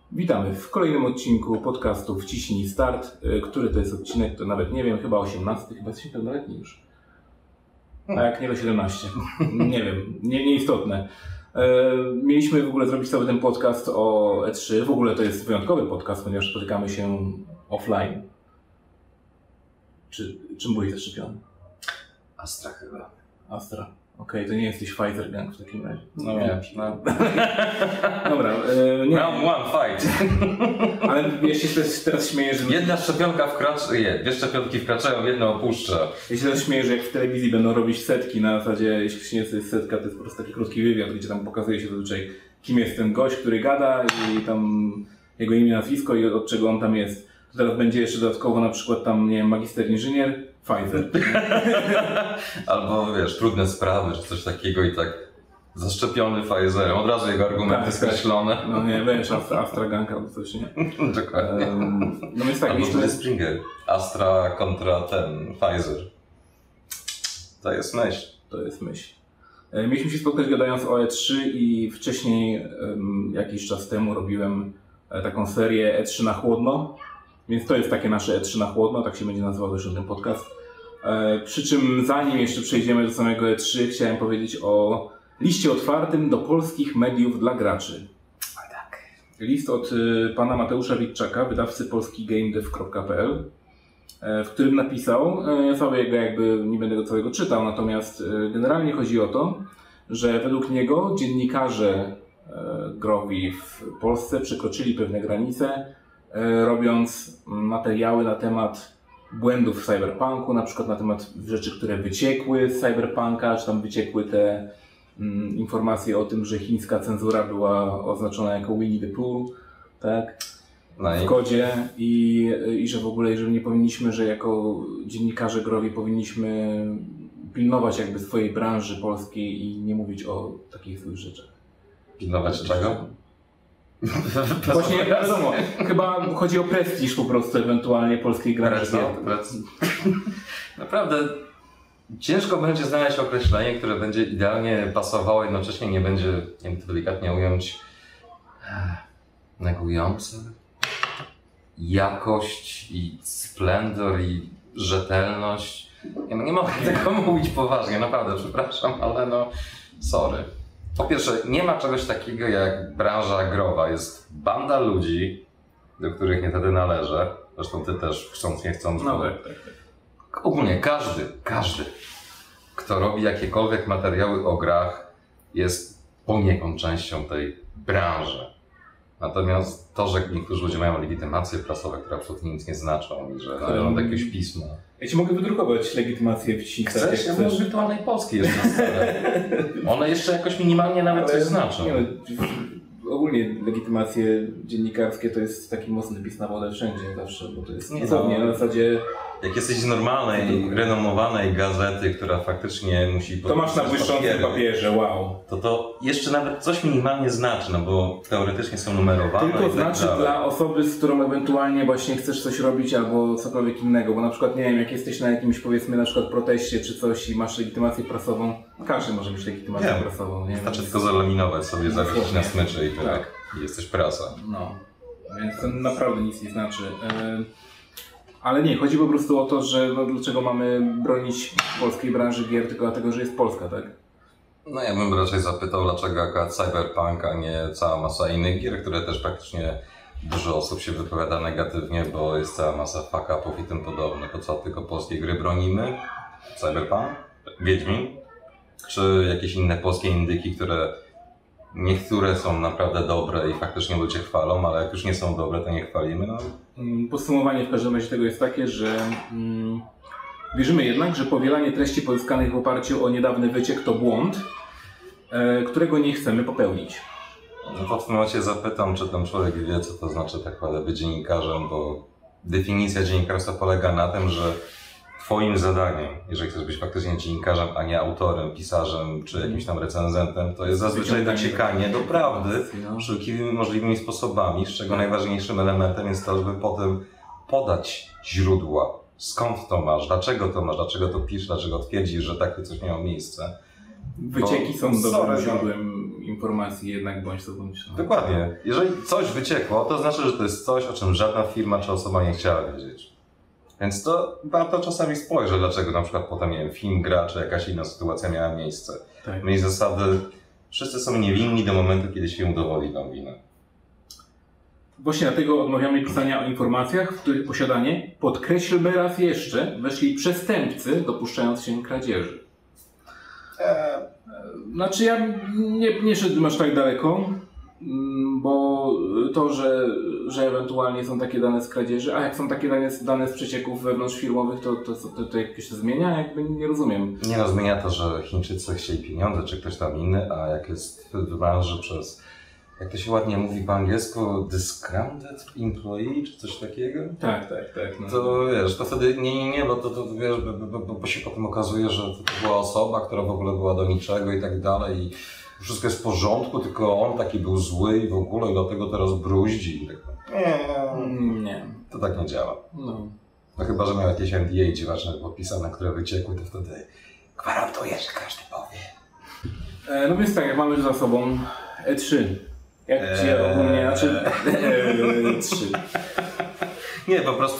Witamy w kolejnym odcinku podcastu Wciśnij Start. Który to jest odcinek, to nawet nie wiem, chyba 18, chyba jesteśmy pełnoletni już. A jak nie, to 17. Nie wiem, nieistotne. Mieliśmy w ogóle zrobić cały ten podcast o E3. W ogóle to jest wyjątkowy podcast, ponieważ spotykamy się offline. Czym byłeś zaszczepiony? Astra chyba. Astra. Okej, to nie jesteś Pfizer Gang w takim razie. No nie. No. Dobra, nie. Round one, fight. Ale ja się teraz śmieję, że... Jedna szczepionka dwie szczepionki wkraczają, jedna opuszcza. Ja się teraz śmieję, że jak w telewizji będą robić setki na zasadzie, jeśli nie jest setka, to jest po prostu taki krótki wywiad, gdzie tam pokazuje się zazwyczaj, kim jest ten gość, który gada i tam jego imię, nazwisko i od czego on tam jest. To teraz będzie jeszcze dodatkowo na przykład tam, nie wiem, magister inżynier, Pfizer. Albo wiesz, trudne sprawy, czy coś takiego i tak zaszczepiony Pfizerem, od razu jego argumenty skreślone. No nie, wiesz, Astra Gang albo coś, nie? Dokładnie. No więc tak, albo Springer, Astra kontra Pfizer. To jest myśl. To jest myśl. Mieliśmy się spotkać gadając o E3 i wcześniej, jakiś czas temu robiłem taką serię E3 na chłodno. Więc to jest takie nasze E3 na chłodno, tak się będzie nazywał też ten podcast. Przy czym zanim jeszcze przejdziemy do samego E3, chciałem powiedzieć o liście otwartym do polskich mediów dla graczy. A tak. List od pana Mateusza Witczaka, wydawcy polskigamedev.pl, w którym napisał, ja sobie jakby nie będę go całego czytał, natomiast generalnie chodzi o to, że według niego dziennikarze growi w Polsce przekroczyli pewne granice, robiąc materiały na temat błędów w cyberpunku, na przykład na temat rzeczy, które wyciekły z cyberpunka, czy tam wyciekły te informacje o tym, że chińska cenzura była oznaczona jako Winnie the Pooh, tak? W kodzie i że w ogóle, że nie powinniśmy, że jako dziennikarze growi powinniśmy pilnować jakby swojej branży polskiej i nie mówić o takich złych rzeczach. Pilnować czego? Właśnie wiadomo, chyba chodzi o prestiż po prostu ewentualnie polskiej branży. Naprawdę ciężko będzie znaleźć określenie, które będzie idealnie pasowało, jednocześnie nie będzie, jak to delikatnie ująć, negujące jakość i splendor i rzetelność. Nie mogę tego mówić poważnie, naprawdę przepraszam, ale no sorry. Po pierwsze, nie ma czegoś takiego jak branża growa. Jest banda ludzi, do których niestety należę. Zresztą ty też, chcąc nie chcąc. No tak. Ogólnie każdy, kto robi jakiekolwiek materiały o grach, jest poniekąd częścią tej branży. Natomiast to, że niektórzy ludzie mają legitymacje prasowe, które absolutnie nic nie znaczą i że należą do jakiegoś pisma. Ja ci mogę wydrukować legitymację w Cińcu. Chcesz? Ja mam wirtualnej Polskiej jest na stole. One jeszcze jakoś minimalnie nawet coś znaczą. Ogólnie legitymacje dziennikarskie to jest taki mocny pis na wodę wszędzie zawsze, bo to jest na zasadzie... Jak jesteś z normalnej, renomowanej gazety, która faktycznie musi... To masz na błyszczącym papierze, wow. To jeszcze nawet coś minimalnie znaczy, no bo teoretycznie są numerowane. Tylko znaczy dla osoby, z którą ewentualnie właśnie chcesz coś robić albo cokolwiek innego, bo na przykład nie wiem, jak jesteś na jakimś powiedzmy na przykład proteście czy coś i masz legitymację prasową, każdy może mieć legitymację prasową, nie? Wystarczy tylko zalaminować sobie, zawiesić na smyczy i tyle. Tak. I jesteś prasa. No, więc to naprawdę nic nie znaczy. Ale nie, chodzi po prostu o to, że dlaczego mamy bronić polskiej branży gier tylko dlatego, że jest Polska, tak? No ja bym raczej zapytał, dlaczego akurat Cyberpunk, a nie cała masa innych gier, które też praktycznie dużo osób się wypowiada negatywnie, bo jest cała masa fuck-upów i tym podobne. Po co tylko polskie gry bronimy? Cyberpunk? Wiedźmin? Czy jakieś inne polskie indyki, które niektóre są naprawdę dobre i faktycznie ludzie chwalą, ale jak już nie są dobre, to nie chwalimy. No. Podsumowanie w każdym razie tego jest takie, że wierzymy jednak, że powielanie treści pozyskanych w oparciu o niedawny wyciek to błąd, którego nie chcemy popełnić. No w tym momencie zapytam, czy ten człowiek wie, co to znaczy tak naprawdę być dziennikarzem, bo definicja dziennikarstwa polega na tym, że twoim zadaniem, jeżeli chcesz być faktycznie dziennikarzem, a nie autorem, pisarzem czy jakimś tam recenzentem, to jest zazwyczaj dociekanie do prawdy wszelkimi możliwymi sposobami, z czego najważniejszym elementem jest to, żeby potem podać źródła. Skąd to masz, dlaczego to piszesz, dlaczego twierdzisz, że takie coś miało miejsce. Wycieki są dobrym źródłem informacji jednak bądź co bądź. No. Dokładnie. Jeżeli coś wyciekło, to znaczy, że to jest coś, o czym żadna firma czy osoba nie chciała wiedzieć. Więc to warto czasami spojrzeć, dlaczego na przykład potem, nie wiem, film, gra, czy jakaś inna sytuacja miała miejsce. Tak. Mieć zasady, wszyscy są niewinni do momentu, kiedy się udowodni tą winę. Właśnie dlatego odmawiamy pisania o informacjach, w których posiadanie, podkreślmy raz jeszcze, weszli przestępcy, dopuszczając się kradzieży. Znaczy ja nie szedłem aż tak daleko, bo to, że ewentualnie są takie dane z kradzieży, a jak są takie dane z przecieków wewnątrzfirmowych, to jakoś się zmienia? Jakby nie rozumiem. Nie no, zmienia to, że Chińczycy chcieli pieniądze, czy ktoś tam inny, a jak jest w branży przez, jak to się ładnie mówi po angielsku, discounted employee, czy coś takiego? Tak. No. To wiesz, to wtedy nie, bo to wiesz, bo się potem okazuje, że to była osoba, która w ogóle była do niczego i tak dalej i wszystko jest w porządku, tylko on taki był zły i w ogóle i dlatego teraz bruździ. I tak, nie. To tak nie działa. No. No chyba, że miał jakieś NDA dziwaczne podpisane, które wyciekły, to wtedy gwarantuję, że każdy powie. No więc tak, jak mamy za sobą E3. Jak Cię ogólnie, znaczy E3. Nie, po prostu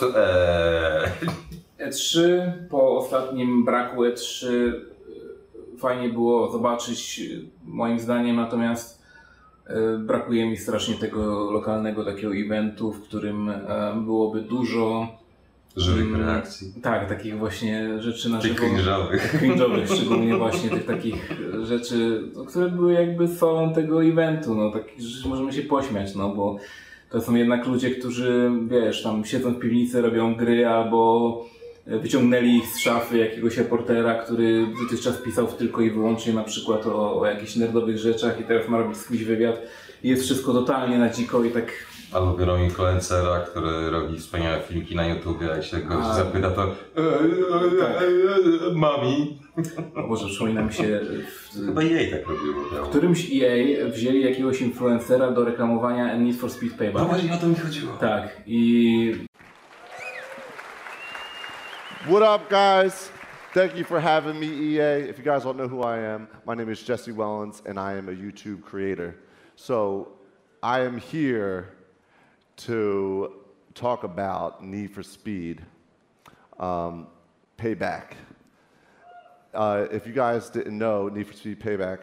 E3, po ostatnim braku E3 fajnie było zobaczyć, moim zdaniem, natomiast brakuje mi strasznie tego lokalnego takiego eventu, w którym byłoby dużo żywych reakcji. Tak, takich właśnie rzeczy na Tych żywo. Cringe'owych, szczególnie właśnie tych takich rzeczy, które były jakby solą tego eventu, no takich rzeczy możemy się pośmiać, no bo to są jednak ludzie, którzy, wiesz, tam siedzą w piwnicy, robią gry albo wyciągnęli ich z szafy jakiegoś reportera, który dotychczas pisał tylko i wyłącznie na przykład o jakichś nerdowych rzeczach i teraz ma robić z kimś wywiad i jest wszystko totalnie na dziko i tak... Albo biorą influencera, który robi wspaniałe filmiki na YouTubie, jak się go zapyta, to mami. O Boże, przypomina mi się... Chyba EA tak robiło. W którymś EA wzięli jakiegoś influencera do reklamowania Need for Speed Payback. No właśnie o to mi chodziło. Tak, i... What up, guys? Thank you for having me, EA. If you guys don't know who I am, my name is Jesse Wellens, and I am a YouTube creator. So I am here to talk about Need for Speed Payback. If you guys didn't know, Need for Speed Payback,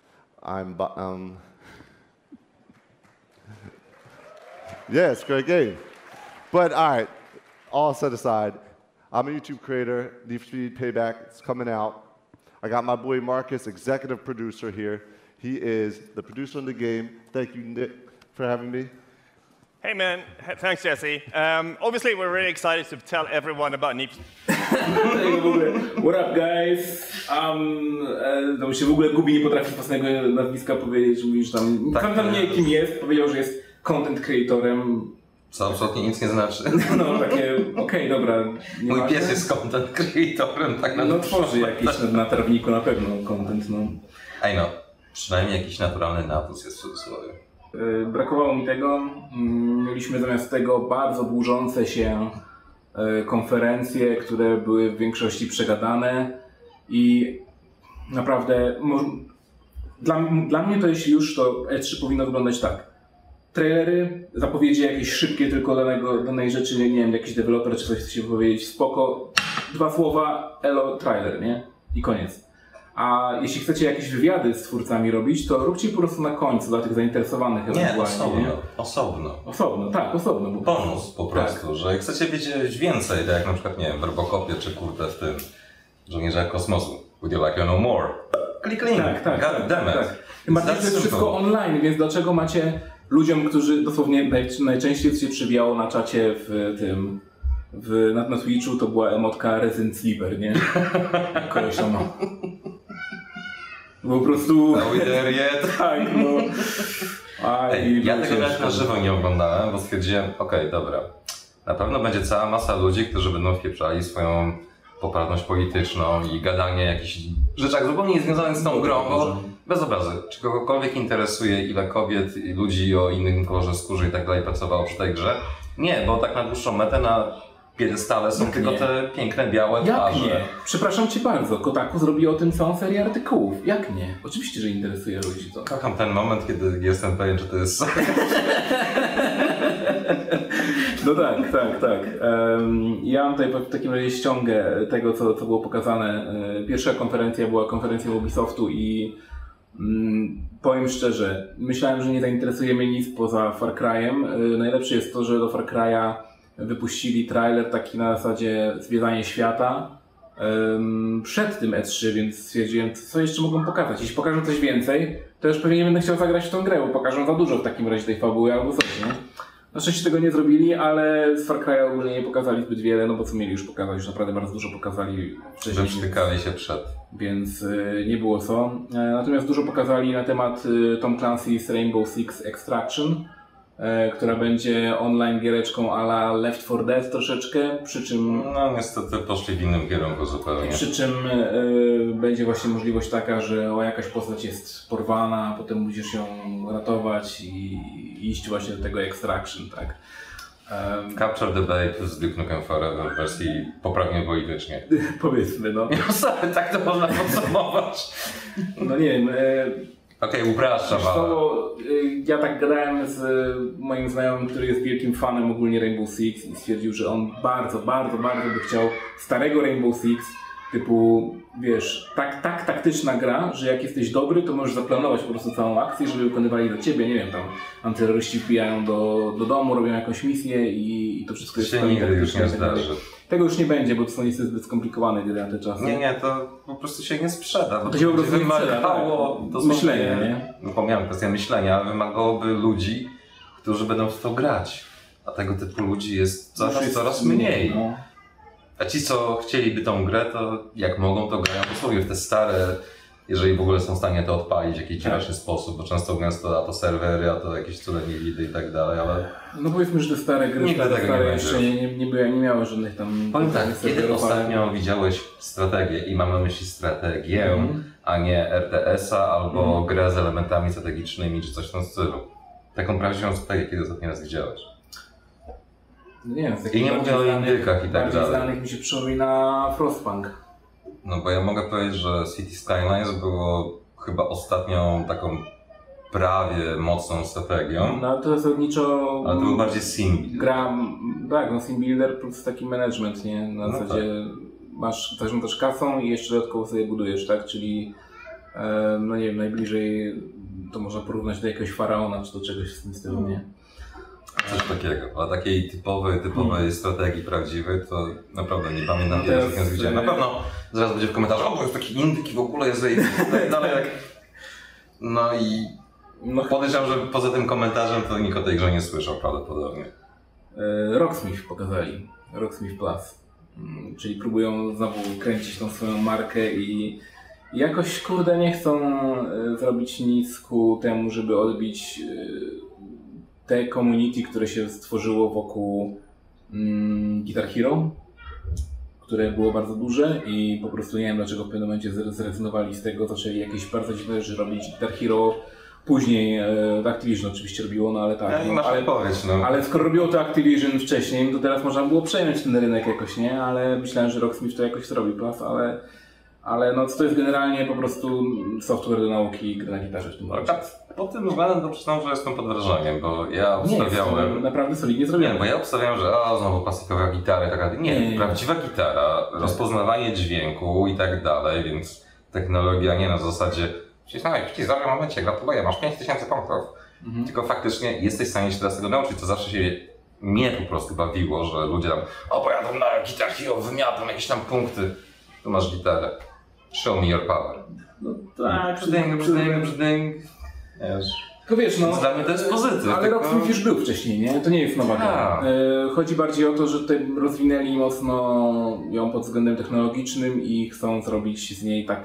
yeah, it's a great game. But all right, all set aside, I'm a YouTube creator. Need for Speed Payback, it's coming out. I got my boy Marcus, executive producer here. He is the producer of the game. Thank you, Nick, for having me. Hey man, thanks Jesse. Obviously we're really excited to tell everyone about Need. What up guys? To się w ogóle gubi, nie potrafi własnego nazwiska powiedzieć, mówisz tam... Tak, tam nie kim jest, powiedział, że jest content creatorem. Co absolutnie nic nie znaczy. No takie, okej, dobra. Mój pies jest content creatorem, tak na No tworzy jakiś na trawniku na pewno content, no. Ej no, przynajmniej jakiś naturalny nawóz jest w cudzysłowie. Brakowało mi tego. Mieliśmy zamiast tego bardzo dłużące się konferencje, które były w większości przegadane i naprawdę dla mnie to jeśli już, to E3 powinno wyglądać tak. Trailery, zapowiedzi jakieś szybkie tylko danej rzeczy, nie wiem, jakiś deweloper czy coś chce się powiedzieć, spoko, 2 słowa, elo, trailer, nie? I koniec. A jeśli chcecie jakieś wywiady z twórcami robić, to róbcie po prostu na końcu dla tych zainteresowanych ewentualnie. Nie, osobno. Osobno. Bonus po prostu, tak. Że jak chcecie wiedzieć więcej, tak jak na przykład, nie wiem, w Robocopie czy kurde w tym Żołnierzach Kosmosu. Would you like to know more? Klik link. Tak. Goddammit. Chyba to jest wszystko online, więc dlaczego macie ludziom, którzy dosłownie najczęściej się przybijało na czacie na Twitchu, to była emotka Resident Sleeper, nie? Koleś tam po prostu... Are we there yet? Tak, no. Ja tego nawet na żywo nie oglądałem, bo stwierdziłem, okej, dobra. Na pewno będzie cała masa ludzi, którzy będą wpieprzali swoją poprawność polityczną i gadanie o jakichś rzeczach zupełnie niezwiązanych z tą grą, bo bez obrazy, czy kogokolwiek interesuje, ile kobiet i ludzi o innym kolorze skóry i tak dalej pracowało przy tej grze? Nie, bo tak na dłuższą metę, na piedestale są Jak tylko nie? te piękne, białe Jak twarze. nie? Przepraszam cię bardzo, Kotaku zrobiło o tym całą serię artykułów. Jak nie? Oczywiście, że interesuje ludzi to. Kocham ten moment, kiedy jestem pewien, że to jest... No tak. Ja mam tutaj w takim razie ściągę tego, co było pokazane. Pierwsza konferencja była konferencją Ubisoftu i powiem szczerze, myślałem, że nie zainteresuje mnie nic poza Far Cry'em. Najlepsze jest to, że do Far Cry'a wypuścili trailer taki na zasadzie zwiedzanie świata przed tym E3, więc stwierdziłem, co jeszcze mogą pokazać. Jeśli pokażą coś więcej, to już pewnie nie będę chciał zagrać w tą grę, bo pokażą za dużo w takim razie tej fabuły albo coś, nie? Na szczęście tego nie zrobili, ale z Far Cry'a ogólnie nie pokazali zbyt wiele, no bo co mieli już pokazać, już naprawdę bardzo dużo pokazali wcześniej. Wyprztykali się przed. Więc nie było co. Natomiast dużo pokazali na temat Tom Clancy's Rainbow Six Extraction, która będzie online giereczką a la Left 4 Dead troszeczkę, przy czym No niestety poszli w innym kierunku zupełnie. będzie właśnie możliwość taka, że jakaś postać jest porwana, a potem musisz ją ratować i iść właśnie do tego Extraction, tak? Capture the Babe z Duke Nukem Forever w wersji poprawnie politycznie. Powiedzmy, no. Tak to można podsumować. No nie wiem. Okej, upraszczam, ale... To, ja tak gadałem z moim znajomym, który jest wielkim fanem ogólnie Rainbow Six i stwierdził, że on bardzo by chciał starego Rainbow Six, typu, wiesz, tak taktyczna gra, że jak jesteś dobry, to możesz zaplanować po prostu całą akcję, żeby wykonywali do ciebie, nie wiem, tam antyterroryści wbijają do domu, robią jakąś misję i to wszystko jest się nigdy już nie zdarzy. Tego już nie będzie, bo to są niestety zbyt skomplikowane gry na te czasy. Nie, to po prostu się nie sprzeda. To się po prostu nie wymagało sprzeda, myślenia, nie? No pomijam kwestię myślenia, ale wymagałoby ludzi, którzy będą w to grać. A tego typu ludzi jest coraz mniej. No. A ci, co chcieliby tą grę, to jak mogą, to grają dosłownie w te stare, jeżeli w ogóle są w stanie to odpalić w jakiś dziwaczny sposób, bo często gęsto a to serwery, a to jakieś cudze niewidy i tak dalej, ale... No powiedzmy, że te stare gry, Nigdy tego stare nie jeszcze nie miały żadnych tam... Powiem tak, kiedy ostatnio widziałeś strategię i mam na myśli strategię, a nie RTS-a albo grę z elementami strategicznymi czy coś w tym stylu. Taką prawdziwą strategię, kiedy ostatni raz widziałeś. No nie wiem, z I nie mówię o indykach i tak bardziej dalej. znanych mi się przypomina Frostpunk. No bo ja mogę powiedzieć, że City Skylines było chyba ostatnią taką prawie mocną strategią, No to zasadniczo... ale to był bardziej sim. Gra, tak, no sim builder plus taki management, nie? Na No zasadzie masz, zarządzasz kasą i jeszcze dodatkowo sobie budujesz, tak? Czyli, no nie wiem, najbliżej to można porównać do jakiegoś faraona czy do czegoś w tym stylu, nie? Coś takiego, ale takiej typowej strategii prawdziwej to naprawdę nie pamiętam kiedy Teraz, ostatnio widziałem. Na pewno zaraz będzie w komentarzu, o to jest taki indyk i w ogóle jest dalej jak... No i podejrzewam, że poza tym komentarzem to nikt o tej grze nie słyszał prawdopodobnie. Rocksmith pokazali, Rocksmith Plus, czyli próbują znowu kręcić tą swoją markę i jakoś kurde nie chcą zrobić nic ku temu, żeby odbić te community, które się stworzyło wokół Guitar Hero, które było bardzo duże i po prostu nie wiem dlaczego w pewnym momencie zrezygnowali z tego, zaczęli jakieś bardzo dziwne rzeczy robić. Guitar Hero później Activision oczywiście robiło, no ale tak. Ja nie masz odpowiedź, no. Ale skoro robiło to Activision wcześniej, to teraz można było przejąć ten rynek jakoś, nie? Ale myślałem, że Rocksmith to jakoś zrobi Plus, ale no to jest generalnie po prostu software do nauki gry na gitarze w tym momencie. Pod tym względem to przyznam, że jestem pod wrażeniem, bo ja obstawiałem... Nie, jest naprawdę solidnie zrobione. Nie, bo ja obstawiałem, że znowu plastikowa gitara i tak dalej. Nie, prawdziwa gitara, rozpoznawanie dźwięku i tak dalej, więc technologia nie na zasadzie wcisnąłeś przycisk w momencie, gratuluję, masz 5000 punktów. Tylko faktycznie jesteś w stanie się teraz tego nauczyć, to zawsze się mnie po prostu bawiło, że ludzie tam opowiadają na Guitar Hero, wymiatam jakieś tam punkty. Tu masz gitarę. Show me your power. No tak, brzdęk. Tylko wiesz, no, dla mnie to jest pozytyw. Ale tylko... Rocksmith już był wcześniej, nie? To nie jest nowa gra. Chodzi bardziej o to, że tutaj rozwinęli mocno ją pod względem technologicznym i chcą zrobić z niej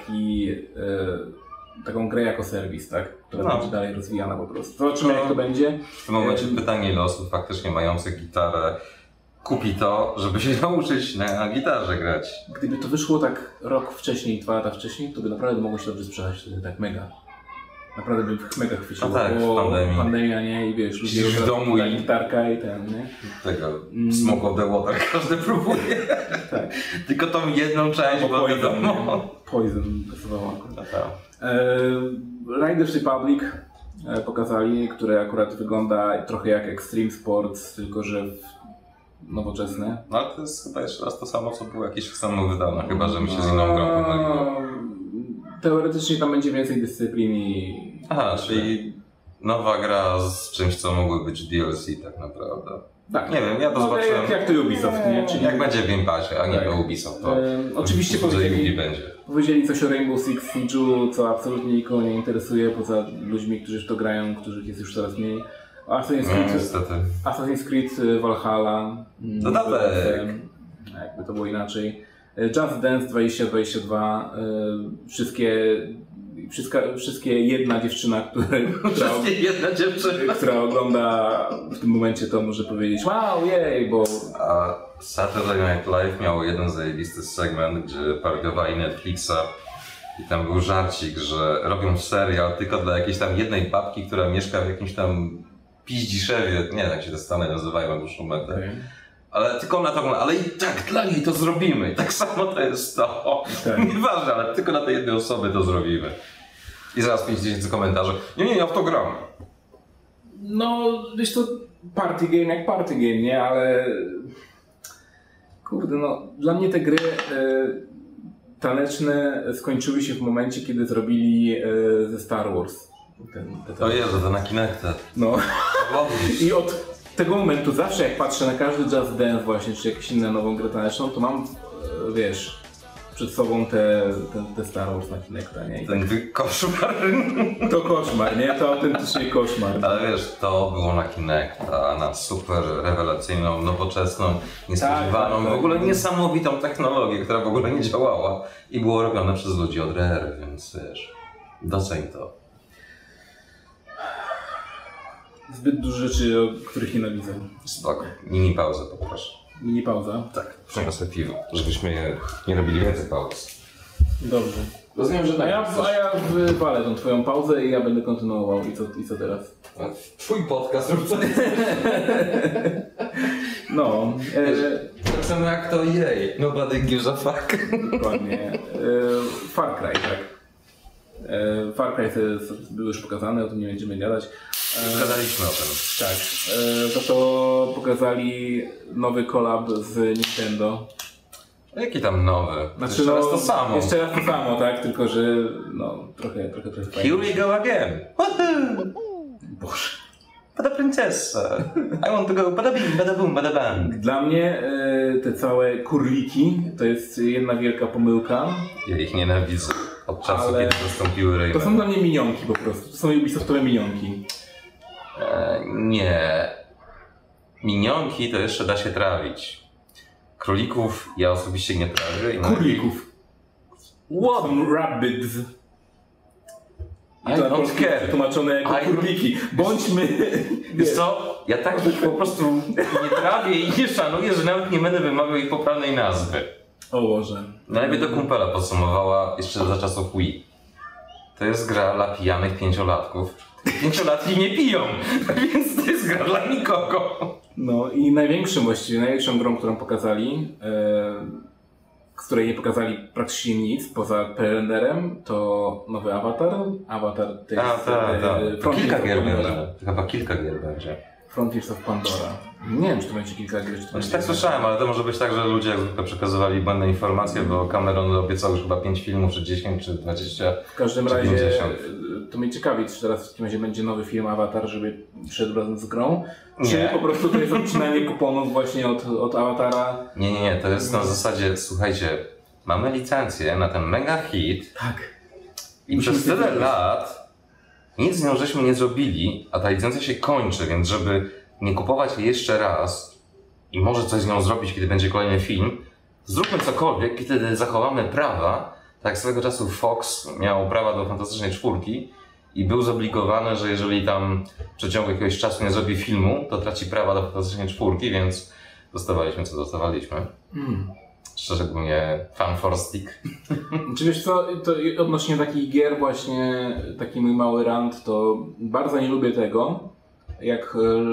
taką grę jako serwis, tak? Która będzie dalej rozwijana po prostu. Zobaczymy jak to będzie. W tym momencie pytanie, ile osób faktycznie mających gitarę kupi to, żeby się nauczyć na gitarze grać. Gdyby to wyszło tak rok wcześniej, 2 lata wcześniej, to by naprawdę mogło się dobrze sprzedać wtedy tak mega. naprawdę bym mega chwyciło, No tak, bo w pandemii. pandemia, nie? I wiesz, ludzie Siedzisz w domu i- gitarka i ten, nie? Tego Smoke of the Water każdy próbuje. Tak. Tylko tą jedną część, bo Poison, wiadomo. nie? Poison pasowało akurat. No tak. Riders Republic pokazali, które akurat wygląda trochę jak Extreme Sports, tylko że nowoczesne. No ale to jest chyba jeszcze raz to samo, co było jakieś samo wydane, chyba że mi się z inną grą pomyliło. Teoretycznie tam będzie więcej dyscyplin i... Aha, czyli nowa gra z czymś, co mogło być DLC tak naprawdę. Tak. Nie wiem, ja to No, zobaczyłem. jak to Ubisoft, nie? Czyli Jak będzie w Game Passie, a nie Tak. to Ubisoft, to oczywiście że Ubi powiedzieli, będzie. powiedzieli coś o Rainbow Six Siege'u, co absolutnie nikogo nie interesuje, poza ludźmi, którzy w to grają, których jest już coraz mniej. Assassin's No Creed, niestety. Assassin's Creed Valhalla. Dodatek. Jakby to było inaczej. Just Dance 2022. Wszystkie jedna dziewczyna, Jedna dziewczyna. która ogląda w tym momencie, to może powiedzieć wow, jej, bo A Saturday Night Live miał jeden zajebisty segment, gdzie parodiowali Netflixa i tam był żarcik, że robią serial tylko dla jakiejś tam jednej babki, która mieszka w jakimś tam Piździszewie, nie wiem jak się te Stany nazywają na dłuższą metę. Ale tylko ona to, ale i tak dla niej to zrobimy. I tak samo to jest to. Tak. Nieważne, ale tylko dla tej jednej osoby to zrobimy. I zaraz 5000 komentarzy. Nie, ja w to gram. no, wiesz to party game jak party game, nie? Ale kurde, no, dla mnie te gry taneczne skończyły się w momencie, kiedy zrobili ze Star Wars. O Jezu, to na Kinecta. No. I od tego momentu zawsze jak patrzę na każdy Just Dance właśnie, czy jakąś inną nową grę taneczną, to mam, wiesz, przed sobą te Star Wars na Kinecta, nie? I Ten koszmar. to koszmar, nie? To autentycznie koszmar. Ale wiesz, to było na Kinecta, na super rewelacyjną, nowoczesną, niespodziewaną, tak. w ogóle niesamowitą technologię, która w ogóle nie działała i było robione przez ludzi od Rare, więc wiesz, doceń to. Zbyt dużo rzeczy, o których nienawidzę. Spoko. Mini pauzę poproszę. Mini pauza. Tak, przyniosę piwo, żebyśmy nie robili więcej pauz. Dobrze. Rozumiem, że A ja wywalę tą twoją pauzę i ja będę kontynuował. I co teraz? Twój podcast rób co No, tak samo jak to jej. Nobody gives a fuck. dokładnie. Far Cry, tak. Far Cry były już pokazane, o tym nie będziemy gadać. Gadaliśmy o tym. Tak. Za to pokazali nowy collab z Nintendo. Jaki tam nowy? Znaczy, Jeszcze raz to samo. Jeszcze raz to samo, tak? Tylko, że trochę to jest Here we go again. Boże. Pada princesa. I want to go bada bing, bada boom, bada bang. Dla mnie te całe kurliki to jest jedna wielka pomyłka. Ja ich nienawidzę. Od czasu, Ale- kiedy zastąpiły To Rayman. są dla mnie minionki po prostu. To są Ubisoftowe minionki. Nie. Minionki to jeszcze da się trawić. Królików ja osobiście nie trawię. I Kurlików. What? Są rabbits. I I to na don't polski care. tłumaczone jako I- kurliki. Bądźmy... Wiesz co? Ja takich po prostu nie trawię i nie szanuję, że nawet nie będę wymawiał ich poprawnej nazwy. O Boże. Najlepiej to kumpela podsumowała jeszcze za czasów Wii. To jest gra dla pijanych pięciolatków. Pięciolatki nie piją, więc to jest gra dla nikogo. No i największą grą, którą pokazali, z której nie pokazali praktycznie nic poza prerenderem, to nowy Avatar. Avatar to jest To kilka gier Pandora. będzie. Chyba kilka gier będzie. Frontiers of Pandora. Nie wiem, czy to będzie kilka gier, czy to Znaczy, będzie... tak słyszałem, ale to może być tak, że ludzie jak zwykle przekazywali błędne informacje, bo Cameron obiecał już chyba 5 filmów, czy 10, czy 20. W każdym czy razie 50. to mnie ciekawi, czy teraz w takim razie będzie nowy film Avatar, żeby szedł razem z grą, czy Nie. po prostu to jest odcinanie kuponów właśnie od Avatara. Nie, to jest na zasadzie, słuchajcie, mamy licencję na ten mega hit Tak. i Musimy przez się tyle wybrać. lat nic z nią żeśmy nie zrobili, a ta licencja się kończy, więc żeby nie kupować jej jeszcze raz i może coś z nią zrobić, kiedy będzie kolejny film, zróbmy cokolwiek i wtedy zachowamy prawa, tak jak swego czasu Fox miał prawa do Fantastycznej Czwórki i był zobligowany, że jeżeli tam w przeciągu jakiegoś czasu nie zrobi filmu, to traci prawa do Fantastycznej Czwórki, więc dostawaliśmy co dostawaliśmy. Szczególnie Fan for Stick. Czy wiesz co, to odnośnie takich gier właśnie, taki mój mały rant, to bardzo nie lubię tego, jak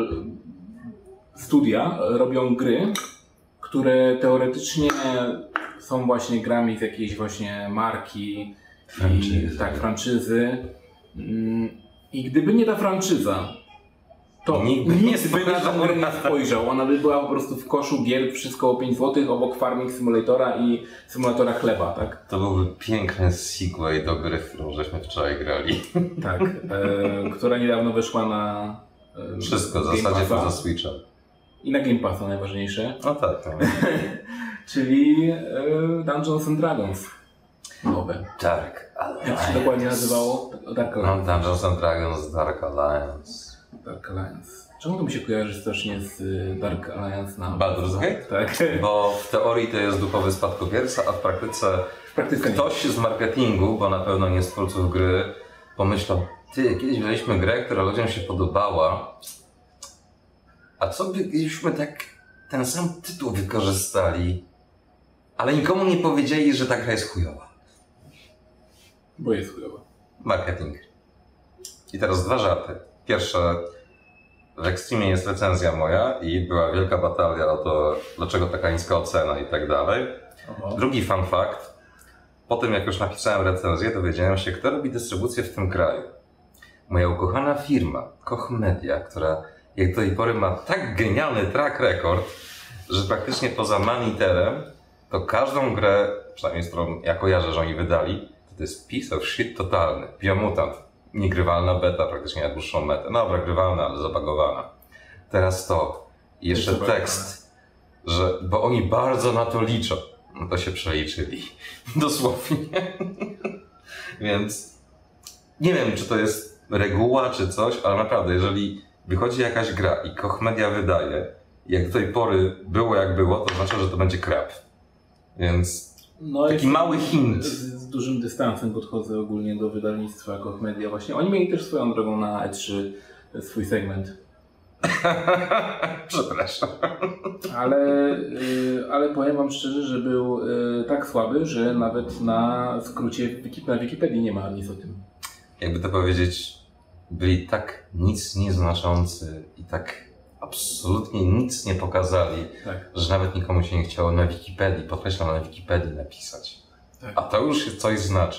studia robią gry, które teoretycznie są właśnie grami z jakiejś właśnie marki, franczyzy. I gdyby nie ta franczyza, to Nikt by nie na tą grę nie spojrzał. Ona by była po prostu w koszu gier, wszystko o 5 zł, obok Farming Simulatora i Symulatora Chleba, tak? To byłby piękny sequel do gry, w którą żeśmy wczoraj grali. Tak, która niedawno wyszła na Wszystko, w Game zasadzie Passa. poza Switcha. I na Game Passa najważniejsze. No tak, to Czyli Dungeons and Dragons nowe. Dark Jak się dokładnie nazywało? Dark No, Alliance. Dungeons and Dragons Dark Alliance. Dark Alliance. Czemu to mi się kojarzy strasznie z Dark Alliance na Baldur's Gate? Tak. Bo w teorii to jest duchowy spadkobierca, a w praktyce ktoś z marketingu, bo na pewno nie z twórców gry, pomyślał, kiedyś mieliśmy grę, która ludziom się podobała, a co byśmy tak ten sam tytuł wykorzystali, ale nikomu nie powiedzieli, że ta gra jest chujowa. Bo jest chujowa. Marketing. I teraz dwa żarty. Pierwsze, w Extremie jest recenzja moja i była wielka batalia o to, dlaczego taka niska ocena i tak dalej. Drugi fun fact. Po tym, jak już napisałem recenzję, dowiedziałem się, kto robi dystrybucję w tym kraju. Moja ukochana firma, Koch Media, która jak do tej pory ma tak genialny track record, że praktycznie poza Maniterem, to każdą grę, przynajmniej z którą ja kojarzę, że oni wydali, to jest piece of shit totalny. Biomutant. Niegrywalna beta, praktycznie na dłuższą metę. No dobra, grywalna, ale zabagowana. Teraz to. I jeszcze tekst, że, bo oni bardzo na to liczą. No to się przeliczyli. Dosłownie. Więc nie wiem, czy to jest reguła, czy coś, ale naprawdę, jeżeli wychodzi jakaś gra i Koch Media wydaje, jak do tej pory było jak było, to znaczy, że to będzie crap. Więc taki mały hint. Z dużym dystansem podchodzę ogólnie do wydawnictwa Koch Media. Właśnie oni mieli też swoją drogą na E3 swój segment. Przepraszam. Ale powiem wam szczerze, że był tak słaby, że nawet na skrócie na Wikipedii nie ma nic o tym. Jakby to powiedzieć, byli tak nic nieznaczący i tak absolutnie nic nie pokazali, Tak. że nawet nikomu się nie chciało na Wikipedii, podkreślam, na Wikipedii napisać. Tak. A to już coś znaczy.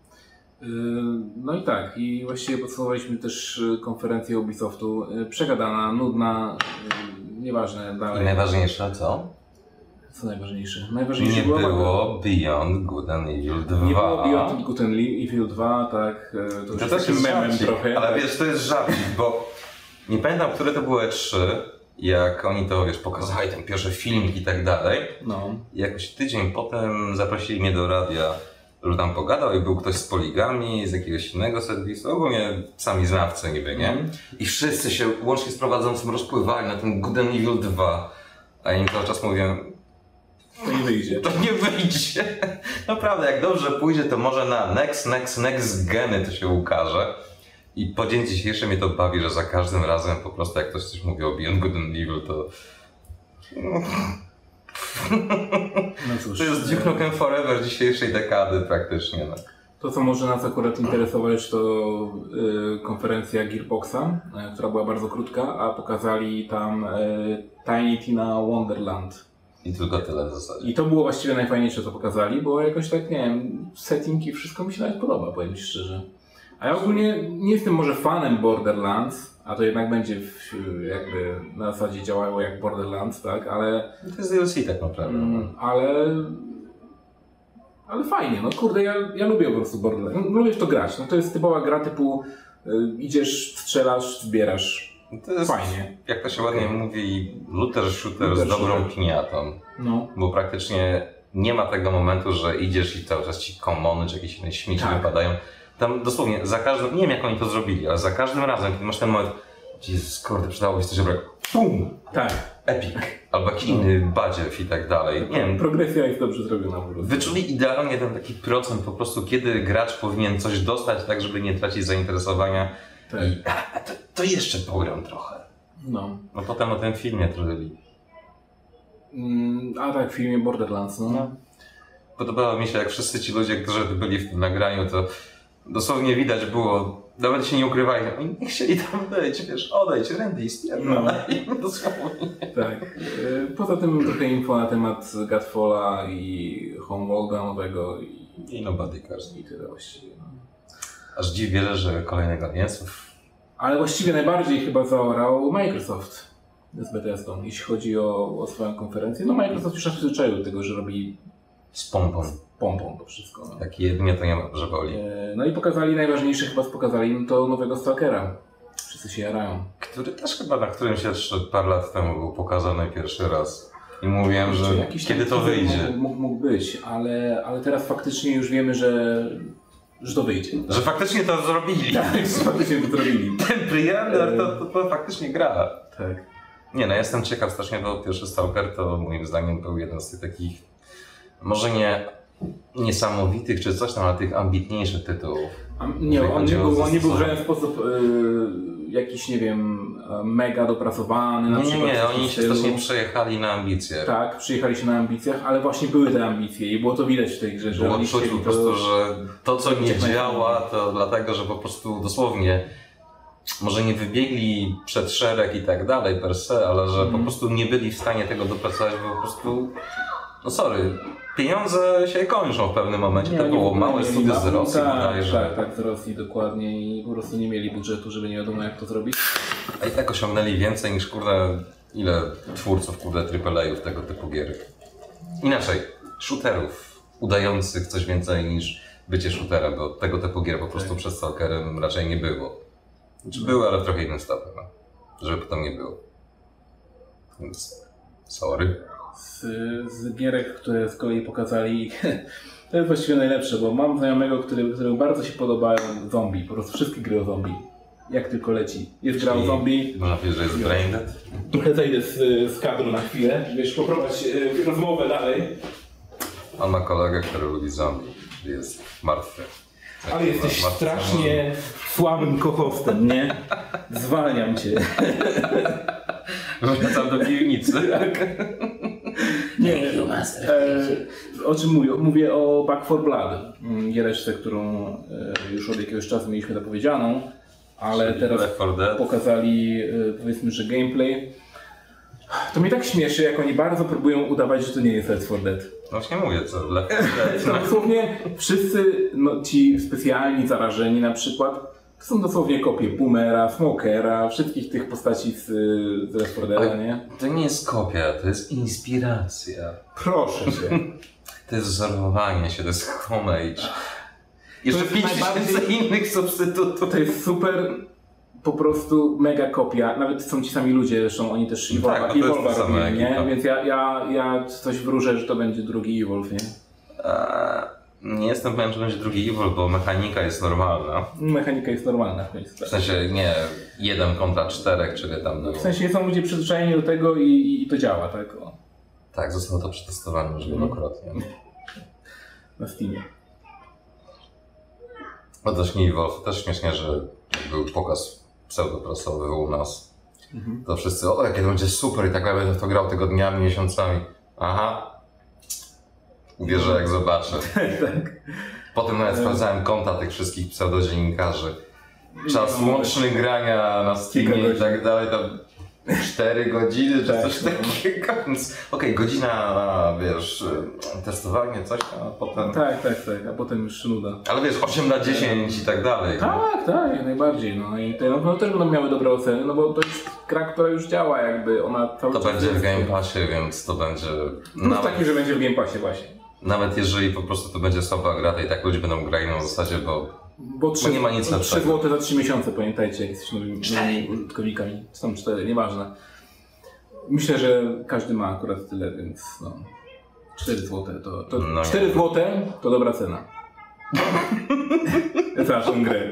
No i tak, i właściwie podsumowaliśmy też konferencję Ubisoftu. Przegadana, nudna, nieważne I dalej. najważniejsze co? Co najważniejsze? Najważniejsze Nie było Beyond Good and Evil 2. Nie było Beyond Good and Evil 2, tak. To już jest takim memem żarcik, trochę. ale tak. wiesz, to jest żarcik, bo nie pamiętam, które to było E3, jak oni to, wiesz, pokazali ten pierwszy filmik i tak dalej. No. I jakoś tydzień potem zaprosili mnie do radia, że tam pogadał i był ktoś z Poligami, z jakiegoś innego serwisu, ogólnie sami znawcy niby, nie? I wszyscy się łącznie z prowadzącym rozpływali na tym Good and Evil 2, a ja im cały czas mówię, To nie wyjdzie. to nie wyjdzie. Naprawdę, jak dobrze pójdzie, to może na next geny to się ukaże. I po dzień dzisiejszy mnie to bawi, że za każdym razem po prostu jak ktoś coś mówi o Beyond Good and Evil, to... No cóż. To jest Duke Nukem Forever dzisiejszej dekady praktycznie. No. To, co może nas akurat interesować, to konferencja Gearboxa, która była bardzo krótka, a pokazali tam Tiny Tina Wonderland. I tylko tyle w zasadzie. I to było właściwie najfajniejsze, co pokazali, bo jakoś tak, nie wiem, setting i wszystko mi się nawet podoba, powiem ci szczerze. A ja ogólnie nie jestem może fanem Borderlands, a to jednak będzie jakby na zasadzie działało jak Borderlands, tak, ale... To jest DLC tak naprawdę. Ale fajnie, no kurde, ja lubię po prostu Borderlands. Lubię w to grać, no to jest typowa gra typu idziesz, strzelasz, zbierasz. To jest, fajnie. jak to się ładnie mówi, looter shooter z Looter dobrą shooter. piniatą. No. Bo praktycznie nie ma tego momentu, że idziesz i cały czas ci komony czy jakieś inne śmieci Tak. wypadają. Tam dosłownie za każdym, nie wiem jak oni to zrobili, ale za każdym razem, kiedy masz ten moment, Jezus, kurde, przydałoby się coś dobrego, pum, Tak. epic, albo jakiś inny badziew i tak dalej. Nie wiem, Progresja jest dobrze zrobiona po prostu. wyczuli idealnie ten taki procent po prostu, kiedy gracz powinien coś dostać, tak żeby nie tracić zainteresowania. Tak. I to jeszcze pogram trochę. No. No potem o tym filmie trzyli. A tak, w filmie Borderlands, no. Podobało mi się, jak wszyscy ci ludzie, którzy byli w tym nagraniu, to dosłownie widać było, nawet się nie ukrywali, oni nie chcieli tam być, wiesz, odejdź, Randy i spierdolaj, dosłownie. Tak. Poza tym trochę info na temat Godfalla i Homeworlda nowego I nobody cares. i tyle właściwie. No. Aż dziw wiele, że kolejnego mięsów. Ale właściwie najbardziej chyba zaorał Microsoft z Bethesdą, jeśli chodzi o swoją konferencję. No Microsoft już przyzwyczaił do tego, że robi Z pompą. pompą to wszystko. No. Jak jednie to nie ma, że boli. No i pokazali, najważniejsze chyba pokazali im to nowego Stalkera. Wszyscy się jarają. Który też chyba na którymś parę lat temu był pokazany pierwszy raz. I mówiłem, że kiedy to wyjdzie. Mógł być, ale teraz faktycznie już wiemy, że to wyjdzie. Że faktycznie to zrobili. Tak, że faktycznie to zrobili. Ten preorder to faktycznie gra. Tak. Nie no, jestem ciekaw strasznie, bo pierwszy Stalker to moim zdaniem był jeden z tych takich, może nie niesamowitych czy coś tam, ale tych ambitniejszych tytułów. On nie był w żaden sposób jakiś, nie wiem, mega dopracowany. Na przykład Nie, oni się strasznie przejechali na ambicje. Tak, przyjechali się na ambicjach, ale właśnie były te ambicje i było to widać w tej grze, że Było oni czuć chcieli po prostu, że to co nie działa, to dlatego, że po prostu dosłownie może nie wybiegli przed szereg i tak dalej per se, ale że po prostu nie byli w stanie tego dopracować, bo po prostu, no sorry, pieniądze się kończą w pewnym momencie. To było małe studio z Rosji bodajże. Tak, z Rosji dokładnie i po prostu nie mieli budżetu, żeby nie wiadomo jak to zrobić. A i tak osiągnęli więcej niż kurde, ile twórców kurde AAA-ów tego typu gier. Inaczej, shooterów udających coś więcej niż bycie shooterem, bo tego typu gier po prostu przed Stalkerem raczej nie było. Znaczy były, ale w trochę innym stopniu, no. Żeby potem nie było. Więc sorry. Z gierek, które z kolei pokazali, to jest właściwie najlepsze, bo mam znajomego, któremu bardzo się podobają zombie, po prostu wszystkie gry o zombie. Jak tylko leci. Jest gra o zombie. Można powiedzieć, że jest brain dead? Trochę zejdę z kadru na chwilę, wiesz, poprowadź rozmowę dalej. On ma kolegę, który lubi zombie, czyli jest martwy. Ale jesteś strasznie słabym co-hostem, nie? Zwalniam cię. Wracam do piwnicy. Nie, o czym mówię? Mówię o Back 4 Blood. Giereczce, którą już od jakiegoś czasu mieliśmy zapowiedzianą, ale teraz pokazali, powiedzmy, że gameplay. To mnie tak śmieszy, jak oni bardzo próbują udawać, że to nie jest Left 4 Dead. No właśnie mówię, co Left 4 Dead. To dosłownie wszyscy ci specjalni zarażeni na przykład, to są dosłownie kopie Boomera, Smokera, wszystkich tych postaci z Left 4 Deada, nie? To nie jest kopia, to jest inspiracja. Proszę cię. To jest wzorowanie się, to jest homage. Jeszcze To jest 5000 innych substytutów. To jest super, po prostu mega kopia. Nawet są ci sami ludzie, zresztą oni też Tak, to jest ta sama robili, nie? ekipa. Więc ja coś wróżę, że to będzie drugi Evolve, nie? Nie jestem pewien, czy będzie drugi Evil, bo mechanika jest normalna. Mechanika jest normalna w końcu. W sensie nie 1 kontra 4, czyli tam było. W sensie są ludzie przyzwyczajeni do tego i to działa, tak? O, Tak, zostało to przetestowane już wielokrotnie. na Steamie. Odnośnie Evolve, też śmiesznie, że był pokaz pseudoprasowy u nas. To wszyscy, o jakie to będzie super i tak ja będę w to grał tygodniami, miesiącami. Aha. Uwierzę jak zobaczę. Tak. Potem nawet sprawdzałem konta tych wszystkich pseudodziennikarzy. Czas łączny grania na Steamie i tak dalej, to 4 godziny czy coś takiego. Więc okej, godzina na, wiesz, testowanie, coś tam, a potem... Tak, a potem już nuda. Ale wiesz, 8 na 10 i tak dalej. Tak, jak najbardziej. No i te no też będą miały dobre oceny, no bo to jest gra, która już działa jakby, ona cały To czas będzie w jest. Game Passie, więc to będzie... Plus taki, że będzie w Game Passie właśnie. Nawet jeżeli po prostu to będzie słaba gra, to i tak ludzie będą grali na zasadzie, bo 3, nie ma nic 3 lepszego. zł za 3 miesiące, pamiętajcie, jak jesteście nowymi użytkownikami. Są 4, nieważne. Myślę, że każdy ma akurat tyle, więc no. 4 zł to No 4 zł to dobra cena. Za tą grę.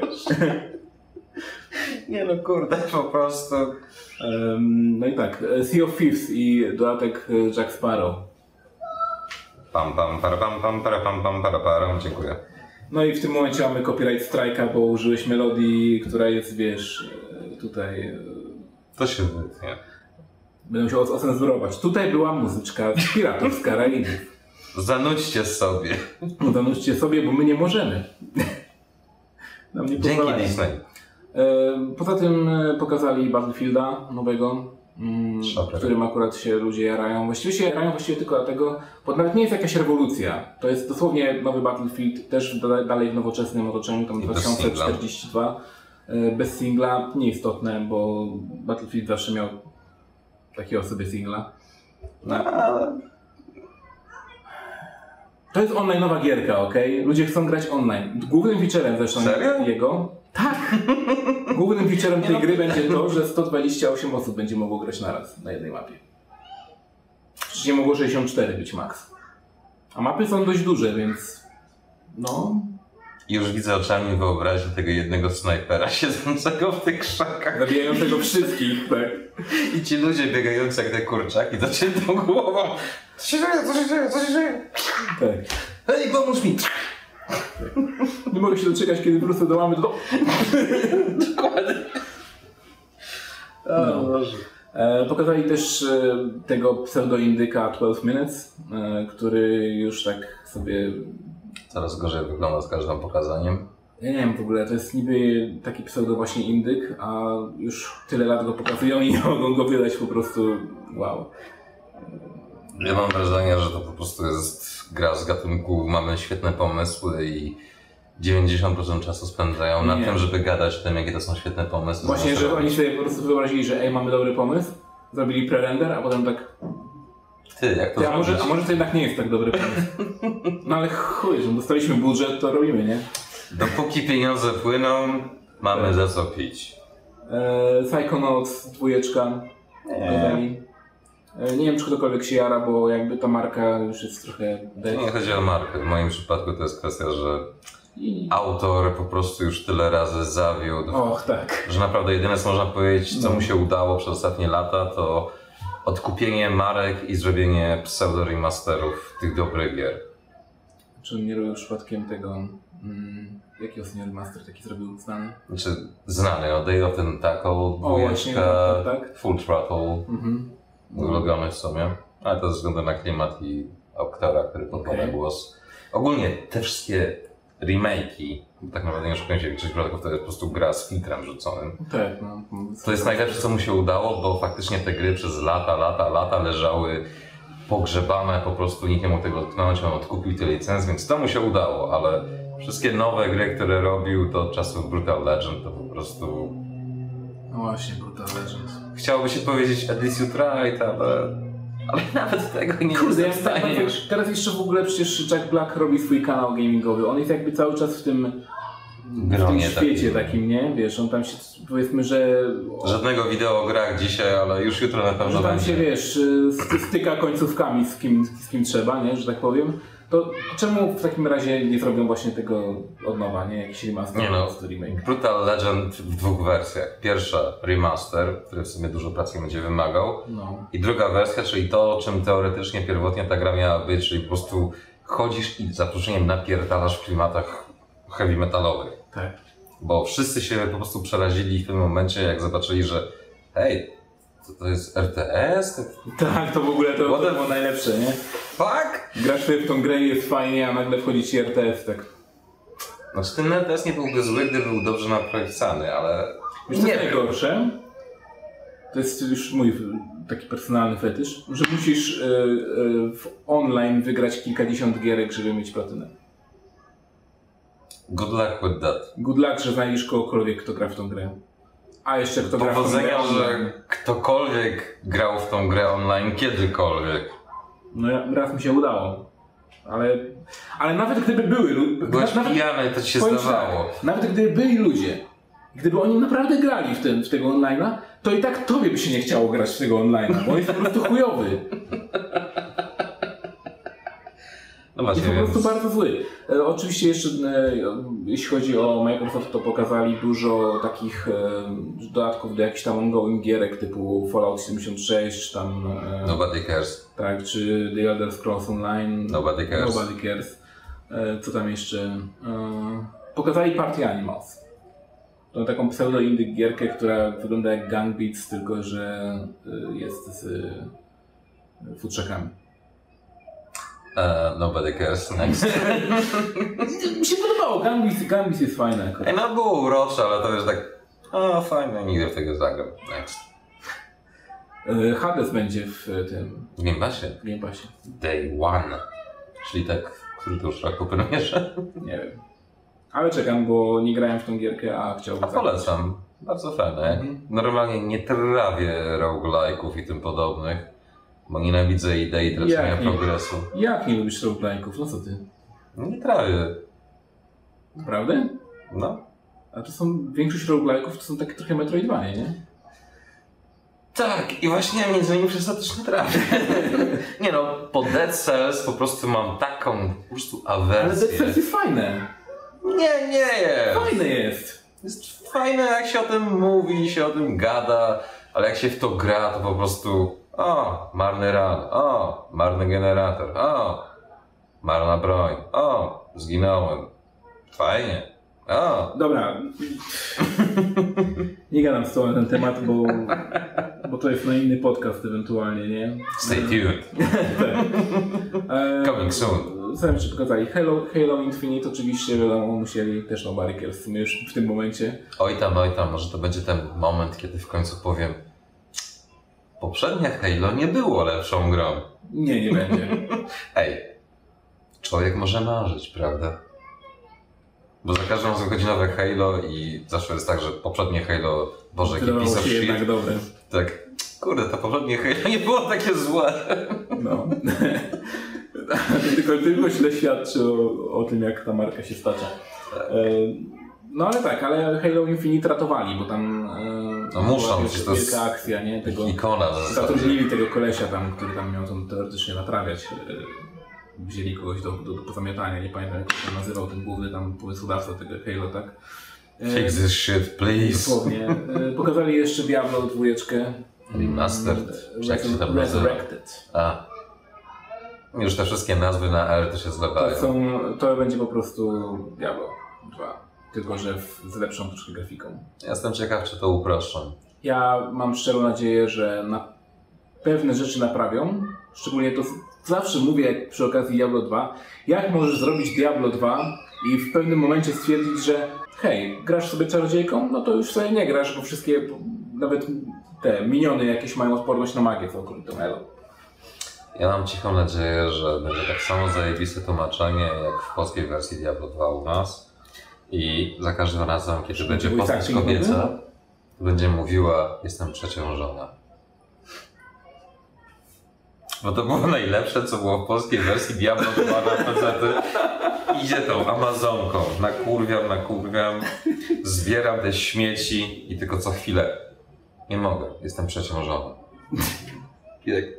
Nie no kurde, po prostu... No i tak, Sea of Thieves i dodatek Jack Sparrow. Pam pam para pam pam para pam pam para param, dziękuję. No i w tym momencie mamy copyright strike'a, bo użyłeś melodii, która jest, wiesz, tutaj... To się wytnie. Będę musiał ocenzurować. Tutaj była muzyczka z Piratów z Karaibów. Zanudźcie sobie. No zanudźcie sobie, bo my nie możemy. Nam nie Dzięki pozwalają. Disney. Poza tym pokazali Battlefielda nowego, Szopę. którym akurat się ludzie jarają. Właściwie się jarają tylko dlatego, bo nawet nie jest jakaś rewolucja. To jest dosłownie nowy Battlefield, też dalej w nowoczesnym otoczeniu, tam I bez 2042. Bez singla, nieistotne, bo Battlefield zawsze miał takiego sobie singla. To jest online'owa gierka, okej? Ludzie chcą grać online. Głównym featurem zresztą Serio? jego... Tak! Głównym featurem tej gry będzie to, że 128 osób będzie mogło grać naraz na jednej mapie. Przecież nie mogło 64 być max. A mapy są dość duże, więc... No... Już widzę oczami wyobraźni tego jednego snajpera siedzącego w tych krzakach. Zabijającego wszystkich, tak. I ci ludzie biegający jak te kurczaki dociętą głową. Co się dzieje? Co się dzieje? Co się dzieje? Tak. Hej, pomóż mi! Nie mogę się doczekać, kiedy wrócę do mamy do... Dokładnie. No. Pokazali też tego pseudo-indyka 12 Minutes, który już tak sobie... Coraz gorzej wygląda z każdym pokazaniem. Ja nie wiem w ogóle, to jest niby taki pseudo właśnie indyk, a już tyle lat go pokazują i nie mogą go wydać po prostu wow. Ja mam wrażenie, że to po prostu jest gra z gatunku, mamy świetne pomysły i 90% czasu spędzają na Nie. tym, żeby gadać o tym, jakie to są świetne pomysły. Właśnie, Znaczy, że oni sobie po prostu wyobrazili, że ej, mamy dobry pomysł, zrobili pre-render, a potem tak... Ty, jak to Ty, a zrobić? może to jednak nie jest tak dobry pomysł. No ale chuj, że dostaliśmy budżet, to robimy, nie? Dopóki pieniądze płyną, mamy za co pić. Psychonauts 2. Pokazali. Nie wiem, czy ktokolwiek się jara, bo jakby ta marka już jest trochę... Nie chodzi o markę. W moim przypadku to jest kwestia, że I... autor po prostu już tyle razy zawiódł, Och, tak. że naprawdę jedyne co można powiedzieć, co mu się udało przez ostatnie lata, to odkupienie marek i zrobienie pseudo-remasterów tych dobrych gier. Czy on nie robił przypadkiem tego... Jaki ostatni remaster taki zrobił znany? Znaczy, znany, no Day of the Tentacle, właśnie, tak. Full Throttle, Mhm. ulubiony w sumie, ale to ze względu na klimat i aktora, który podkłada Okej. głos. Ogólnie te wszystkie remake'i, tak naprawdę nie szukają się w większości przypadków, to jest po prostu gra z filtrem rzuconym. Tak, no. To jest najlepsze, co mu się udało, bo faktycznie te gry przez lata leżały pogrzebane, po prostu nikt nie mógł tego tknąć, on odkupił te licencje, więc to mu się udało, ale wszystkie nowe gry, które robił do czasów Brutal Legend, to po prostu... No właśnie, Brutal Legend. Chciałoby się powiedzieć at least you tried, ale nawet tego nie Kurde, jestem w stanie już. teraz jeszcze w ogóle przecież Jack Black robi swój kanał gamingowy. On jest jakby cały czas w tym Gronie świecie takim, nie? Wiesz, on tam się, powiedzmy, że... Żadnego wideo o grach dzisiaj, ale już jutro na pewno Że tam będzie. się, wiesz, styka końcówkami z kim trzeba, nie? Że tak powiem. To czemu w takim razie nie zrobią właśnie tego od nowa, nie? Jakiś remaster, Nie no, po prostu remake. Brutal Legend w dwóch wersjach. Pierwsza remaster, który w sumie dużo pracy będzie wymagał. No. I druga wersja, czyli to, czym teoretycznie pierwotnie ta gra miała być, czyli po prostu chodzisz i za przeproszeniem napierdalasz w klimatach heavy metalowych. Tak. Bo wszyscy się po prostu przerazili w tym momencie, jak zobaczyli, że hej, to jest RTS? Tak, to w ogóle to What the- było najlepsze, nie? Fuck! Grasz sobie w tą grę i jest fajnie, a nagle wchodzi ci RTS, tak. Znaczy ten RTS nie byłby zły, gdyby był dobrze naprojektowany, ale Wiesz, co jest najgorsze? To jest już mój taki personalny fetysz, że musisz w online wygrać kilkadziesiąt gierek, żeby mieć platynę. good luck with that. Good luck, że znajdziesz kogokolwiek, kto gra w tą grę. A jeszcze kto gra w tą grę Powodzenia, online. że ktokolwiek grał w tą grę online kiedykolwiek. No raz mi się udało. Ale nawet gdyby były Byłeś pijany, to ci się powiem ci zdawało. Tak, nawet gdyby byli ludzie, gdyby oni naprawdę grali w tego online'a, to i tak tobie by się nie chciało grać w tego online'a, bo on jest po prostu chujowy. No Jest właśnie, po więc prostu bardzo zły. Oczywiście jeszcze jeśli chodzi o Microsoft, to pokazali dużo takich dodatków do jakichś tam ongoing gierek typu Fallout 76, czy tam nobody cares. tak, czy The Elder Scrolls Online. Nobody cares. Nobody cares. Co tam jeszcze? Pokazali Party Animals. tą taką pseudo-indie gierkę, która wygląda jak Gang Beats, tylko że jest z futrzakami. Nobody cares. Next. Mi się podobało, Gang Beats jest fajne. Ej, no było urocze, ale to jest tak... O, fajne, nigdy w tego zagram. Next. Hades będzie w tym... W Game Passie? W Game Passie. Day one. Czyli tak, który to już rok po premierze? Nie wiem. Ale czekam, bo nie grałem w tą gierkę, a chciałbym A polecam. Bardzo fajne. Normalnie nie trawię roguelike'ów i tym podobnych, bo nienawidzę idei tracenia Jak nie? progresu. Jak nie lubisz roguelike'ów? No co ty? Nie trawię. Naprawdę? No. A to są, większość roguelike'ów to są takie trochę Metroidvanie, nie? Tak, i właśnie między innymi przez to też nie trafię. Nie no, po Dead Cells po prostu mam taką po prostu awersję. Ale Dead Cells jest fajne. Nie jest. Fajne jest. Jest fajne, jak się o tym mówi, się o tym gada, ale jak się w to gra, to po prostu o, marny run, o, marny generator, o, marna broń, o, zginąłem. Fajnie. O. Dobra. Nie gadam z tobą na ten temat, bo to jest na inny podcast ewentualnie, nie? Stay tuned. Coming soon. Co jeszcze pokazali? Halo Infinite oczywiście, wiadomo, musieli też nobody cares w sumie już w tym momencie. Oj tam, może to będzie ten moment, kiedy w końcu powiem, poprzednie Halo nie było lepszą grą. Nie będzie. Ej, człowiek może marzyć, prawda? Bo za każdym razem wychodzi nowe Halo i zawsze jest tak, że poprzednie Halo, Boże, jaki Wydawało piece of się shit. jednak dobre. Tak, kurde, to poprzednie Halo nie było takie złe. No. tylko źle świadczy o tym, jak ta marka się stacza. No ale tak, ale Halo Infinite ratowali, bo tam No muszą, była przecież to jest wielka akcja, nie? Tego, ikona w zasadzie. zatrudnili tego kolesia tam, który tam miał to teoretycznie naprawiać. Wzięli kogoś do pozamiatania, nie pamiętam jak się nazywał ten główny tam pomysłodawca tego Halo, tak? Fix this shit, please. Dosłownie. Pokazali jeszcze Diablo 2. Remastered. Czy jak się tam nazywa? Resurrected. A. Już te wszystkie nazwy na R to się zlewają. To będzie po prostu Diablo 2. Tylko, że z lepszą troszkę grafiką. Jestem ciekaw, czy to uproszczą. Ja mam szczerą nadzieję, że pewne rzeczy naprawią. Szczególnie to zawsze mówię jak przy okazji Diablo 2. Jak możesz zrobić Diablo 2 i w pewnym momencie stwierdzić, że hej, grasz sobie czarodziejką? No to już sobie nie grasz, bo wszystkie, nawet te miniony jakieś mają odporność na magię całkowitą. Elo. Ja mam cichą nadzieję, że będzie tak samo zajebiste tłumaczenie jak w polskiej wersji Diablo 2 u nas. I za każdym razem, kiedy będzie postać kobieca, będzie mówiła, jestem przeciążona. Bo to było najlepsze, co było w polskiej wersji Diablo 2 na PC-ty. Idzie tą Amazonką, nakurwiam, zbieram te śmieci i tylko co chwilę nie mogę, jestem przeciążona. I tak...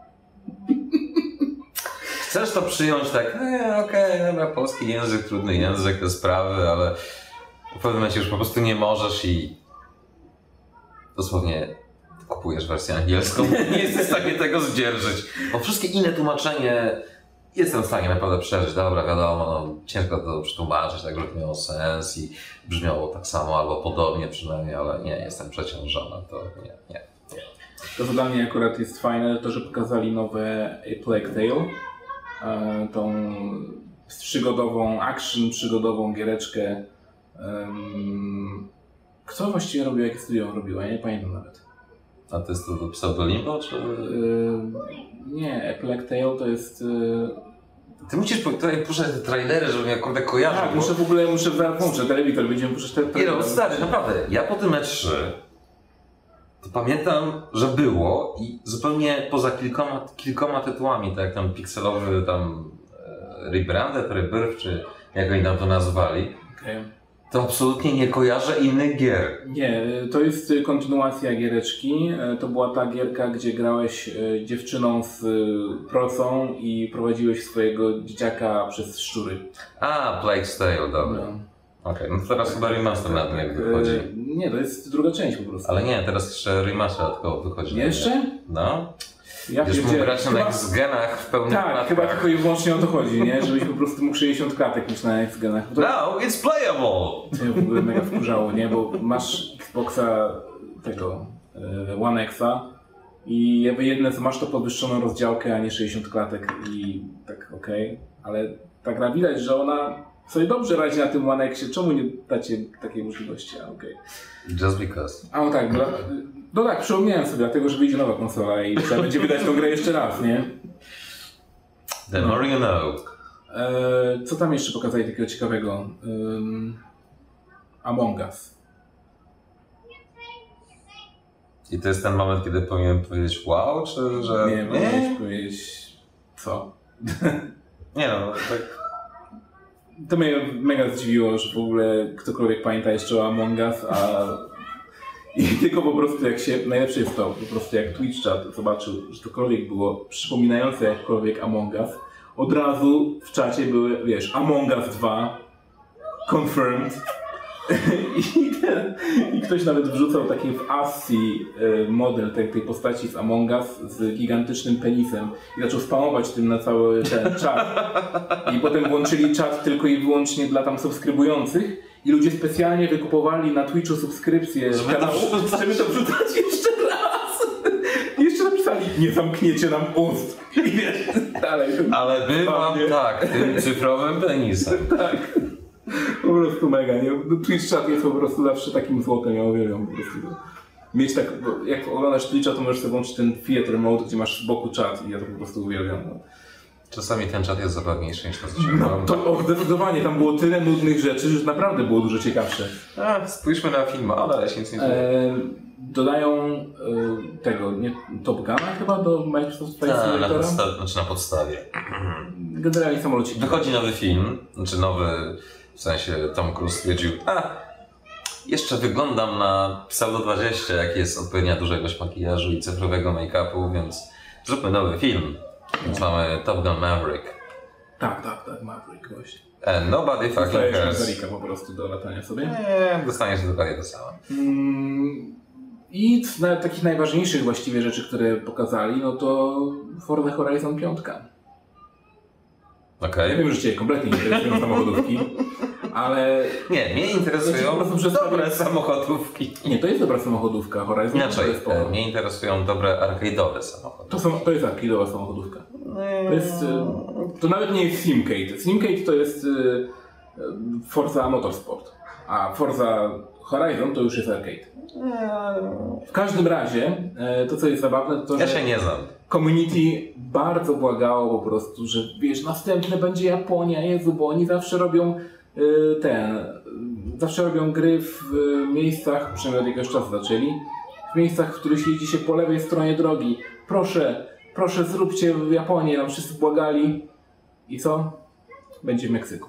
Chcesz to przyjąć tak, okej, dobra, polski język, trudny język, te sprawy, ale w pewnym momencie już po prostu nie możesz i dosłownie kupujesz wersję angielską, nie jesteś w stanie tego zdzierżyć, bo wszystkie inne tłumaczenie jestem w stanie naprawdę przeżyć, dobra, wiadomo, no, ciężko to przetłumaczyć, tak, żeby to miało sens i brzmiało tak samo albo podobnie przynajmniej, ale nie, jestem przeciążona, to nie. To dla mnie akurat jest fajne, to, że pokazali nowe A Plague Tale, tą przygodową giereczkę. Kto właściwie robił, jakie studio robiło? Ja nie pamiętam nawet. A to jest to Pseudolimbo, czy...? Nie, A Plague Tale to jest... Ty musisz tutaj puszczać te trailery, żebym ja kurde kojarzył. Tak, muszę włączyć telewizor, będziemy puszczać te Nie no, stary, naprawdę, ja po tym E3 to pamiętam, że było i zupełnie poza kilkoma tytułami, tak jak tam pikselowy tam Rebranded, Rebirth, czy jak oni tam to nazwali, to absolutnie nie kojarzę innych gier. Nie, to jest kontynuacja giereczki. To była ta gierka, gdzie grałeś dziewczyną z procą i prowadziłeś swojego dzieciaka przez szczury. A, Plague's Tale, dobra. Okej, no to teraz chyba remaster na tym jak wychodzi. Nie, to jest druga część po prostu. Ale nie, teraz jeszcze remaster tylko wychodzi. Jeszcze? No. Ja Będziesz mógł pierdzielę. grać na next-genach w pełnych Tak, klatkach. chyba tylko i wyłącznie o to chodzi, nie? Żebyś po prostu mógł 60 klatek mieć na next-genach. To Now it's playable! mnie w ogóle mega wkurzało, nie? Bo masz Xboxa tego One X'a i jakby jedne co masz to podwyższoną rozdziałkę, a nie 60 klatek i tak okej. Ale ta gra widać, że ona sobie dobrze radzi na tym One X'ie. Czemu nie dacie takiej możliwości? A okej. Just because. A no tak, no tak, przypomniałem sobie, dlatego że wyjdzie nowa konsola i trzeba będzie wydać tą grę jeszcze raz, nie? The more you know. Co tam jeszcze pokazali takiego ciekawego? Among Us. I to jest ten moment, kiedy powinien powiedzieć wow, czy że... Nie, powinieneś powiedzieć co? Nie no, tak... To mnie mega zdziwiło, że w ogóle ktokolwiek pamięta jeszcze o Among Us, a i tylko po prostu jak się, najlepsze jest to, po prostu jak Twitch chat zobaczył, że tokolwiek było przypominające jakkolwiek Among Us, od razu w czacie były, wiesz, Among Us 2, confirmed. I ktoś nawet wrzucał taki w ASCII model tej postaci z Among Us z gigantycznym penisem i zaczął spamować tym na cały ten czat. I potem włączyli czat tylko i wyłącznie dla tam subskrybujących i ludzie specjalnie wykupowali na Twitchu subskrypcję kanału, żeby to wrzucać jeszcze raz. I jeszcze napisali, nie zamkniecie nam ust. I wiesz, dalej. Ale bywam tak, tym cyfrowym penisem. Tak. Po prostu mega, nie? Twitch chat jest po prostu zawsze takim złotem, ja uwielbiam po prostu. Mieć tak, jak oglądasz Twitcha, to możesz sobie włączyć ten theater mode, gdzie masz z boku czat i ja to po prostu uwielbiam. No. Czasami ten czat jest zabawniejszy niż to, co się No, ogląda. to zdecydowanie, tam było tyle nudnych rzeczy, że naprawdę było dużo ciekawsze. Spójrzmy na film, ale się nic nie dzieje. Dodają tego, nie, Top Guna chyba do Microsoft Flight Simulatora? Na podstawie. Generalnie samolociki. Wychodzi nowy film, znaczy nowy, w sensie Tom Cruise stwierdził, jeszcze wyglądam na pseudo 20, jak jest odpowiednia duża ilość makijażu i cyfrowego make-upu, więc zróbmy nowy film. Więc mamy Top Gun Maverick. Tak, Maverick właśnie. And nobody fucking Dostajesz cares. Mazarika po prostu do latania sobie. Nie, dostaniesz dokładnie to samo. I z takich najważniejszych właściwie rzeczy, które pokazali, no to Forza Horizon 5. Okej. Ja wiem, że Cię kompletnie nie interesują samochodówki, ale... Nie, mnie interesują po prostu przedstawię- dobre samochodówki. Nie, to jest dobra samochodówka, Horizon to Inaczej, jest spoko. mnie interesują dobre arcade'owe samochody. To jest arcade'owa samochodówka. To jest... To nawet nie jest Simcade. Simcade to jest Forza Motorsport, a Forza Horizon to już jest arcade. W każdym razie, to co jest zabawne, to Ja że się nie znam. community bardzo błagało po prostu, że wiesz, następne będzie Japonia, Jezu, bo oni zawsze robią zawsze robią gry w miejscach, przynajmniej od jakiegoś czasu zaczęli, w miejscach, w których jeździ się po lewej stronie drogi. Proszę zróbcie w Japonii, nam wszyscy błagali. I co? Będzie w Meksyku.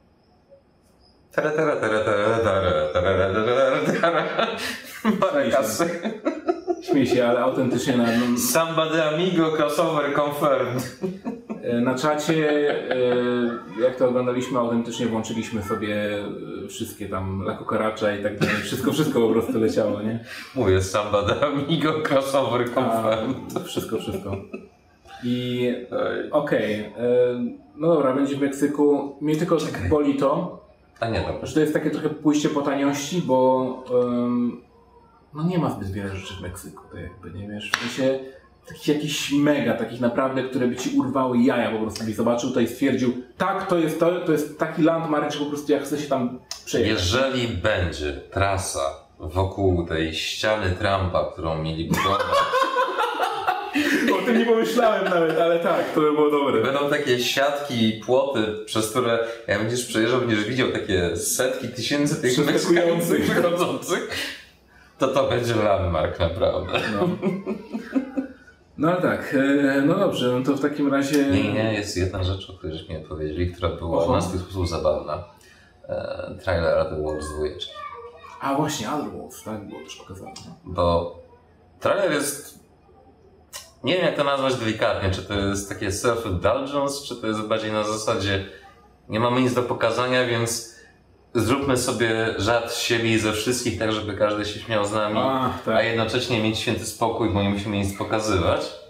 Marekasy. Śmiej się, ale autentycznie Somebody amigo crossover confirmed. na czacie, jak to oglądaliśmy, autentycznie włączyliśmy sobie wszystkie tam La Cucaracha i tak dalej. Wszystko po prostu leciało, nie? Mówię somebody amigo crossover confirmed. Wszystko. I okej, no dobra, będzie w Meksyku. Mnie tylko boli to, A nie, dobrze. że to jest takie trochę pójście po taniości, bo no nie ma zbyt wiele rzeczy w Meksyku, to jakby, nie wiesz, w sensie takich jakichś mega, takich naprawdę, które by ci urwały jaja, po prostu byś zobaczył to i stwierdził, tak, to jest taki landmark, że po prostu ja chcę się tam przejechać. Jeżeli będzie trasa wokół tej ściany Trumpa, którą mieli budować, O tym nie pomyślałem nawet, ale tak, to by było dobre. będą takie siatki i płoty, przez które jak będziesz przejeżdżał, będziesz widział takie setki tysięcy tych Przeskakujących. Meksykańców przychodzących, to będzie landmark naprawdę. No ale tak, no dobrze, no to w takim razie... Nie, jest jedna rzecz, o której żeśmy nie powiedzieli, która była Oho. na swój sposób zabawna. Trailer The Wolves 2. A właśnie, Other Worlds, tak, było też pokazane. No. Bo trailer jest... Nie wiem jak to nazwać delikatnie, czy to jest takie self-indulgence, czy to jest bardziej na zasadzie nie mamy nic do pokazania, więc zróbmy sobie żart z siebie i ze wszystkich, tak żeby każdy się śmiał z nami, tak. a jednocześnie mieć święty spokój, bo nie musimy nic pokazywać.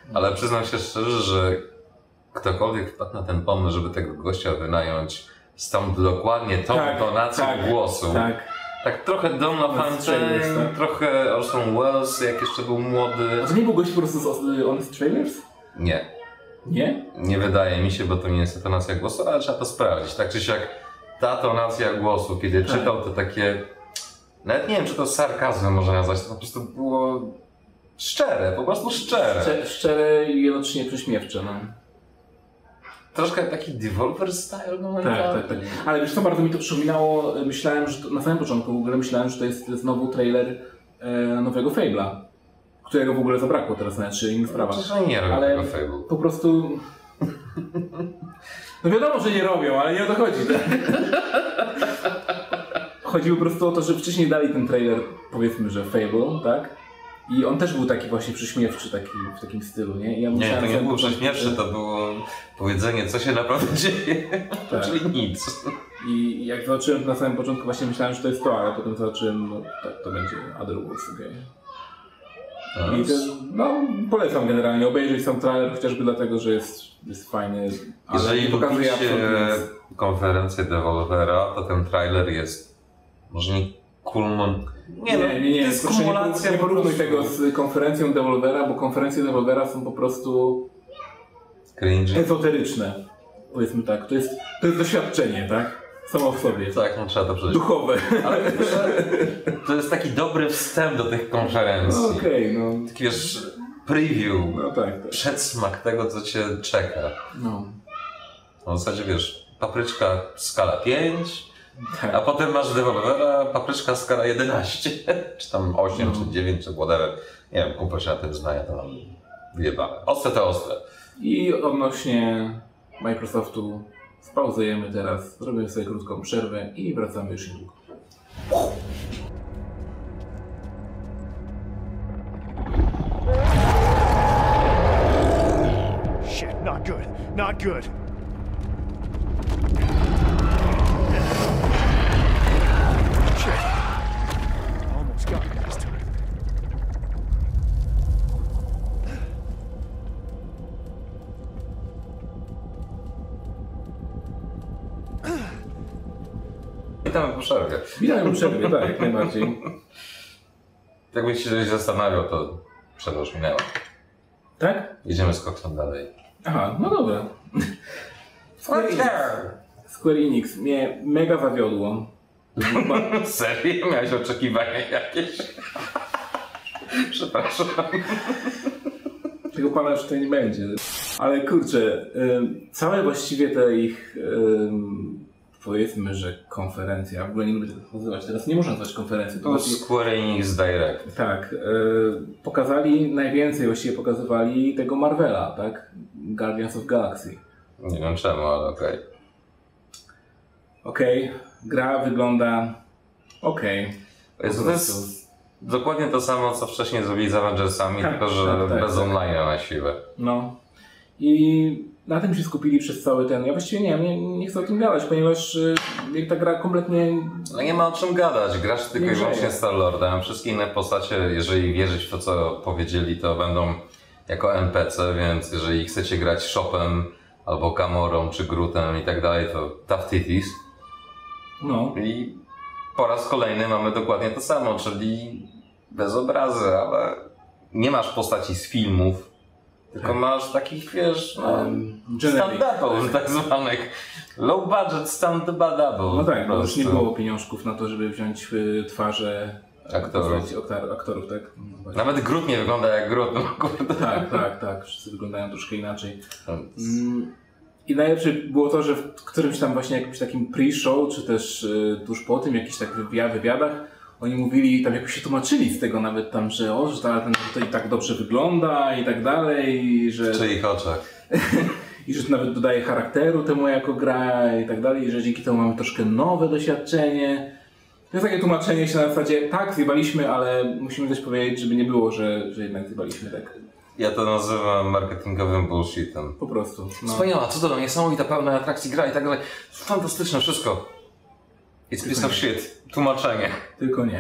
Ale przyznam się szczerze, że ktokolwiek wpadł na ten pomysł, żeby tego gościa wynająć stąd dokładnie tą tonacją głosu. Tak trochę Donna Fontaine, trochę Orson Welles, jak jeszcze był młody. A to nie był gość po prostu z Honest Trailers? Nie. Nie? Nie wydaje mi się, bo to nie jest tonacja głosu, ale trzeba to sprawdzić. Tak czy siak, ta tonacja głosu, kiedy czytał to takie... Nawet nie wiem, czy to sarkazmem można nazwać, to po prostu było szczere, po prostu szczere. Szczere i jednocześnie prześmiewcze, no. Troszkę taki Devolver style momentami. Tak. Ale wiesz co, bardzo mi to przypominało, myślałem, że to, na samym początku w ogóle myślałem, że to jest znowu trailer nowego Fable'a, którego w ogóle zabrakło teraz na innych sprawach. Przecież nie robią tego Fable. Po prostu... No wiadomo, że nie robią, ale nie o to chodzi. Tak? Chodzi po prostu o to, że wcześniej dali ten trailer, powiedzmy, że Fable, tak? I on też był taki właśnie prześmiewczy, w takim stylu, nie? I ja nie, to nie było prześmiewcze, to było powiedzenie, co się naprawdę dzieje, czyli nic. I jak zobaczyłem na samym początku, właśnie myślałem, że to jest to, ale potem zobaczyłem, no tak, to będzie Other Worlds, I to, no, polecam generalnie obejrzeć sam trailer, chociażby dlatego, że jest fajny. Jeżeli lubicie konferencję Devolvera, to ten trailer jest może nie Nie, nie porównuj tego z konferencją Devolvera, bo konferencje Devolvera są po prostu cringe, ezoteryczne. Powiedzmy tak, to jest doświadczenie, tak? Samo w sobie. Tak, no trzeba to przejść. Duchowe. Ale to jest taki dobry wstęp do tych konferencji. Okej, no. Taki wiesz, preview, no tak. przedsmak tego, co cię czeka. No. W zasadzie wiesz, papryczka skala 5, tak. A potem masz Devolvera, papryczka skala 11, czy tam 8, czy 9, czy whatever. Nie wiem, kumpel się na tym zna, ja to mam wyjebane. Ostre to ostre. I odnośnie Microsoftu spauzujemy teraz, zrobimy sobie krótką przerwę i wracamy już niedługo. Shit, not good, not good. Shit, almost got me this time. Witamy po przerwie. Witamy po przerwie, tak, jak najbardziej. Jakbyś się coś zastanawiał, to przerwa już minęła. Tak? Jedziemy z koksem dalej. Aha, no dobra. Square Enix mnie mega zawiodło. Serio? Miałeś oczekiwania jakieś? Przepraszam. Tego pana już tutaj nie będzie. Ale kurczę, całe właściwie te ich, powiedzmy, że konferencja, w ogóle nie lubię tego nazywać, teraz nie można nazwać konferencji. To Square Enix Direct. Tak, pokazali, najwięcej właściwie pokazywali tego Marvela, tak? Guardians of Galaxy. Nie wiem czemu, ale okej. Okej, gra wygląda okej. To jest dokładnie to samo, co wcześniej zrobili z Avengersami, tak, tylko że bez online na siłę. No. I na tym się skupili przez cały ten... Ja właściwie nie chcę o tym gadać, ponieważ ta gra kompletnie... No nie ma o czym gadać, grasz tylko i wyłącznie Star-Lordem. Wszystkie inne postacie, jeżeli wierzyć w to, co powiedzieli, to będą jako NPC, więc jeżeli chcecie grać Shopem, albo Gamorą, czy Grootem i tak dalej, to tough titties. No. I po raz kolejny mamy dokładnie to samo, czyli bez obrazy, ale nie masz postaci z filmów, tylko masz takich, wiesz, stand-double, tak zwanych low budget stand-double. No tak, bo już nie było pieniążków na to, żeby wziąć twarze aktorów, tak? No, nawet Groot nie wygląda jak Groot, no kurde. Tak, wszyscy wyglądają troszkę inaczej. I najlepsze było to, że w którymś tam właśnie jakimś takim pre-show, czy też tuż po tym, jakichś tak wywiadach, oni mówili, tam jakoś się tłumaczyli z tego nawet tam, że ten tutaj tak dobrze wygląda i tak dalej, i że... W czyich oczach? I że nawet dodaje charakteru temu jako gra i tak dalej, i że dzięki temu mamy troszkę nowe doświadczenie. To jest takie tłumaczenie się na zasadzie, tak, zjebaliśmy, ale musimy też powiedzieć, żeby nie było, że jednak zjebaliśmy, tak. Ja to nazywam marketingowym bullshitem. Po prostu. No. Wspaniała, cudowna, niesamowita, pełna atrakcji gra i tak dalej. Fantastyczne wszystko. It's piece of shit. Tłumaczenie. Tylko nie.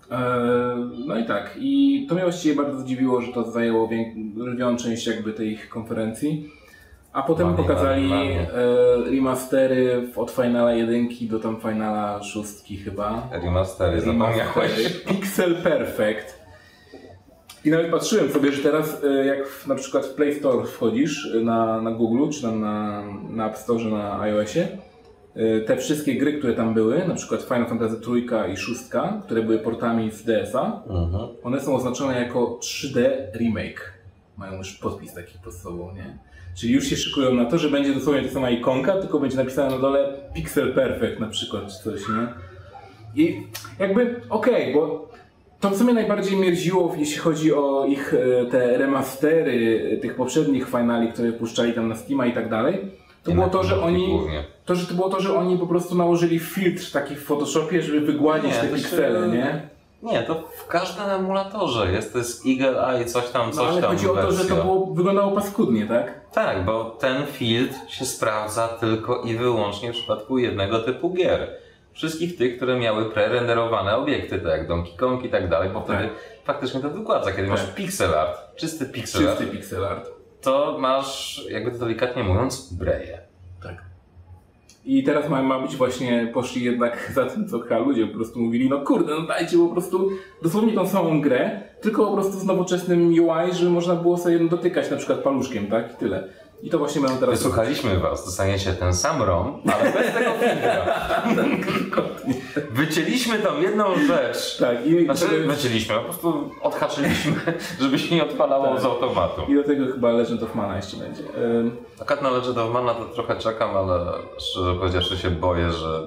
No i tak, i to mnie właściwie bardzo zdziwiło, że to zajęło lwią część jakby tej ich konferencji. A potem pokazali remastery od Finala 1 do tam Finala 6 chyba. Remastery, zapomniałeś. Pixel Perfect. I nawet patrzyłem sobie, że teraz jak na przykład w Play Store wchodzisz na Google, czy tam na App Store, na iOSie, te wszystkie gry, które tam były, na przykład Final Fantasy Trójka i 6, które były portami z DS-a, one są oznaczone jako 3D Remake. Mają już podpis taki pod sobą, nie? Czyli już się szykują na to, że będzie dosłownie ta sama ikonka, tylko będzie napisane na dole Pixel Perfect na przykład, czy coś, nie? I jakby okej, bo to co mnie najbardziej mierziło, jeśli chodzi o ich te remastery tych poprzednich finali, które puszczali tam na Steama i tak dalej, to było to, że oni po prostu nałożyli filtr taki w Photoshopie, żeby wygładzić te piksele, nie? Nie, to w każdym emulatorze jest, to jest Eagle Eye, coś tam, no, ale chodzi o to, że to wyglądało paskudnie, tak? Tak, bo ten filtr się sprawdza tylko i wyłącznie w przypadku jednego typu gier. Wszystkich tych, które miały prerenderowane obiekty, tak jak Donkey Kong i tak dalej, bo wtedy faktycznie to wygładza. Kiedy masz pixel art, czysty pixel art, to masz, jakby to delikatnie mówiąc, breję. Tak. I teraz ma być właśnie, poszli jednak za tym, co ludzie po prostu mówili, no kurde, no dajcie po prostu dosłownie tą samą grę, tylko po prostu z nowoczesnym UI, żeby można było sobie dotykać na przykład paluszkiem, tak? I tyle. I to właśnie będą teraz... Wysłuchaliśmy was, dostaniecie ten sam ROM, ale bez tego filtra. Wycięliśmy tą jedną rzecz. Tak, wycięliśmy, po prostu odhaczyliśmy, żeby się nie odpalało z automatu. I do tego chyba Legend of Mana jeszcze będzie. Akurat na Legend of Mana to trochę czekam, ale szczerze powiedziawszy się boję, że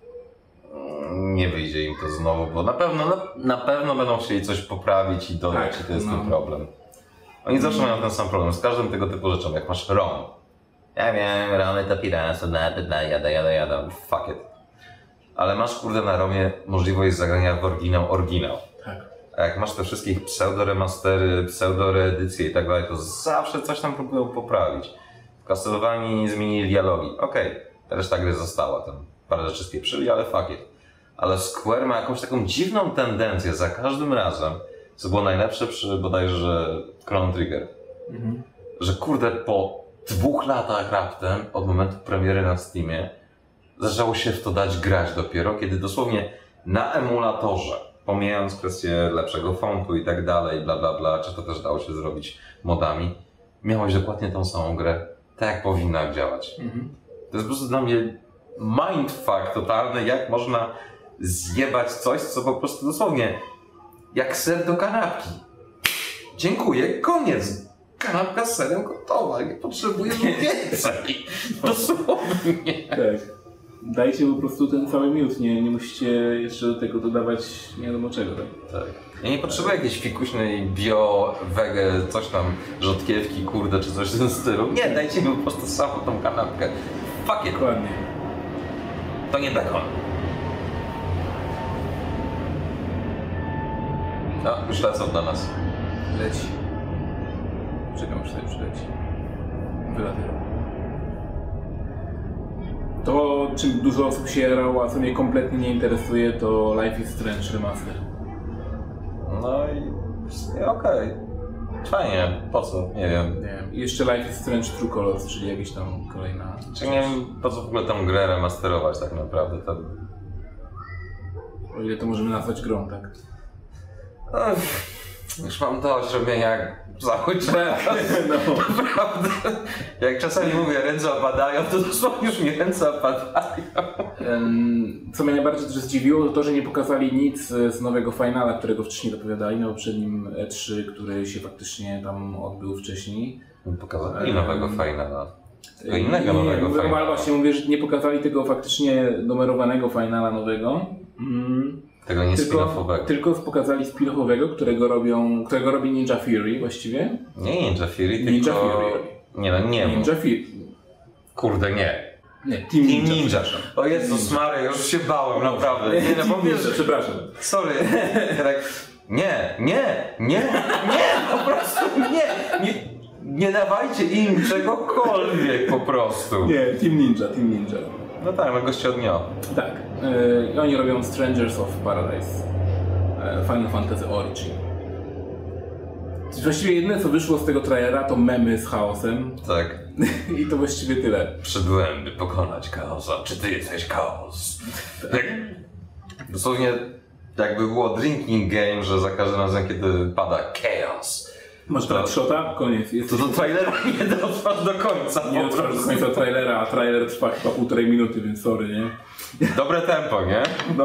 nie wyjdzie im to znowu, bo na pewno będą chcieli coś poprawić i dodać, i to jest ten problem. Oni zawsze mają ten sam problem z każdym tego typu rzeczą, jak masz ROM. Ja wiem, ROMy to piractwo, jada, fuck it. Ale masz kurde na ROMie możliwość zagrania w oryginał. Tak. A jak masz te wszystkie pseudo-remastery, pseudo-reedycje i tak dalej, to zawsze coś tam próbują poprawić. W Castlevanii zmienili dialogi. Okej, reszta gry została, tam parę rzeczy spieprzyli, ale fuck it. Ale Square ma jakąś taką dziwną tendencję za każdym razem, co było najlepsze przy bodajże Chrono Trigger. Że kurde, po 2 latach raptem od momentu premiery na Steamie zaczęło się w to dać grać dopiero, kiedy dosłownie na emulatorze, pomijając kwestię lepszego fontu i tak dalej, bla bla bla, czy to też dało się zrobić modami, miałeś dokładnie tą samą grę, tak jak powinna działać. To jest po prostu dla mnie mindfuck totalny, jak można zjebać coś, co po prostu dosłownie jak ser do kanapki. Dziękuję, koniec. Kanapka z serem gotowa, nie potrzebujesz więcej. Dosłownie. Tak. Dajcie po prostu ten cały miód, nie musicie jeszcze do tego dodawać nie wiadomo czego. Tak. Ja nie potrzebuję jakiejś fikuśnej bio, wege, coś tam, rzodkiewki, kurde, czy coś w tym stylu. Nie, dajcie mi po prostu samą tą kanapkę. Fuck it. Dokładnie. To nie bekon. No, już lecą dla nas. Leci. Czekam, aż sobie przyleci. Wylatuje. To, czym dużo osób się jarało, a co mnie kompletnie nie interesuje, to Life is Strange Remaster. No i okej. Fajnie, po co? Nie wiem. Nie wiem. I jeszcze Life is Strange True Colors, czyli jakaś tam kolejna... Czy nie wiem, po co w ogóle tę grę remasterować tak naprawdę. To... O ile to możemy nazwać grą, tak? Już mam dość robienia cały czas. No. Naprawdę. Jak czasami mówię, ręce opadają, to dosłownie już mi ręce opadają. Co mnie najbardziej też zdziwiło, to to, że nie pokazali nic z nowego finala, którego wcześniej dopowiadali na poprzednim E3, który się faktycznie tam odbył wcześniej. Pokazali nowego finala. Tylko innego nowego finala. Ale właśnie mówię, że nie pokazali tego faktycznie numerowanego finala nowego. Tego nie spin-offowego. Tylko pokazali spin-offowego, którego robi Ninja Fury właściwie. Nie Ninja Fury, Ninja tylko... Fury. Nie, no nie. Ninja Fury. Kurde, nie. Nie, Team Ninja. O Jezus Maria, już się bałem, naprawdę. Nie, no Team Ninja, przepraszam. Sorry. Nie, po prostu nie dawajcie im czegokolwiek po prostu. Nie, Team Ninja. No tak, no goście od dnia. Tak. I oni robią Strangers of Paradise. Final Fantasy Origin. Właściwie jedyne co wyszło z tego trailera to memy z chaosem Tak. i to właściwie tyle. Przybyłem, by pokonać chaosa. Czy ty jesteś chaos? Jak... Dosłownie jakby było drinking game, że za każdym razem, kiedy pada chaos, Masz brać shota? Koniec. Jest to do trailera nie dotrwasz do końca. nie po dotrwasz do prostu. końca trailera, a trailer trwa chyba 1,5 minuty, więc sorry, nie? Dobre tempo, nie? No.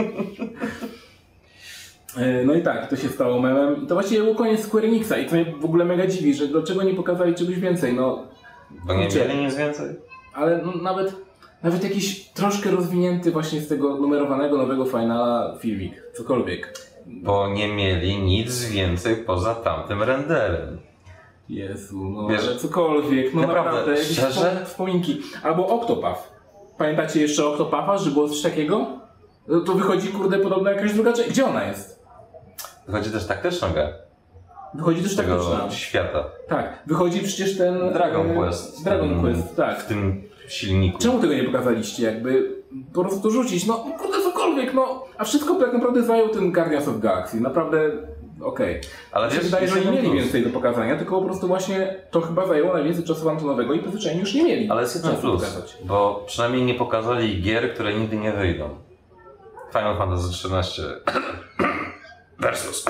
No i tak, to się stało memem i to właściwie był koniec Square Enixa i to mnie w ogóle mega dziwi, że dlaczego nie pokazali czegoś więcej, no. Bo nie Kurczę. mieli nic więcej. Ale no, nawet jakiś troszkę rozwinięty właśnie z tego numerowanego nowego finala filmik, cokolwiek. Bo nie mieli nic więcej poza tamtym renderem. Jezu, no Wiesz, ale cokolwiek, no naprawdę, naprawdę, jakieś szczerze? wspominki. Albo Octopath. Pamiętacie jeszcze Octopatha, że było coś takiego? No to wychodzi, kurde, podobno jakaś druga część. Gdzie ona jest? Wychodzi też taktyczna gra Wychodzi też tego taktyczna. świata. Tak, wychodzi przecież ten... Dragon Quest. Dragon Quest, tak. W tym silniku. Czemu tego nie pokazaliście? Jakby po prostu rzucić, no kurde cokolwiek, no. A wszystko tak naprawdę zajął ten Guardians of Galaxy. Naprawdę okej. Ale Mi się wiesz, wydaje, jest że nie jeden mieli plus. więcej do pokazania, tylko po prostu właśnie to chyba zajęło najwięcej czasu antonowego i zwyczajnie już nie mieli. Ale jest jeden czasu plus, pokazać. bo przynajmniej nie pokazali gier, które nigdy nie wyjdą. Final Fantasy XIII versus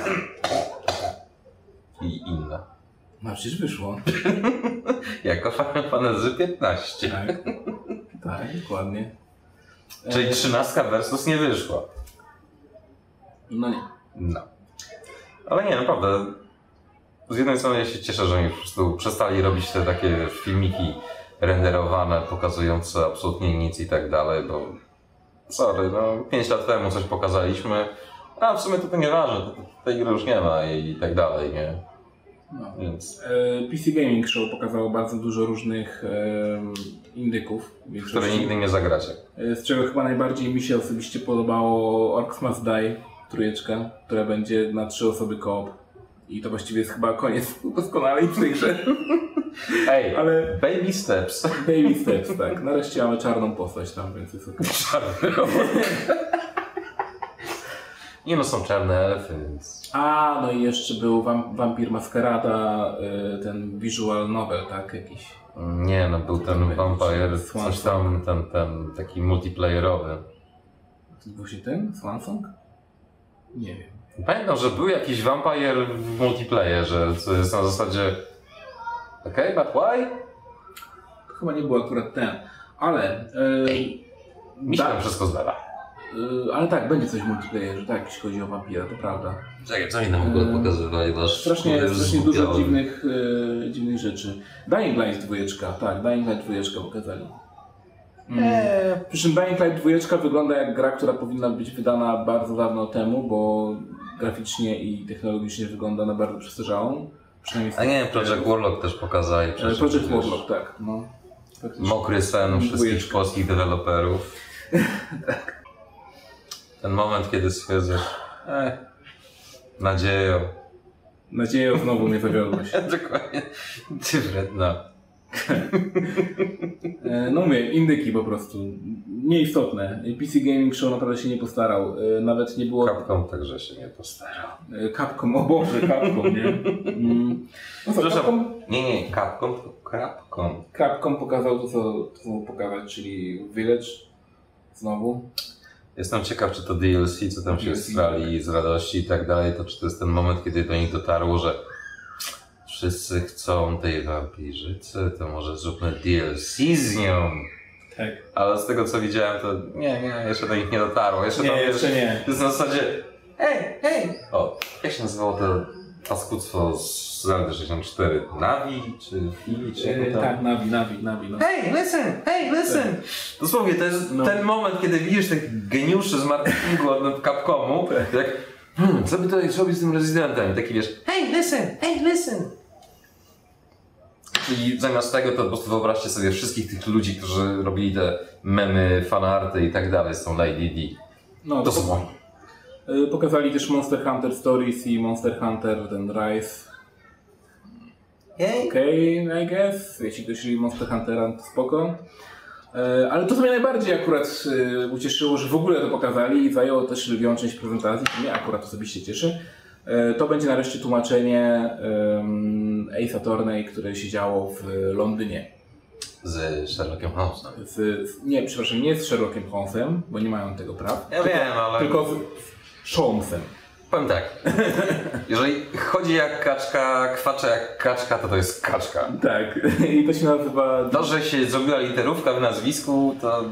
i inne. No przecież wyszło. Jako Final Fantasy XV. Tak, tak, dokładnie. Czyli 13 versus nie wyszła. No nie. No. Ale nie, naprawdę. Z jednej strony ja się cieszę, że oni po prostu przestali robić te takie filmiki renderowane, pokazujące absolutnie nic i tak dalej, bo sorry, no 5 lat temu coś pokazaliśmy, a w sumie to nieważne, tej gry już nie ma i tak dalej, nie? No. Więc, PC Gaming Show pokazało bardzo dużo różnych indyków. w większości. które nigdy nie zagracie. Z czego chyba najbardziej mi się osobiście podobało Orcs Must Die, trójeczka, która będzie na 3 osoby koop. I to właściwie jest chyba koniec doskonalej w tej grze. Ej, Ale baby steps. baby steps, tak. Nareszcie mamy czarną postać tam, więc jest okej. Nie no, są czarne elfy, więc... A, no i jeszcze był Vampir Masquerada, ten visual novel, tak? Jakiś. Nie no, był Co ten to będzie? Vampire, Swan coś tam, ten taki multiplayerowy. To był się ten? Swansong? Nie wiem. Pamiętam, że był jakiś Vampire w multiplayerze, co jest na zasadzie okej, but why? To chyba nie był akurat ten. Ale... Mi się tam wszystko zlewa. ale tak, będzie coś w multiplayerze, tak, jeśli chodzi o wampira, to prawda. Czekaj, co mi tam w ogóle pokazywali? Masz Strasznie dużo dziwnych rzeczy. Dying Light 2, tak, Dying Light 2 pokazali. Przy czym Dying Light 2 wygląda jak gra, która powinna być wydana bardzo dawno temu, bo graficznie i technologicznie wygląda na bardzo przestarzałą. Przynajmniej A nie, Project Warlock też pokazali. przecież, Project wiesz, Warlock, tak. No. Faktycznie. Mokry sen wszystkich Dwójeczka. polskich deweloperów. Ten moment, kiedy stwierdzasz, nadzieją. Nadzieję znowu mnie zawiodłeś. Dokładnie. Ty wredna. No mówię, indyki po prostu. Nieistotne. PC Gaming Show naprawdę się nie postarał. Nawet nie było... Capcom także się nie postarał. Capcom, o Boże, Capcom, nie? No co, Przepraszam, nie, Capcom, tylko Capcom. Capcom pokazał to, co mógł pokazać, czyli Village. Znowu. Jestem ciekaw, czy to DLC, co tam się DLC, strali z radości i tak dalej, to czy to jest ten moment, kiedy do nich dotarło, że wszyscy chcą tej wampirzycy, to może zróbmy DLC z nią. Tak. Ale z tego, co widziałem, to nie, jeszcze do nich nie dotarło. Jeszcze tam, jeszcze nie. To jest na zasadzie, hej! O, jak się nazywało to paskudztwo z Zelda 64? Navi, czy Fili, czy jak to tam? Tak, Navi, no. Hey, listen! Dosłownie, to jest ten moment, kiedy widzisz tych geniuszy z marketingu od Capcomu, jak, co by to zrobić z tym Residentem? I taki wiesz, hey, listen! Czyli zamiast tego, to po prostu wyobraźcie sobie wszystkich tych ludzi, którzy robili te memy, fanarty i tak dalej z tą Lady D. No, To są oni. pokazali też Monster Hunter Stories i Monster Hunter ten Rise. Okej, I guess. Jeśli ktoś lubi Monster Huntera, to spoko. Ale to, co mnie najbardziej akurat ucieszyło, że w ogóle to pokazali i zajęło też lwią część prezentacji, to mnie akurat osobiście cieszy, to będzie nareszcie tłumaczenie Ace Attorney, które się działo w Londynie. Z Sherlockiem Holmesem. Nie, przepraszam, nie z Sherlockiem Holmesem, bo nie mają tego praw. Ja wiem, ale... Tylko z Holmesem. Powiem tak, jeżeli chodzi jak kaczka, kwacze jak kaczka, to jest kaczka. Tak, i to się nazywa... To, że się zrobiła literówka w nazwisku, to...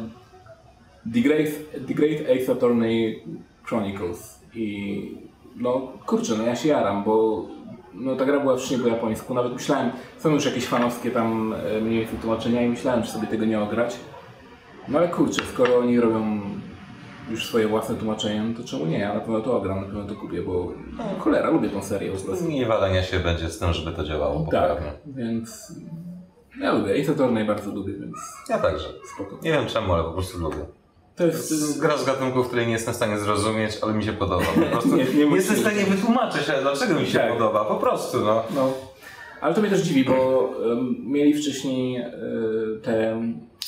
The Great Ace Attorney Chronicles. I no kurczę, no ja się jaram, bo no, ta gra była wcześniej po japońsku. Nawet myślałem, są już jakieś fanowskie tam mniej więcej tłumaczenia i myślałem, czy sobie tego nie ograć. No ale kurczę, skoro oni robią już swoje własne tłumaczenie, no to czemu nie? Ja na pewno to ogram, na pewno to kupię, bo cholera, lubię tą serię po prostu. Nie walenia się będzie z tym, żeby to działało poprawnie. Tak, więc ja lubię. Ace Attorney bardzo lubię, więc Ja także. spoko. Nie wiem czemu, ale po prostu lubię. To jest Gra z gatunku, której nie jestem w stanie zrozumieć, ale mi się podoba. Po prostu Nie nie, musisz. jestem w stanie wytłumaczyć, ale dlaczego mi się Tak. podoba. Po prostu, no. no. Ale to mnie też dziwi, bo mieli wcześniej te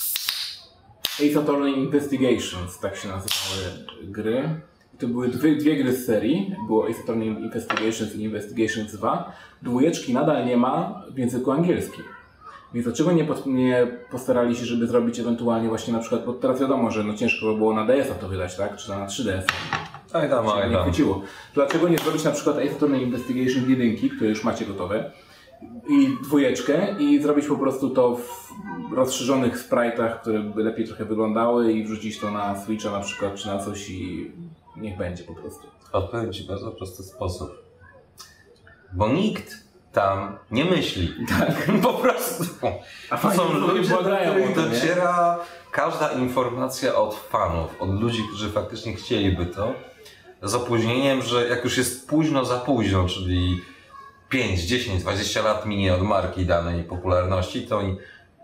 Ace Attorney Investigations, tak się nazywały gry. To były dwie gry z serii. Było Ace Attorney Investigations i Investigations 2. Dwójeczki nadal nie ma w języku angielskim. Więc dlaczego nie postarali się, żeby zrobić ewentualnie właśnie na przykład, bo teraz wiadomo, że no ciężko by było na DS-a to wydać, tak? Czy na 3DS. Aj tam, aj Nie tam. chwyciło. Dlaczego nie zrobić na przykład Ace Attorney Investigation 1, które już macie gotowe, i dwójeczkę i zrobić po prostu to w rozszerzonych sprite'ach, które by lepiej trochę wyglądały i wrzucić to na Switcha na przykład, czy na coś i niech będzie po prostu. Odpowiem Ci w bardzo prosty sposób. Bo nikt tam nie myśli. Tak. Po prostu. A To są fajnie, ludzie, do błagają których o to, nie? dociera każda informacja od fanów, od ludzi, którzy faktycznie chcieliby to, z opóźnieniem, że jak już jest późno za późno, czyli 5, 10, 20 lat minie od marki danej popularności, to oni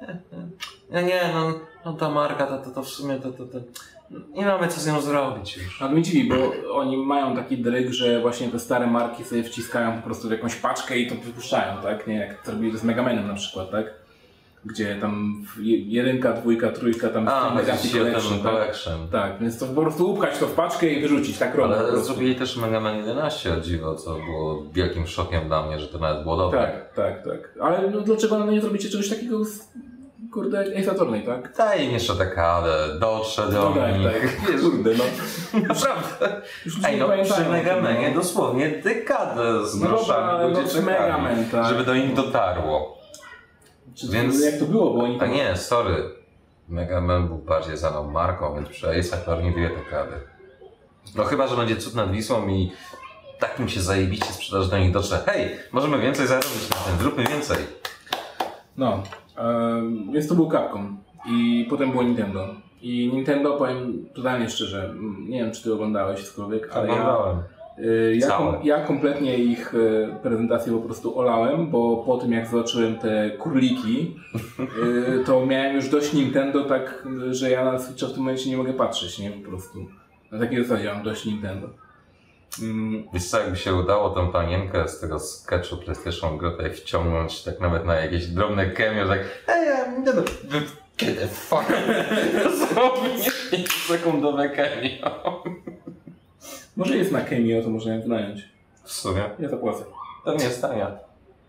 no ta marka, to w sumie to nie mamy co z nią zrobić już. Ale mnie dziwi, bo oni mają taki dryg, że właśnie te stare marki sobie wciskają po prostu w jakąś paczkę i to wypuszczają, tak? Nie jak to robili to z Mega Manem na przykład, tak? Gdzie tam 1, 2, 3 tam Legacy Collection, tak? Collection. Tak, więc to po prostu upchać to w paczkę i wyrzucić, tak robią po Ale prostu. zrobili też Mega Man 11 o dziwo, co było wielkim szokiem dla mnie, że to nawet było dobre. Tak. Ale no, dlaczego nie zrobicie czegoś takiego z, kurde, Ace Attorney, tak? Daj im jeszcze dekadę, dotrze do Tak, nich. tak. Wiesz, Kurde, no. naprawdę. Już Ej, nie no pamiętają przy o Mega tym, no. Manie dosłownie dekadę z No dobra, groszami ale ludzie no przy czekali, Mega Man, tak. żeby do nich dotarło. Czy Więc- jak to było, bo oni A tam... nie, sorry. Mega Man był bardziej znaną marką, więc przy Ace Attorney 2 dekady. No chyba, że będzie cud nad Wisłą i takim się zajebiście sprzedaż do nich dotrze. Hej, możemy więcej zarobić na tym, zróbmy więcej. No, więc to był Capcom i potem było Nintendo. I Nintendo, powiem totalnie szczerze, nie wiem czy ty oglądałeś cokolwiek, ale Oglądałem. Całe. ja kompletnie ich prezentację po prostu olałem, bo po tym jak zobaczyłem te kurliki, to miałem już dość Nintendo tak, że ja na Switcha w tym momencie nie mogę patrzeć, nie? Po prostu. Na takiej zasadzie mam dość Nintendo. Wiesz co, jakby się udało tą panienkę z tego sketchu PlayStation Gry tutaj wciągnąć tak nawet na jakieś drobne cameo, tak kiedy fuck zrobić 5-sekundowe cameo. Może jest na Cameo, to można ją wynająć. W sumie Ja zapłacę. to nie jest tania.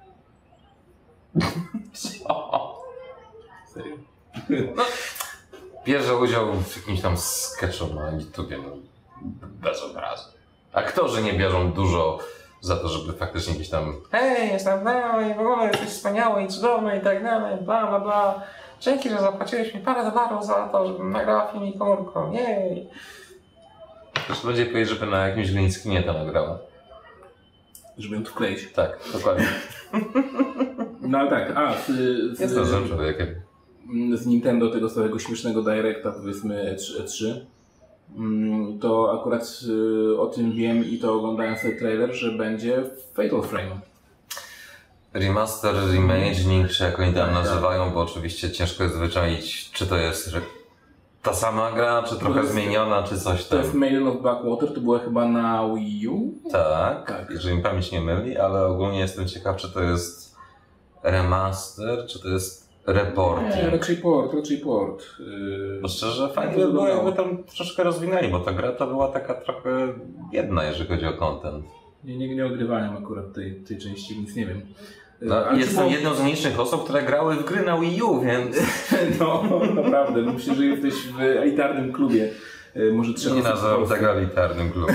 Co? Serio. Bierze udział w jakimś tam sketchu na YouTubie, no bez obrazu. Aktorzy nie bierzą dużo za to, żeby faktycznie gdzieś tam hej, jestem Neo i w ogóle jesteś wspaniały i cudowny i tak dalej, bla bla bla. Dzięki, że zapłaciłeś mi parę dolarów za to, żebym nagrała film i komórką, jej. Też ludzie powiedzieli, żeby na jakimś green screenie to nagrała. Żeby ją tu wkleić. Tak, dokładnie. No ale tak, Jestem złym człowiekiem. z Nintendo tego całego śmiesznego Directa, powiedzmy E3, to akurat o tym wiem i to oglądając ten trailer, że będzie Fatal Frame. Remaster, reimagining, czy jak oni tam nazywają, bo oczywiście ciężko jest wyczaić, czy to jest ta sama gra, czy trochę jest- zmieniona, czy coś To tam. jest Maiden of Blackwater, to było chyba na Wii U? Tak, Tak. jeżeli mi pamięć nie myli, ale ogólnie jestem ciekaw, czy to jest remaster, czy to jest reporting. Nie, raczej port. Bo szczerze, fajnie by było, jakby tam troszkę rozwinęli, bo ta gra to była taka trochę jedna, jeżeli chodzi o content. Nie ogrywałem akurat tej części, nic nie wiem. No, Ale jestem czy jedną z nielicznych osób, które grały w gry na Wii U, więc No, naprawdę, myślę, że jesteś w elitarnym klubie. Może trzeba nie nazywam tego elitarnym klubem.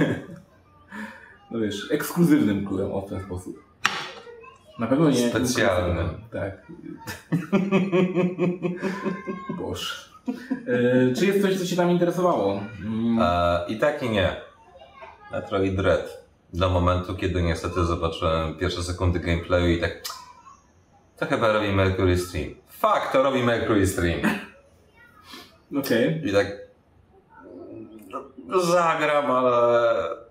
No wiesz, ekskluzywnym klubem, o w ten sposób. Na pewno nie Specjalnym. Tak. Boże. Czy jest coś, co Cię tam interesowało? I tak i nie. Metroid Dread. Do momentu, kiedy niestety zobaczyłem pierwsze sekundy gameplayu i tak... To chyba robi Mercury Stream. Fuck, to robi Mercury Stream. Okej. I tak... Zagram, ale...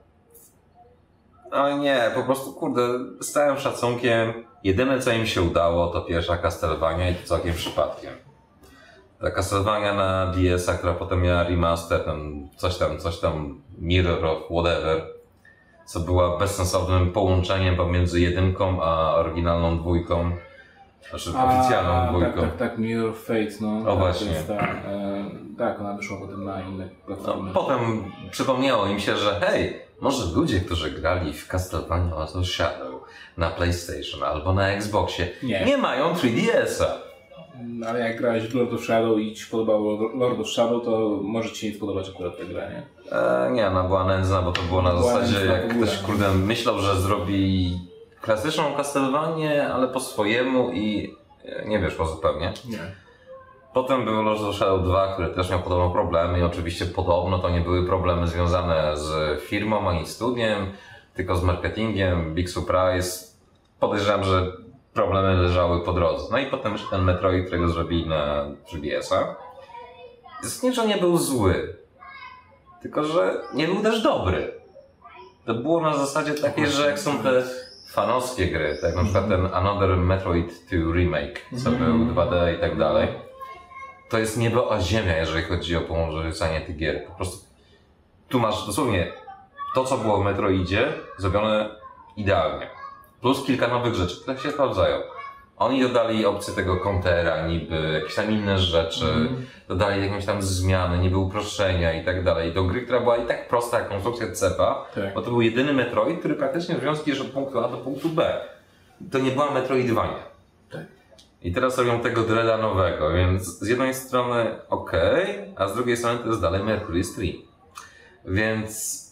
No nie, po prostu kurde, z całym szacunkiem, jedyne co im się udało to pierwsza Castlevania i to całkiem przypadkiem. Ta Castlevania na DS-a, która potem miała remaster, ten coś tam, Mirror of Whatever, co była bezsensownym połączeniem pomiędzy jedynką a oryginalną dwójką, znaczy oficjalną dwójką. Tak, Mirror of Fate, no. O tak, właśnie. To jest tak, ona wyszła potem na inne platformy. Potem przypomniało im się, że hej, może ludzie, którzy grali w Castlevania Lord of Shadow na PlayStation albo na Xboxie, nie mają 3DS-a. Ale jak grałeś w Lord of Shadow i Ci się podobało Lord of Shadow, to może Ci się nie spodobać akurat ta gra, nie? Nie, ona była nędzna, bo to było na zasadzie, jak ktoś kurde myślał, że zrobi klasyczną Castlevanię, ale po swojemu i nie wyszło zupełnie. Nie. Potem był Lord of Shadow 2, który też miał podobne problemy i oczywiście podobno to nie były problemy związane z firmą ani studiem, tylko z marketingiem, big surprise. Podejrzewam, że problemy leżały po drodze. No i potem jeszcze ten Metroid, którego zrobili na 3DS-a. Jest nie, że nie był zły, tylko że nie był też dobry. To było na zasadzie takiej, że jak są te fanowskie gry, tak jak na przykład ten Another Metroid 2 Remake, co był 2D i tak dalej, to jest niebo a ziemia, jeżeli chodzi o połączenie tych gier. Po prostu tu masz dosłownie to, co było w Metroidzie, zrobione idealnie. Plus kilka nowych rzeczy, które się sprawdzają. Oni dodali opcję tego countera, niby jakieś tam inne rzeczy, dodali jakieś tam zmiany, niby uproszczenia i tak dalej. Do gry, która była i tak prosta jak konstrukcja cepa, bo to był jedyny Metroid, który praktycznie wiązki od punktu A do punktu B. To nie była Metroidvania. I teraz robią tego Dreada nowego, więc z jednej strony okej, a z drugiej strony to jest dalej Mercury Stream. Więc...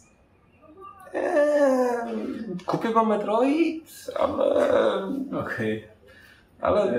kupię wam Metroid, ale... Okej. Ale...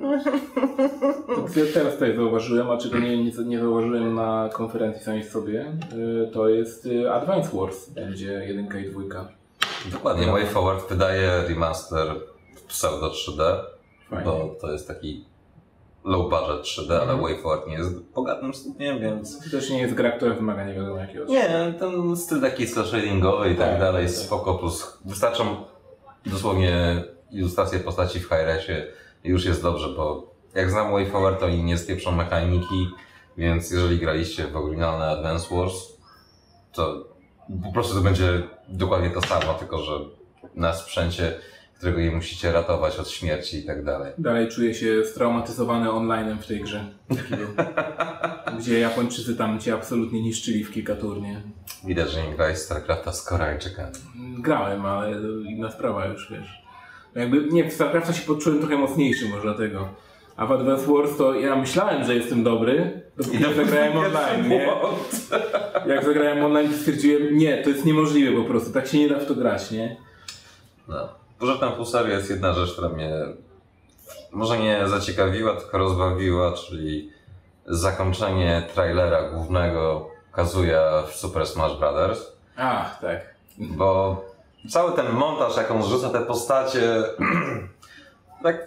Teraz tutaj zauważyłem, a czego nie zauważyłem na konferencji samej sobie, to jest Advance Wars, będzie 1 i 2. Dokładnie, Way Forward wydaje remaster w pseudo 3D, Fajnie. bo to jest taki low budget 3D, ale Way Forward nie jest bogatym studiem, więc... To też nie jest gra, która wymaga nie wiadomo jakiego. Nie, ten styl taki cel shadingowy i tak dalej jest spoko, plus wystarczą dosłownie ilustracje postaci w high-resie i już jest dobrze, bo jak znam Way Forward, to oni nie spieprzą mechaniki, więc jeżeli graliście w oryginalne Advance Wars, to po prostu to będzie dokładnie to samo, tylko że na sprzęcie, którego je musicie ratować od śmierci i tak dalej. Dalej czuję się straumatyzowany online w tej grze, gdzie Japończycy tam cię absolutnie niszczyli w kilka turnie. Widać, że nie grałeś StarCrafta z Koreańczykami. Grałem, ale inna sprawa już, wiesz. Jakby, nie, w StarCrafta się poczułem trochę mocniejszy może dlatego. A w Advance Wars to ja myślałem, że jestem dobry, dopóki jak zagrałem online, nie? Jak zagrałem online, to stwierdziłem, nie, to jest niemożliwe po prostu, tak się nie da w to grać, nie? No. Poza tym pół serii jest jedna rzecz, która mnie może nie zaciekawiła, tylko rozbawiła, czyli zakończenie trailera głównego Kazuya w Super Smash Bros. Ach, tak. Bo cały ten montaż, jak on zrzuca te postacie, tak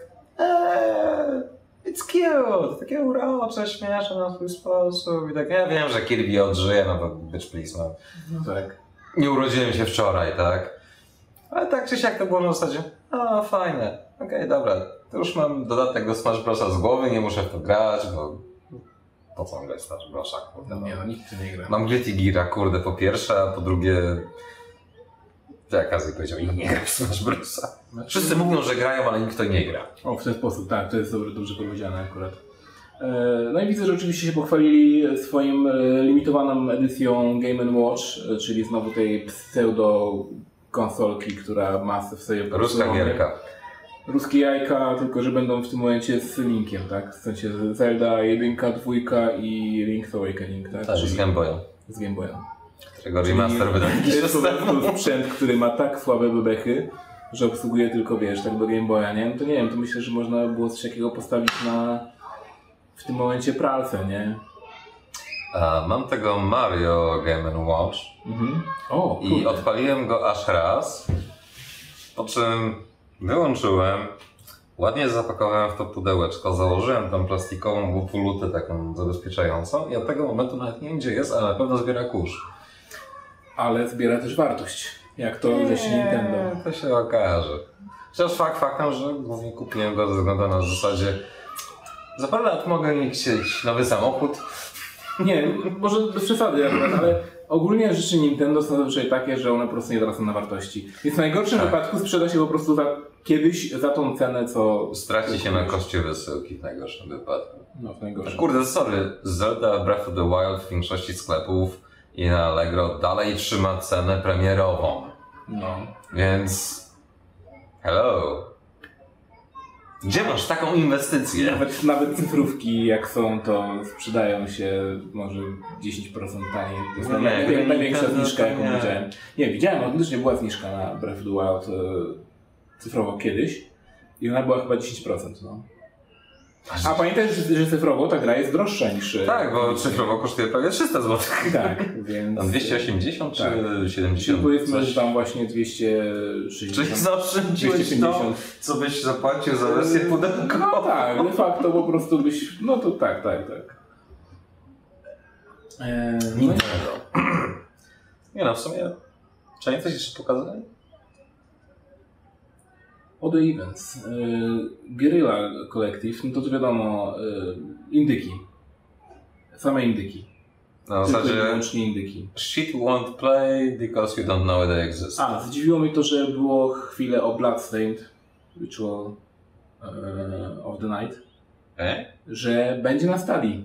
it's cute, takie urocze, śmieszne na swój sposób i tak, ja wiem, że Kirby odżyje, no to bitch please, no. No tak. Nie urodziłem się wczoraj, tak? Ale tak czy siak to było na zasadzie, o fajne, okej, dobra, to już mam dodatek do Smash Brosa z głowy, nie muszę w to grać, bo po co mam grać w Smash Brosa, kurde, Nie no, nikt nie gra. Mam Guilty Geara, kurde, po pierwsze, a po drugie, jak Kazy powiedział, nie gra w Smash Brosa. Wszyscy mówią, że grają, ale nikt to nie gra. O, w ten sposób, tak, to jest dobrze powiedziane akurat. No i widzę, że oczywiście się pochwalili swoim limitowaną edycją Game & Watch, czyli znowu tej pseudo konsolki, która ma w sobie... Ruska gierka. Ruskie jajka, tylko że będą w tym momencie z linkiem, tak? W sensie Zelda 1, 2 i Link's Awakening, tak? Tak, z Game Boya. Z Game Boya. Którego remaster wydał To jakiś jest czas po temu. prostu sprzęt, który ma tak słabe bebechy, że obsługuje tylko, wiesz, tak do Game Boya, nie? No to nie wiem, to myślę, że można było coś takiego postawić w tym momencie pralce, nie? Mam tego Mario Game & Watch O, i kurde. odpaliłem go aż raz, po czym wyłączyłem, ładnie zapakowałem w to pudełeczko, założyłem tą plastikową bupulutę taką zabezpieczającą i od tego momentu nawet nie wiem gdzie jest, ale na pewno zbiera kurz. Ale zbiera też wartość, jak to rzeczy Nintendo. To się okaże. Chociaż faktem, że głównie kupiłem go ze względu na zasadzie za parę lat mogę mieć nowy samochód. Nie, może bez przesady akurat, ale ogólnie rzeczy Nintendo są zazwyczaj takie, że one po prostu nie dorosną na wartości. Więc w najgorszym wypadku sprzeda się po prostu kiedyś za tą cenę, co... Straci się na koszcie wysyłki w najgorszym wypadku. No, w najgorszym. Kurde, sorry, Zelda Breath of the Wild w większości sklepów i na Allegro dalej trzyma cenę premierową. No. Więc... Hello. Gdzie masz taką inwestycję? Nawet cyfrówki jak są, to sprzedają się może 10% taniej. To jest największa zniżka, jaką widziałem. Nie, widziałem, autentycznie była zniżka na Breath of the Wild cyfrowo kiedyś i ona była chyba 10%. No. A pamiętaj, że cyfrowo ta gra jest droższa niż... Tak, bo cyfrowo kosztuje prawie 300 zł. Tak, więc... Tam 280 tak. czy 70? Czyli powiedzmy, coś. że tam właśnie 260... Czyli zaoszczędziłeś 250. to, co byś zapłacił za wersję pudełkową. No tak, de facto po prostu byś... No to tak. Nintendo. Nie no, w sumie... Czy oni coś jeszcze pokazali? Other Events. Guerrilla Collective, no to wiadomo, indyki. Same indyki. Na Tylko i zasadzie... wyłącznie indyki. Shit won't play because you don't know they exist. Zdziwiło mnie to, że było chwilę o Bloodstained Ritual of the Night, że będzie na stali.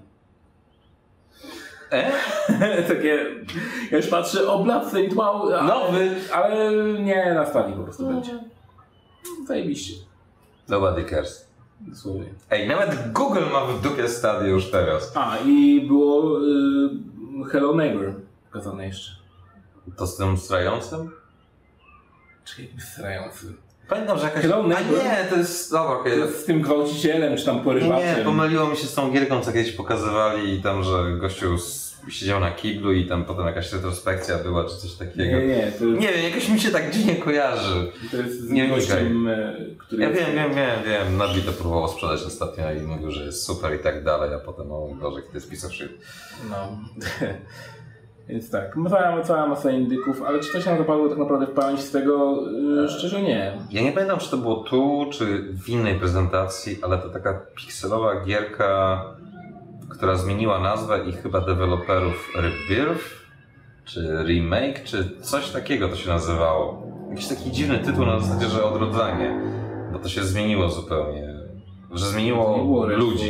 Takie, ja już patrzę, o Bloodstained, wow, Nowy! ale nie na stali po prostu będzie. Zajebiście. Nobody cares. Dosłownie. Ej, nawet Google ma w dupie stadię już teraz. I było Hello Neighbor pokazane jeszcze. To z tym strającym? Czyli strający. Pamiętam, że jakaś... Hello A Neighbor? nie, to jest... Dobra, okej. Z tym gwałcicielem, czy tam porywaczem. Nie, pomyliło mi się z tą gierką, co kiedyś pokazywali i tam, że gościu siedział na kiblu i tam potem jakaś retrospekcja była, czy coś takiego. Nie, to jest, Nie wiem, jakoś mi się tak dziwnie kojarzy. to jest z nie gościem, który Ja jest... wiem. Nadbi to próbował sprzedać ostatnio i mówił, że jest super i tak dalej, a potem o Boże, to jest piece of shit. No. Więc tak, cała masa indyków, ale czy to się nam zapadło tak naprawdę w pamięć z tego? Szczerze nie. Ja nie pamiętam, czy to było tu, czy w innej prezentacji, ale to taka pikselowa gierka, która zmieniła nazwę i chyba deweloperów Rebirth, czy Remake, czy coś takiego to się nazywało. Jakiś taki dziwny tytuł na zasadzie, że odrodzenie, bo to się zmieniło zupełnie, że zmieniło ludzi.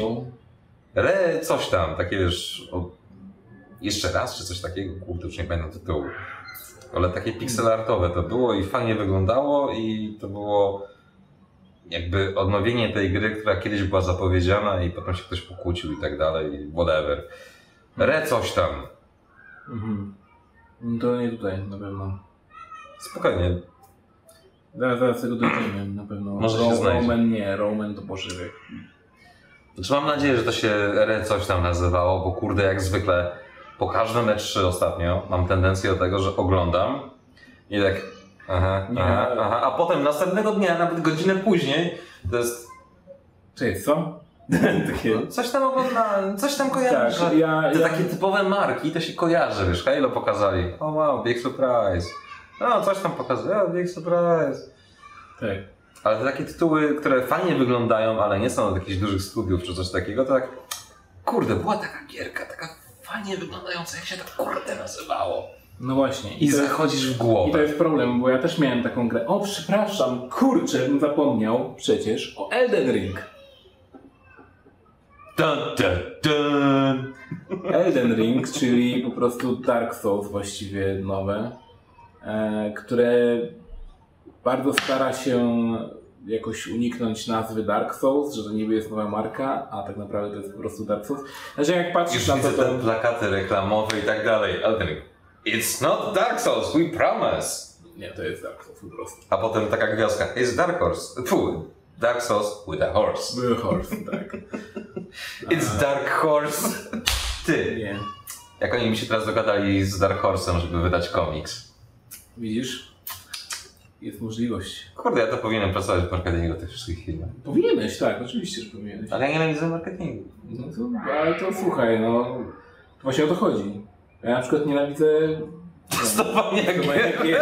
Coś tam, takie wiesz, jeszcze raz, czy coś takiego, kurde, już nie pamiętam tytułu. Ale takie pixelartowe to było i fajnie wyglądało i to było jakby odnowienie tej gry, która kiedyś była zapowiedziana i potem się ktoś pokłócił i tak dalej, whatever. Coś tam. Mhm. To nie tutaj, na pewno. Spokojnie. Zaraz tego dojdziemy, na pewno. Może się znajdzie. Roman to pożywy. Znaczy mam nadzieję, że to się coś tam nazywało, bo kurde, jak zwykle po każdym E3 ostatnio mam tendencję do tego, że oglądam i tak aha, a potem następnego dnia, nawet godzinę później, to jest... Cześć, co? Takie... Coś tam oglądałem, coś tam kojarzę. Tak, Te takie typowe marki, to się kojarzy, wiesz, Halo pokazali. O wow, big surprise. No, coś tam pokazuje, big surprise. Tak. Ale te takie tytuły, które fajnie wyglądają, ale nie są od jakichś dużych studiów czy coś takiego, to tak... Kurde, była taka gierka, taka fajnie wyglądająca, jak się to kurde nazywało. No właśnie. I zachodzisz w I to głowę. jest problem, bo ja też miałem taką grę. O, przepraszam, kurczę, bym zapomniał przecież o Elden Ring. Dun, dun, dun. Elden Ring, czyli po prostu Dark Souls właściwie nowe, które bardzo stara się jakoś uniknąć nazwy Dark Souls, że to niby jest nowa marka, a tak naprawdę to jest po prostu Dark Souls. Znaczy jak patrzysz Już na to, widzę to... te plakaty reklamowe i tak dalej. Elden Ring. It's not Dark Souls, we promise. Nie, to jest Dark Souls po prostu. A potem taka gwiazdka. It's Dark Horse. Dark Souls with a horse. Był horse, tak. It's Dark Horse. Ty. Nie. Jak oni by się teraz dogadali z Dark Horse'em, żeby wydać komiks. Widzisz? Jest możliwość. Kurde, ja to powinienem pracować w marketingu tych wszystkich filmów. Powinieneś, tak, oczywiście, że powinieneś. Ale ja nienawidzę marketingu. No to, ale to słuchaj, no właśnie o to chodzi. Ja na przykład nienawidzę... Stosowanie gier.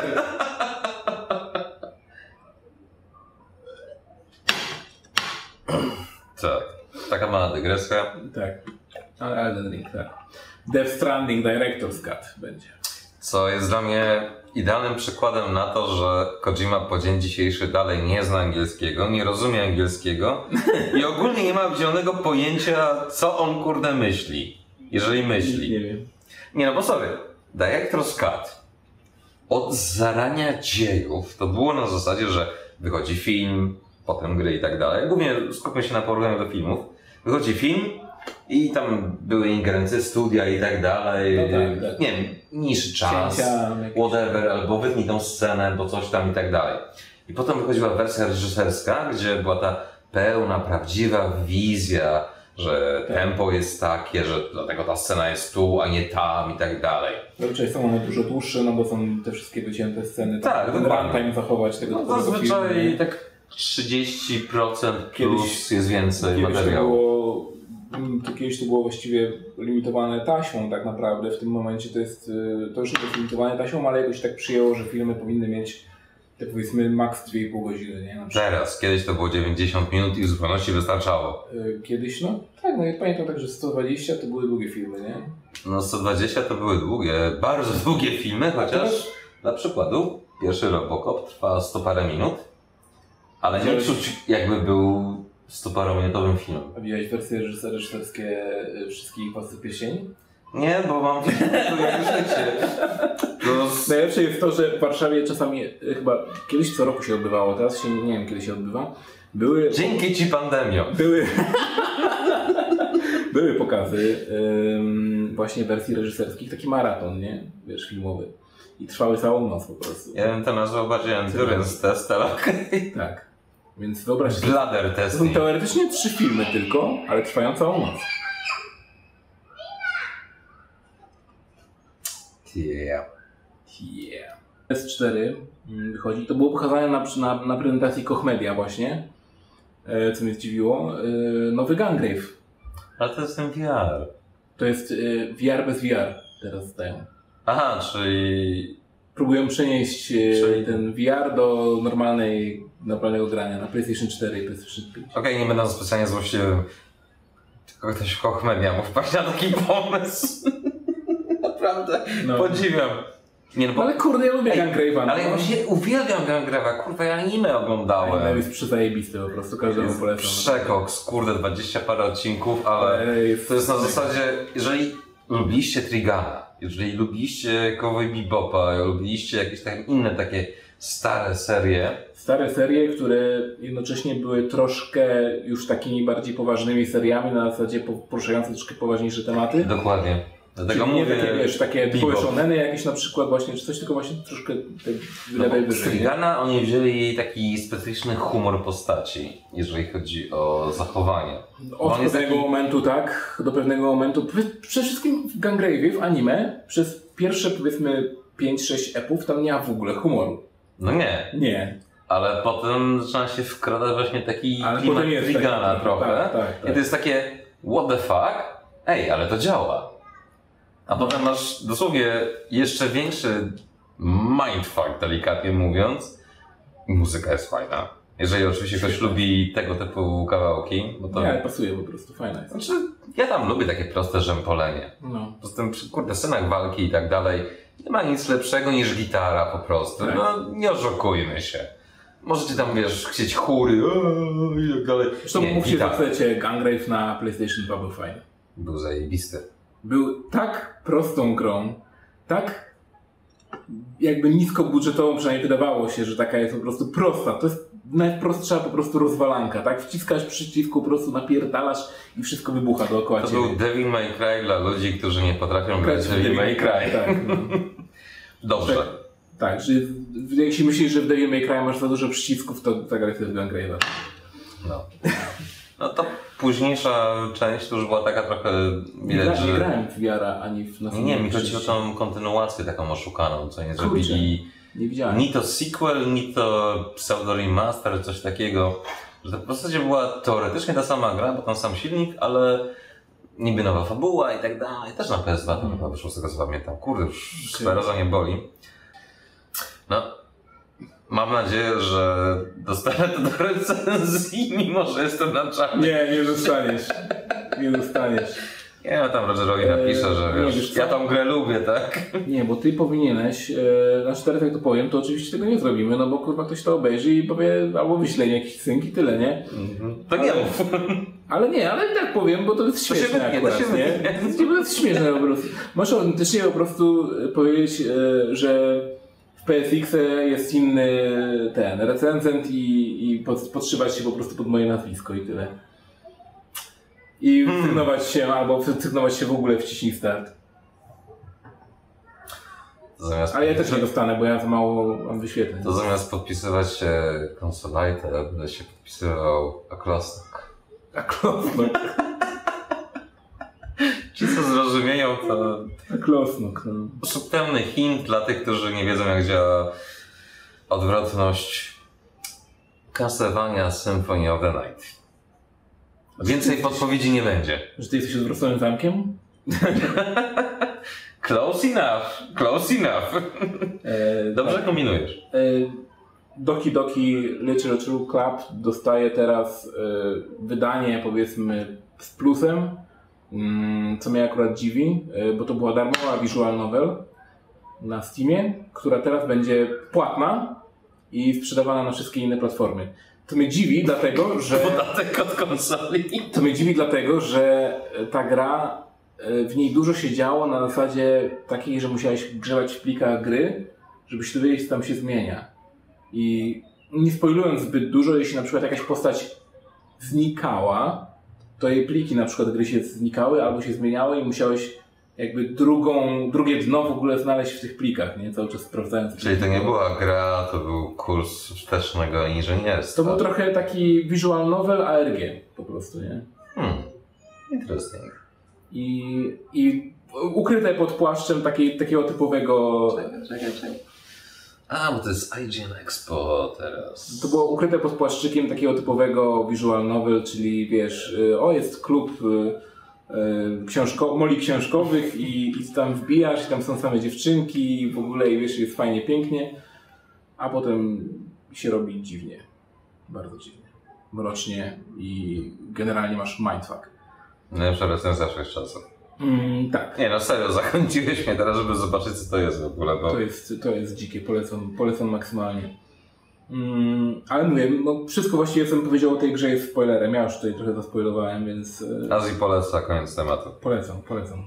Tak. Taka mała dygresja. Tak, ale Elden Ring, tak. Death Stranding Director's Cut będzie. Co jest dla mnie idealnym przykładem na to, że Kojima po dzień dzisiejszy dalej nie zna angielskiego, nie rozumie angielskiego i ogólnie nie ma zielonego pojęcia, co on kurde myśli. Jeżeli myśli. Nie wiem. Nie no, bo sorry. Director's Cut od zarania dziejów to było na zasadzie, że wychodzi film, potem gry i tak dalej. Głównie skupmy się na porównaniu do filmów. Wychodzi film i tam były ingerencje studia i tak dalej. No tak. Nie wiem, niższy czas, Cięcia, jakieś- whatever, albo wytnij tą scenę, bo coś tam i tak dalej. I potem wychodziła wersja reżyserska, gdzie była ta pełna, prawdziwa wizja, że tempo jest takie, że dlatego ta scena jest tu, a nie tam i tak dalej. Zazwyczaj są one dużo dłuższe, no bo są te wszystkie wycięte sceny. Tak, ten dokładnie. runtime zachować tego No typowego zazwyczaj filmu. tak 30% Kiedyś- plus jest więcej Kiedyś to materiału. kiedyś to było właściwie limitowane taśmą tak naprawdę. W tym momencie to jest, to już nie jest limitowane taśmą, ale jakoś tak przyjęło, że filmy powinny mieć te powiedzmy max 2,5 godziny, nie? Na przykład. Teraz, kiedyś to było 90 minut i w zupełności wystarczało. Kiedyś, no tak, no ja pamiętam tak, że 120 to były długie filmy, nie? No 120 to były długie, bardzo długie filmy, chociaż dla przykładu pierwszy Robocop trwa 100 parę minut, ale nie Widziałeś- czuć jakby był 100-parominutowym filmem. A widziałeś wersje reżyserskie wszystkich Władcy Pierścieni? Nie, bo mam to jak życie. No, Najlepsze jest to, że w Warszawie czasami, chyba kiedyś co roku się odbywało, teraz się nie wiem kiedy się odbywa, dzięki ci pandemio. były pokazy właśnie wersji reżyserskich, taki maraton, nie? Wiesz, filmowy. I trwały całą noc po prostu. Ja bym to nazwał bardziej endurance test, ale okej. Tak. Więc wyobraź sobie, Bladder to są testing. teoretycznie 3 filmy tylko, ale trwają całą noc. Yeah. Yeah. S4 wychodzi. To było pokazane na prezentacji Koch Media właśnie, co mnie zdziwiło. Nowy Gungrave. Ale to jest ten VR. To jest VR bez VR teraz zdają. Aha, czyli... Próbują przenieść Czyli- ten VR do normalnego grania na PlayStation 4 i PlayStation 5. Okej, nie będę specjalnie złośliwym. Tylko ktoś w Koch Media mógł wpaść na taki pomysł. Naprawdę, No. podziwiam. Nie, no bo... Ale kurde, ja lubię Gungrave'a. Ale ja właśnie uwielbiam Gungrave'a, kurwa, ja anime oglądałem. Ale jest przezajebisty po prostu, każdemu Jest polecam. przekoks, kurde, 20 parę odcinków, ale Ale jest- to jest na zasadzie, jeżeli lubiliście Trigana, jeżeli lubiliście Cowboy Bebopa, lubiliście jakieś tam inne takie stare serie, Stare serie, które jednocześnie były troszkę już takimi bardziej poważnymi seriami, na zasadzie poruszające troszkę poważniejsze tematy. dokładnie. Dlatego Czyli nie mówię, takie, wiesz, takie Bebop. typowe shoneny jakieś na przykład właśnie, czy coś, tylko właśnie troszkę level Z wyżej. nie? Trigana oni wzięli taki specyficzny humor postaci, jeżeli chodzi o zachowanie. Od On jest pewnego taki- momentu, tak, do pewnego momentu. Przede wszystkim w Gungrave'ie, w anime, przez pierwsze powiedzmy 5-6 epów tam nie ma w ogóle humoru. No nie, Nie. ale potem zaczyna się wkradać właśnie taki Ale klimat potem jest Trigana taki- trochę. tak. I to jest takie, what the fuck? Ej, ale to działa. A potem masz dosłownie jeszcze większy mindfuck, delikatnie mówiąc. I muzyka jest fajna. Jeżeli oczywiście ktoś lubi tego typu kawałki, bo to... Nie, ale pasuje po prostu, fajna jest. Znaczy, ja tam lubię takie proste rzępolenie. No. Poza tym, kurde, scenach walki i tak dalej, nie ma nic lepszego niż gitara po prostu. Tak. No nie oszukujmy się. Możecie tam, wiesz, chcieć chóry i tak dalej. Zresztą Nie, mówcie, że gitara. chcecie Gungrave na PlayStation 2 był fajny. Był zajebisty. Był tak prostą grą, tak jakby niskobudżetową, przynajmniej wydawało się, że taka jest po prostu prosta. To jest najprostsza po prostu rozwalanka, tak? Wciskasz przycisku, po prostu napierdalasz i wszystko wybucha dookoła To ciebie. był Devil May Cry dla ludzi, którzy nie potrafią grać w Devil May Cry. Tak, no. Dobrze. Tak, że jeśli myślisz, że w Devil May Cry masz za dużo przycisków, to zagraj sobie w Gungrave'a. No. No to późniejsza część to już była taka trochę widać, Nie że... grałem w VR-a ani w Nie, mi chodzi o tą kontynuację taką oszukaną, co nie zrobili. Nie widziałem. Ni to sequel, ni to pseudo remaster, coś takiego. Że to w zasadzie była teoretycznie ta sama gra, bo tam sam silnik, ale niby nowa fabuła i tak dalej. Też na PS2 to chyba wyszło z tego, co pamiętam. Kurde, już skleroza nie boli. No, mam nadzieję, że dostanę to do recenzji, mimo że jestem na czarnie. Nie dostaniesz. Nie dostaniesz. Ja tam Rogerowi napiszę, że nie, wiesz, wiesz co? ja tą grę lubię, tak? Nie, bo ty powinieneś, znaczy teraz jak to powiem, to oczywiście tego nie zrobimy, no bo kurwa ktoś to obejrzy i powie, albo wyśle jakiś synk i tyle, nie? To nie mów. Ale nie, ale i tak powiem, bo to jest To się śmieszne wytnie, akurat, to się nie? wytnie. To jest śmieszne po prostu. Możesz autentycznie po prostu powiedzieć, że w PSX jest inny ten recenzent i podszywać się po prostu pod moje nazwisko i tyle. I sygnować się, albo sygnować się w ogóle wciśnij start. Ale ja też nie dostanę, bo ja za mało mam wyświetleń. To zamiast podpisywać się Consolite, będę się podpisywał Aklosnak. A klosnok. Ci co zrozumieją to A klosnok, no. subtelny hint dla tych, którzy nie wiedzą jak działa odwrotność Castlevania Symphony of the Night. Więcej podpowiedzi nie będzie. Że ty jesteś odwróconym zamkiem? Close enough, close enough. Dobrze kombinujesz. Doki Doki Literature Club dostaje teraz wydanie, powiedzmy, z plusem, co mnie akurat dziwi, bo to była darmowa visual novel na Steamie, która teraz będzie płatna i sprzedawana na wszystkie inne platformy. To mnie dziwi, dlatego, że... Podatek od konsoli. To mnie dziwi, dlatego, że ta gra, w niej dużo się działo na zasadzie takiej, że musiałeś grzebać w plikach gry, żeby się dowiedzieć, co tam się zmienia. I nie spoilując zbyt dużo, jeśli na przykład jakaś postać znikała, to jej pliki na przykład gry się znikały albo się zmieniały i musiałeś jakby drugie dno w ogóle znaleźć w tych plikach, nie? Cały czas sprawdzając. Czyli to nie była gra, to był kurs wstecznego inżynierstwa. To był trochę taki visual novel ARG po prostu, nie? Interesting. I ukryte pod płaszczem takiego typowego... Czekaj. A, bo to jest IGN Expo teraz. To było ukryte pod płaszczykiem takiego typowego visual novel, czyli wiesz, jest klub moli książkowych i tam wbijasz i tam są same dziewczynki i w ogóle i wiesz, jest fajnie, pięknie, a potem się robi dziwnie, bardzo dziwnie, mrocznie i generalnie masz mindfuck. Najlepsza recenzja wszechczasów. Tak. Nie no serio, zachęciłeś mnie teraz, żeby zobaczyć co to jest w ogóle. Bo... To jest dzikie, polecam maksymalnie. Ale mówię, no wszystko właściwie co bym powiedział o tej grze jest spoilerem. Ja już tutaj trochę zaspoilowałem, więc... Azji poleca, koniec tematu. Polecam.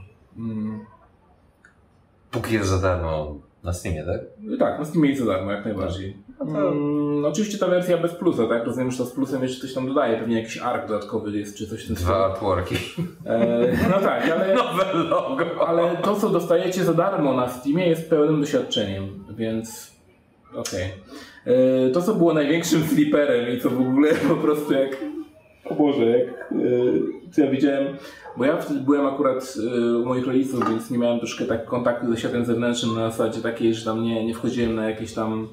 Póki jest za darmo na Steamie, tak? Tak, na Steamie jest za darmo, jak najbardziej. Oczywiście ta wersja bez plusa, tak? Rozumiem, że to z plusem jeszcze coś tam dodaje, pewnie jakiś ark dodatkowy jest, czy coś w tym Dwa artworki. No tak, ale... Nowe logo. Ale to, co dostajecie za darmo na Steamie, jest pełnym doświadczeniem, więc okej. To, co było największym fliperem i co w ogóle po prostu jak... O Boże, co ja widziałem... Bo ja wtedy byłem akurat u moich rodziców, więc nie miałem troszkę tak kontaktu ze światem zewnętrznym na zasadzie takiej, że tam nie wchodziłem na jakieś tam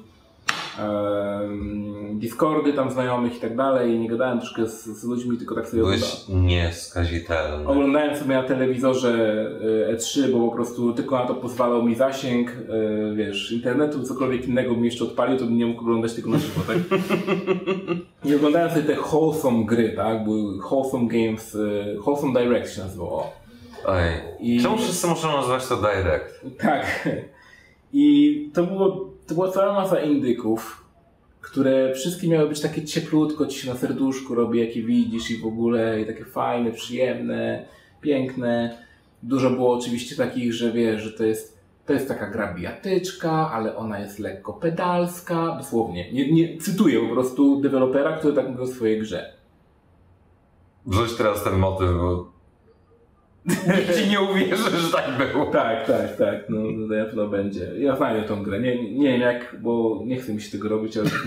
Discordy tam znajomych i tak dalej i nie gadałem troszkę z ludźmi, tylko tak sobie Byłeś nieskazitelny. oglądałem sobie na telewizorze E3, bo po prostu tylko na to pozwalał mi zasięg, wiesz, internetu, cokolwiek innego bym jeszcze odpalił, to bym nie mógł oglądać tylko na żywo, tak? I oglądałem sobie te wholesome gry, tak? Były wholesome games, wholesome direct się nazywało. Oj. Czemu wszyscy muszą nazywać to Direct? Tak. I to była cała masa indyków, które wszystkie miały być takie cieplutko, ci się na serduszku robi, jakie widzisz i w ogóle, i takie fajne, przyjemne, piękne. Dużo było oczywiście takich, że wiesz, że to jest taka gra bijatyczka, ale ona jest lekko pedalska, dosłownie. Nie cytuję po prostu dewelopera, który tak mówi o swojej grze. Wrzuć teraz ten motyw, bo nikt ci nie uwierzy, że tak było. Tak, no na pewno będzie. Ja znajdę tą grę, nie wiem jak, bo nie chcę mi się tego robić, ale...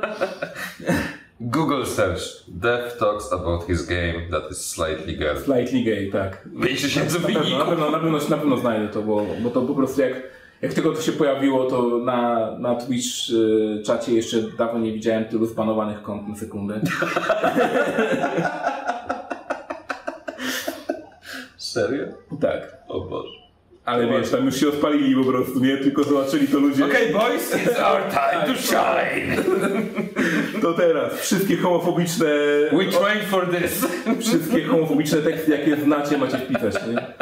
Google search. Dev talks about his game that is slightly gay. Slightly gay, tak. 5000 Na wyników. pewno znajdę to, bo to po prostu jak tylko to się pojawiło, to na Twitch czacie jeszcze dawno nie widziałem tylu zbanowanych kont na sekundę. Serio? Tak. O Boże. Ale wiesz, tam już się odpalili po prostu, nie? Tylko zobaczyli to ludzie. Okay, boys, it's our time to shine. To teraz. Wszystkie homofobiczne... We trained for this. Wszystkie homofobiczne teksty, jakie znacie, macie wpisać, nie?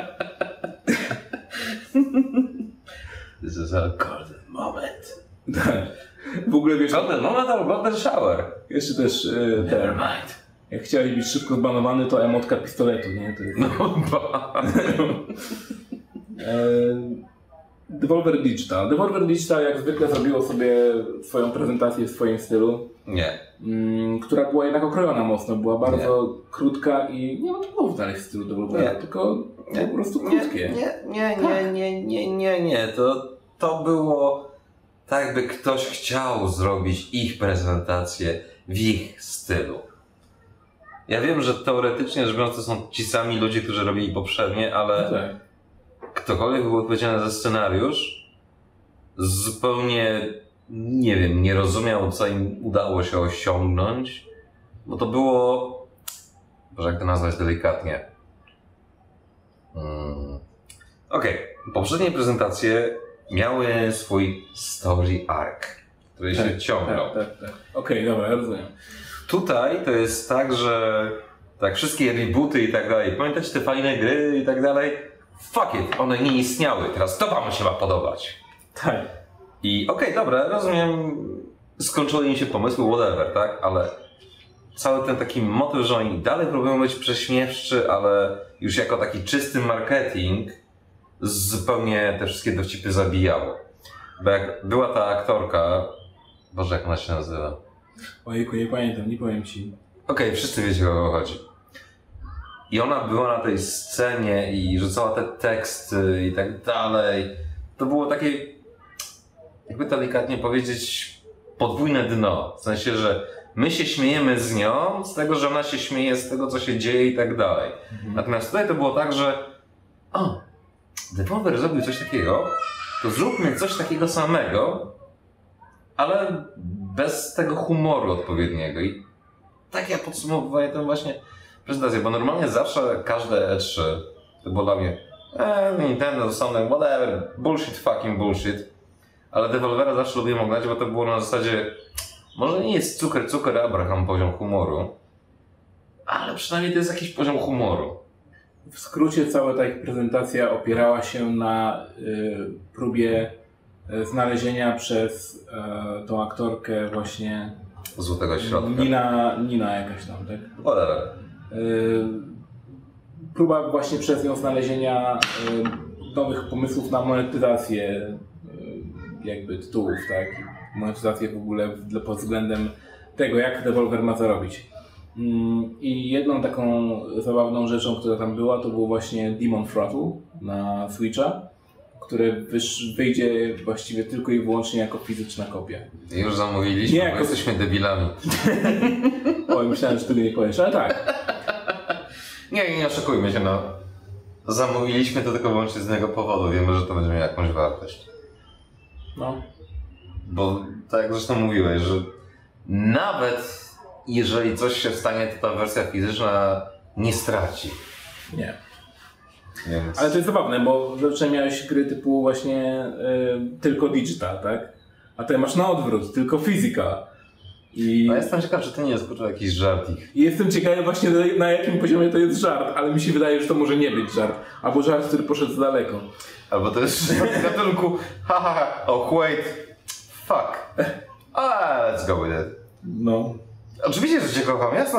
This is our golden moment. Tak. W ogóle wiesz... Golden moment or golden shower? Jeszcze też Never mind. jak chciałeś być szybko zbanowany, to emotka pistoletu, nie? To jest... Devolver Digital. Devolver Digital jak zwykle zrobiło sobie swoją prezentację w swoim stylu. Nie. Która była jednak okrojona mocno, była bardzo krótka i nie ma to było wcale w stylu Devolvera, tylko po prostu krótkie. Nie. To było tak, jakby ktoś chciał zrobić ich prezentację w ich stylu. Ja wiem, że teoretycznie rzecz biorąc to są ci sami ludzie, którzy robili poprzednie, ale ktokolwiek był odpowiedzialny za scenariusz, zupełnie, nie wiem, nie rozumiał, co im udało się osiągnąć, bo to było, Boże, jak to nazwać delikatnie. Okej, poprzednie prezentacje miały swój story arc, który się ciągnął. Tak. Okej, dobra, ja rozumiem. Tutaj to jest tak, że tak wszystkie rebooty i tak dalej, pamiętacie te fajne gry i tak dalej? Fuck it, one nie istniały, teraz to wam się ma podobać. Tak. I okej, dobra, rozumiem, skończyły im się pomysły, whatever, tak? Ale cały ten taki motyw, że oni dalej próbują być prześmiewczy, ale już jako taki czysty marketing zupełnie te wszystkie dowcipy zabijało. Bo jak była ta aktorka, Boże, jak ona się nazywa? Ojejku, nie pamiętam, nie powiem ci. Okej, wszyscy wiecie, o co chodzi. I ona była na tej scenie i rzucała te teksty i tak dalej. To było takie, jakby delikatnie powiedzieć, podwójne dno. W sensie, że my się śmiejemy z nią, z tego, że ona się śmieje z tego, co się dzieje i tak dalej. Natomiast tutaj to było tak, że Devolver zrobił coś takiego, to zróbmy coś takiego samego, ale bez tego humoru odpowiedniego. I tak ja podsumowuję tę właśnie prezentację, bo normalnie zawsze każde E3 to było dla mnie Nintendo, Sony, whatever, bullshit, fucking bullshit. Ale Devolvera zawsze lubiłem oglądać, bo to było na zasadzie może nie jest cukier Abraham poziom humoru, ale przynajmniej to jest jakiś poziom humoru. W skrócie cała ta ich prezentacja opierała się na próbie znalezienia przez tą aktorkę właśnie Złotego środka. Nina jakaś tam, tak? Whatever. Próba właśnie przez nią znalezienia nowych pomysłów na monetyzację jakby tytułów, tak? Monetyzację w ogóle pod względem tego, jak Devolver ma zarobić. I jedną taką zabawną rzeczą, która tam była, to było właśnie Demon Throttle na Switcha, które wyjdzie właściwie tylko i wyłącznie jako fizyczna kopia. Już zamówiliśmy, Nie, bo jesteśmy debilami. Oj, myślałem, że tego nie powiesz, ale tak. Nie oszukujmy się, no. Zamówiliśmy to tylko wyłącznie z innego powodu. Wiemy, że to będzie miało jakąś wartość. No. Bo tak jak zresztą mówiłeś, że nawet jeżeli coś się stanie, to ta wersja fizyczna nie straci. Nie. Więc... Ale to jest zabawne, bo zazwyczaj miałeś gry typu właśnie tylko digital, tak? A tutaj masz na odwrót, tylko physical. I No jestem ciekaw, czy to nie jest kurczę jakiś żartik. jestem ciekawy właśnie na jakim poziomie to jest żart, ale mi się wydaje, że to może nie być żart. Albo żart, który poszedł za daleko. Albo to jest z gatunku oh wait, fuck. Let's go with it. No. Oczywiście, że cię kocham, jasno.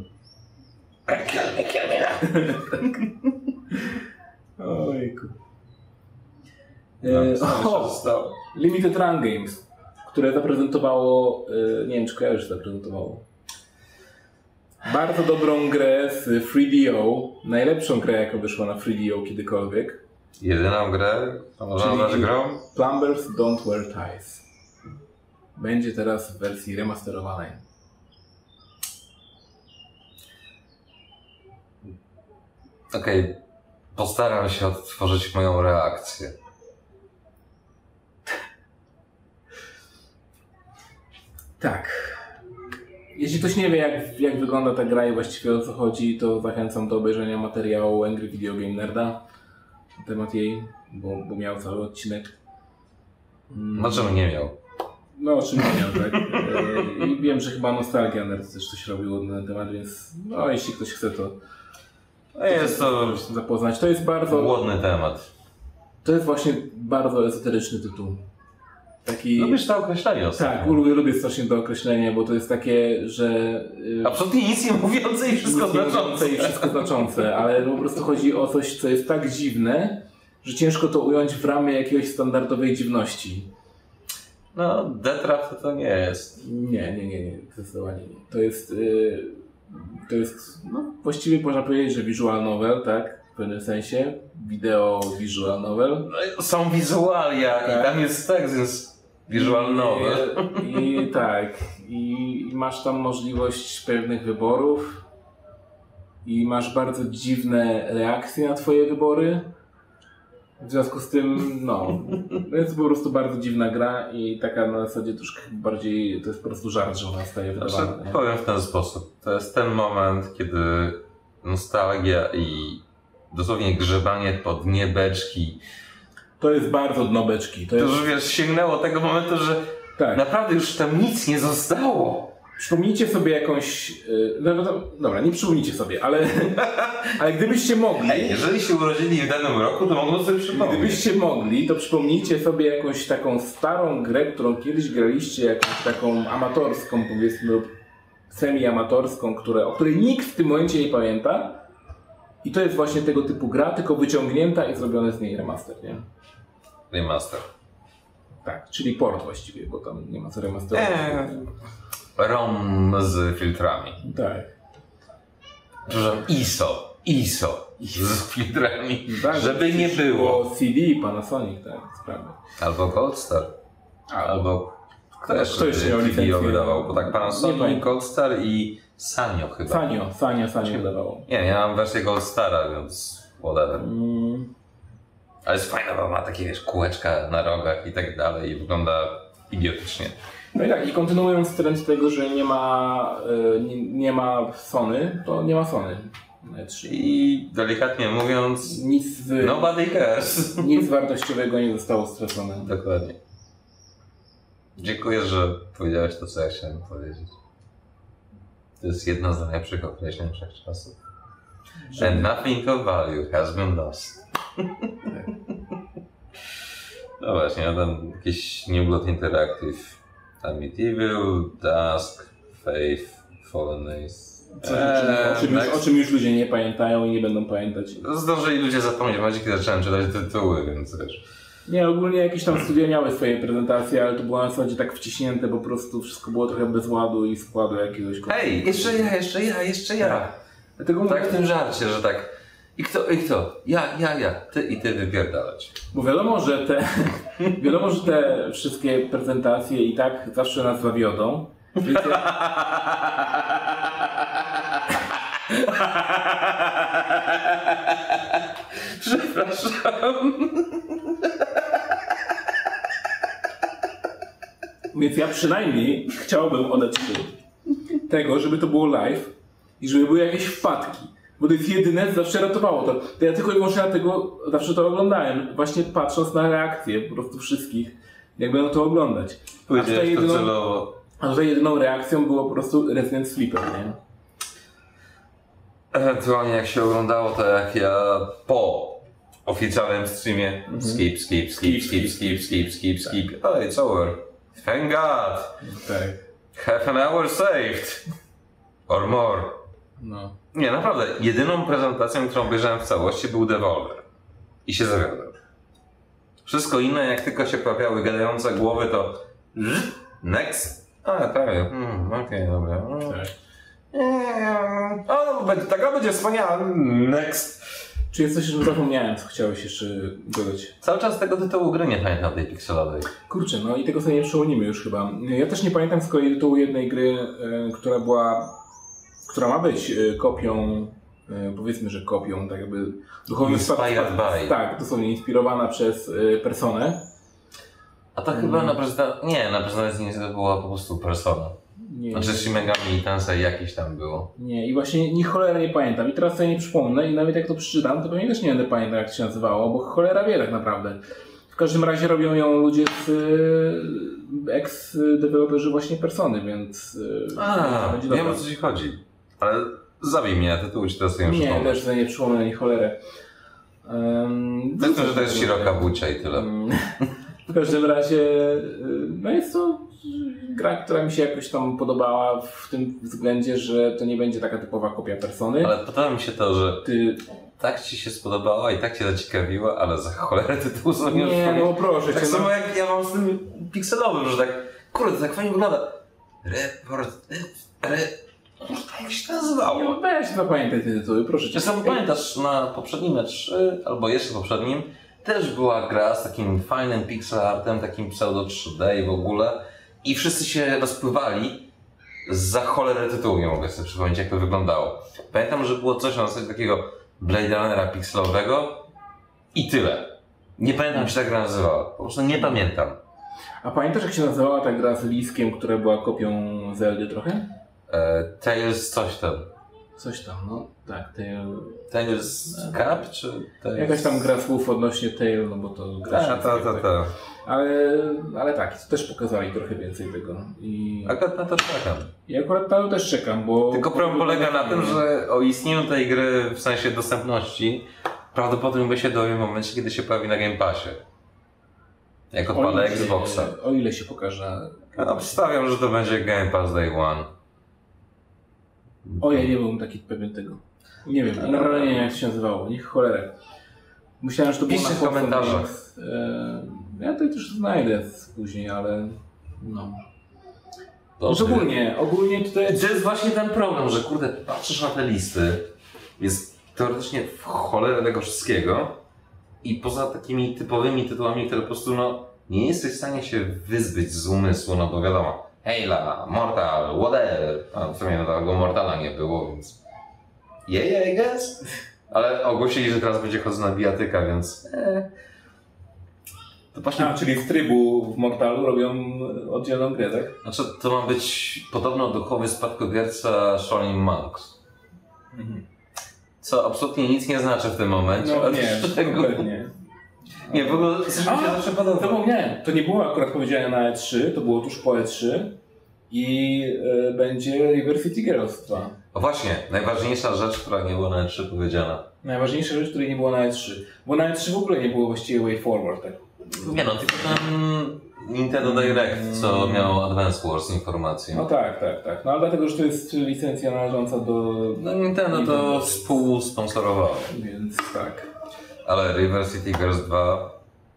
Kill me. Ojku. No, co się stało? Limited Run Games, które zaprezentowało, nie wiem czy kojarzysz, zaprezentowało bardzo dobrą grę z 3DO, najlepszą grę jaka wyszła na 3DO kiedykolwiek. Jedyną grę, to można nazwać grą? Plumbers Don't Wear Ties. Będzie teraz w wersji remasterowanej. Okej, postaram się odtworzyć moją reakcję. Tak. Jeśli ktoś nie wie jak wygląda ta gra i właściwie o co chodzi, to zachęcam do obejrzenia materiału Angry Video Game Nerda na temat jej, bo miał cały odcinek. No czemu nie miał? No o czym nie miał, tak. I wiem, że chyba Nostalgia Nerd też coś robił na ten temat, więc no jeśli ktoś chce to Jest to się zapoznać. To jest bardzo... głodny temat. To jest właśnie bardzo ezoteryczny tytuł. Taki... Lubisz to określenie ostatnio? Tak, lubię strasznie to określenie, bo to jest takie, że... Absolutnie nic nie mówiące i wszystko nic nie znaczące. mówiące i wszystko znaczące, ale po prostu chodzi o coś, co jest tak dziwne, że ciężko to ująć w ramy jakiegoś standardowej dziwności. No, Deathraft to nie jest. Nie, zdecydowanie nie. To jest no, właściwie można powiedzieć, że visual novel, tak? W pewnym sensie. Wideo visual novel. No, są wizualia Tak. i tam jest tekst, więc visual novel. I tak. I masz tam możliwość pewnych wyborów. I masz bardzo dziwne reakcje na twoje wybory. W związku z tym, no, jest po prostu bardzo dziwna gra i taka na zasadzie troszkę bardziej, to jest po prostu żart, że ona staje wydawana. Znaczy, powiem w ten sposób. To jest ten moment, kiedy nostalgia i dosłownie grzebanie po dnie beczki. To jest bardzo dno beczki. To To jest, już wiesz, sięgnęło tego momentu, że tak. naprawdę już tam nic nie zostało. Przypomnijcie sobie jakąś, dobra, nie przypomnijcie sobie, ale gdybyście mogli, Ej, jeżeli się urodzili w danym roku, to mogą sobie przypomnieć. gdybyście mogli, to przypomnijcie sobie jakąś taką starą grę, którą kiedyś graliście, jakąś taką amatorską, powiedzmy, lub semi-amatorską, o której nikt w tym momencie nie pamięta. I to jest właśnie tego typu gra, tylko wyciągnięta i zrobione z niej remaster, nie? Remaster. Tak, czyli port właściwie, bo tam nie ma co remasterować. ROM z filtrami. Tak. Przepraszam, ISO z filtrami, Tak, żeby nie było. CD, Panasonic, tak, sprawdzę. Albo Goldstar. Albo kto jeszcze miał licencję? video wydawał? Bo tak Nie Panasonic, pamiętam. Goldstar i Sanyo chyba. Sanyo wydawało. Nie, ja mam wersję Goldstara, więc whatever. Ale jest fajna, bo ma takie wiesz, kółeczka na rogach i tak dalej i wygląda idiotycznie. No i tak, i kontynuując trend tego, że nie ma Sony, to nie ma Sony na E3. I delikatnie mówiąc, Nic nobody cares. nic wartościowego nie zostało stracone. Dokładnie. Dziękuję, że powiedziałeś to, co ja chciałem powiedzieć. To jest jedno z najlepszych określeń wszechczasów. And nothing of value has been lost. No właśnie, no tam jakiś New Blood Interactive, Amityville, Dusk, Faith, Fallen Ace. O czym już ludzie nie pamiętają i nie będą pamiętać. Zdążyli ludzie zapomnieć, w momencie kiedy zacząłem czytać tytuły, więc wiesz. Nie, ogólnie jakieś tam studia miały swoje prezentacje, ale to było na zasadzie tak wciśnięte, po prostu wszystko było trochę bez ładu i składu jakiegoś. Hej, jeszcze ja. Dlatego mówię, Tak w tym żarcie, że tak. I kto? Ja. Ty i ty wypierdalać. bo wiadomo, że te wszystkie prezentacje i tak zawsze nas zawiodą. Więc Przepraszam. Więc ja przynajmniej chciałbym oddać tego, żeby to było live i żeby były jakieś wpadki. Bo to jest jedyne, co zawsze ratowało to. To ja tylko i wyłącznie dlatego zawsze to oglądałem. Właśnie patrząc na reakcje po prostu wszystkich, jak będą to oglądać. Powiedziałeś to celowo. A tutaj jedyną reakcją było po prostu Resident Sleeper, nie? Ewentualnie jak się oglądało, to jak ja po oficjalnym streamie skip. Oh, it's over. Thank God. Tak. Half an hour saved. Or more. No. Nie, naprawdę. Jedyną prezentacją, którą obejrzałem w całości, był Devolver. I się zawiodłem. Wszystko inne, jak tylko się pojawiały gadające głowy, to next. Tak. Okej, dobra. Tak. Ta gra będzie wspaniała. Next. Czy jest coś, że zapomniałem, co chciałeś jeszcze dodać? Cały czas tego tytułu gry nie pamiętam, tej pikselowej. Kurczę, no i tego sobie nie przełonimy już chyba. Ja też nie pamiętam z kolei tytułu jednej gry, która ma być kopią, powiedzmy, że kopią, tak jakby duchowy Inspired by. Tak, dosłownie inspirowana przez Personę. A to chyba na prezentacji... Nie, na prezentacji nie to była po prostu Persona. Nie, Znaczy Shin Megami Tensei jakiś tam było. nie, i właśnie ni cholera nie pamiętam. I teraz sobie nie przypomnę i nawet jak to przeczytam, to pewnie też nie będę pamiętał, jak to się nazywało, bo cholera wie tak naprawdę. W każdym razie robią ją ludzie z ex-deweloperzy właśnie Persony, więc będzie Wiem dobra. o co ci chodzi. Ale zabij mnie, tytuł ci teraz nie Nie, przypomnę. też sobie nie przypomnę ni cholerę. Myślę, że to jest Shiroka Bucia i tyle. W każdym razie, no jest to gra, która mi się jakoś tam podobała w tym względzie, że to nie będzie taka typowa kopia Persony. Ale podoba mi się to, że Ty... tak ci się spodobała i tak cię zaciekawiła, ale za cholerę tytuł sobie nie Nie, no proszę tak cię. samo jak ja mam z tym pikselowym, że tak, kurde, to tak fajnie wygląda. Jak się to nazywało? No weź zapamiętaj te tytuły, proszę cię. Czasem pamiętasz, na poprzednim E3, albo jeszcze poprzednim, też była gra z takim fajnym pixel artem, takim pseudo 3D i w ogóle. I wszyscy się rozpływali za cholerę tytułu, nie mogę sobie przypomnieć, jak to wyglądało. Pamiętam, że było coś na zasadzie takiego Blade Runnera pixelowego i tyle. Nie pamiętam, jak się ta gra nazywała. Po prostu nie pamiętam. A pamiętasz, jak się nazywała ta gra z Liskiem, która była kopią Zeldy trochę? Tales coś tam. Coś tam, no tak, Tale... Tales Cup, czy Tales... Jakaś tam gra słów odnośnie Tale, no bo to gra Ta. Ale tak, też pokazali trochę więcej tego. Akurat na to czekam. I akurat tam też czekam, bo... Tylko problem polega na tym, że o istnieniu tej gry w sensie dostępności prawdopodobnie się dowie w momencie, kiedy się pojawi na Game Passie. Jak odpalę Xboxa. O ile się pokaże... Ja obstawiam, że to będzie Game Pass Day One. O, ja nie byłem taki pewien tego. Nie wiem, naprawdę nie wiem, jak to się nazywało. Niech cholerę. Myślałem, że to było Piszcie na w komentarzach. Ja to też znajdę później, ale... No. Dobrze. Ogólnie tutaj... To jest właśnie ten problem, że kurde, patrzysz na te listy, jest teoretycznie w cholerę tego wszystkiego i poza takimi typowymi tytułami, które po prostu nie jesteś w stanie się wyzbyć z umysłu, no bo wiadomo, Halo, Mortal, whatever. A w sumie tego Mortala nie było, więc... Yeah, I guess. Ale ogłosili, że teraz będzie chodzona bijatyka, więc... To właśnie... czyli z trybu w Mortalu robią oddzielną grę, tak? Znaczy, to ma być podobno duchowy spadkobierca Shaolin Monks. Co absolutnie nic nie znaczy w tym momencie. No nie, kompletnie. Nie, w ogóle coś mi się zawsze podoba. Zapomniałem, to nie było akurat powiedziane na E3, to było tuż po E3 i będzie River City Girls 2. O właśnie, najważniejsza rzecz, która nie była na E3 powiedziana. Najważniejsza rzecz, której nie było na E3. Bo na E3 w ogóle nie było właściwie Way Forward, tak? Nie no, tylko ten Nintendo Direct, co miał Advance Wars informacji. No tak. No ale dlatego, że to jest licencja należąca do... No Nintendo to współsponsorowało. Więc tak. Ale River City Girls 2...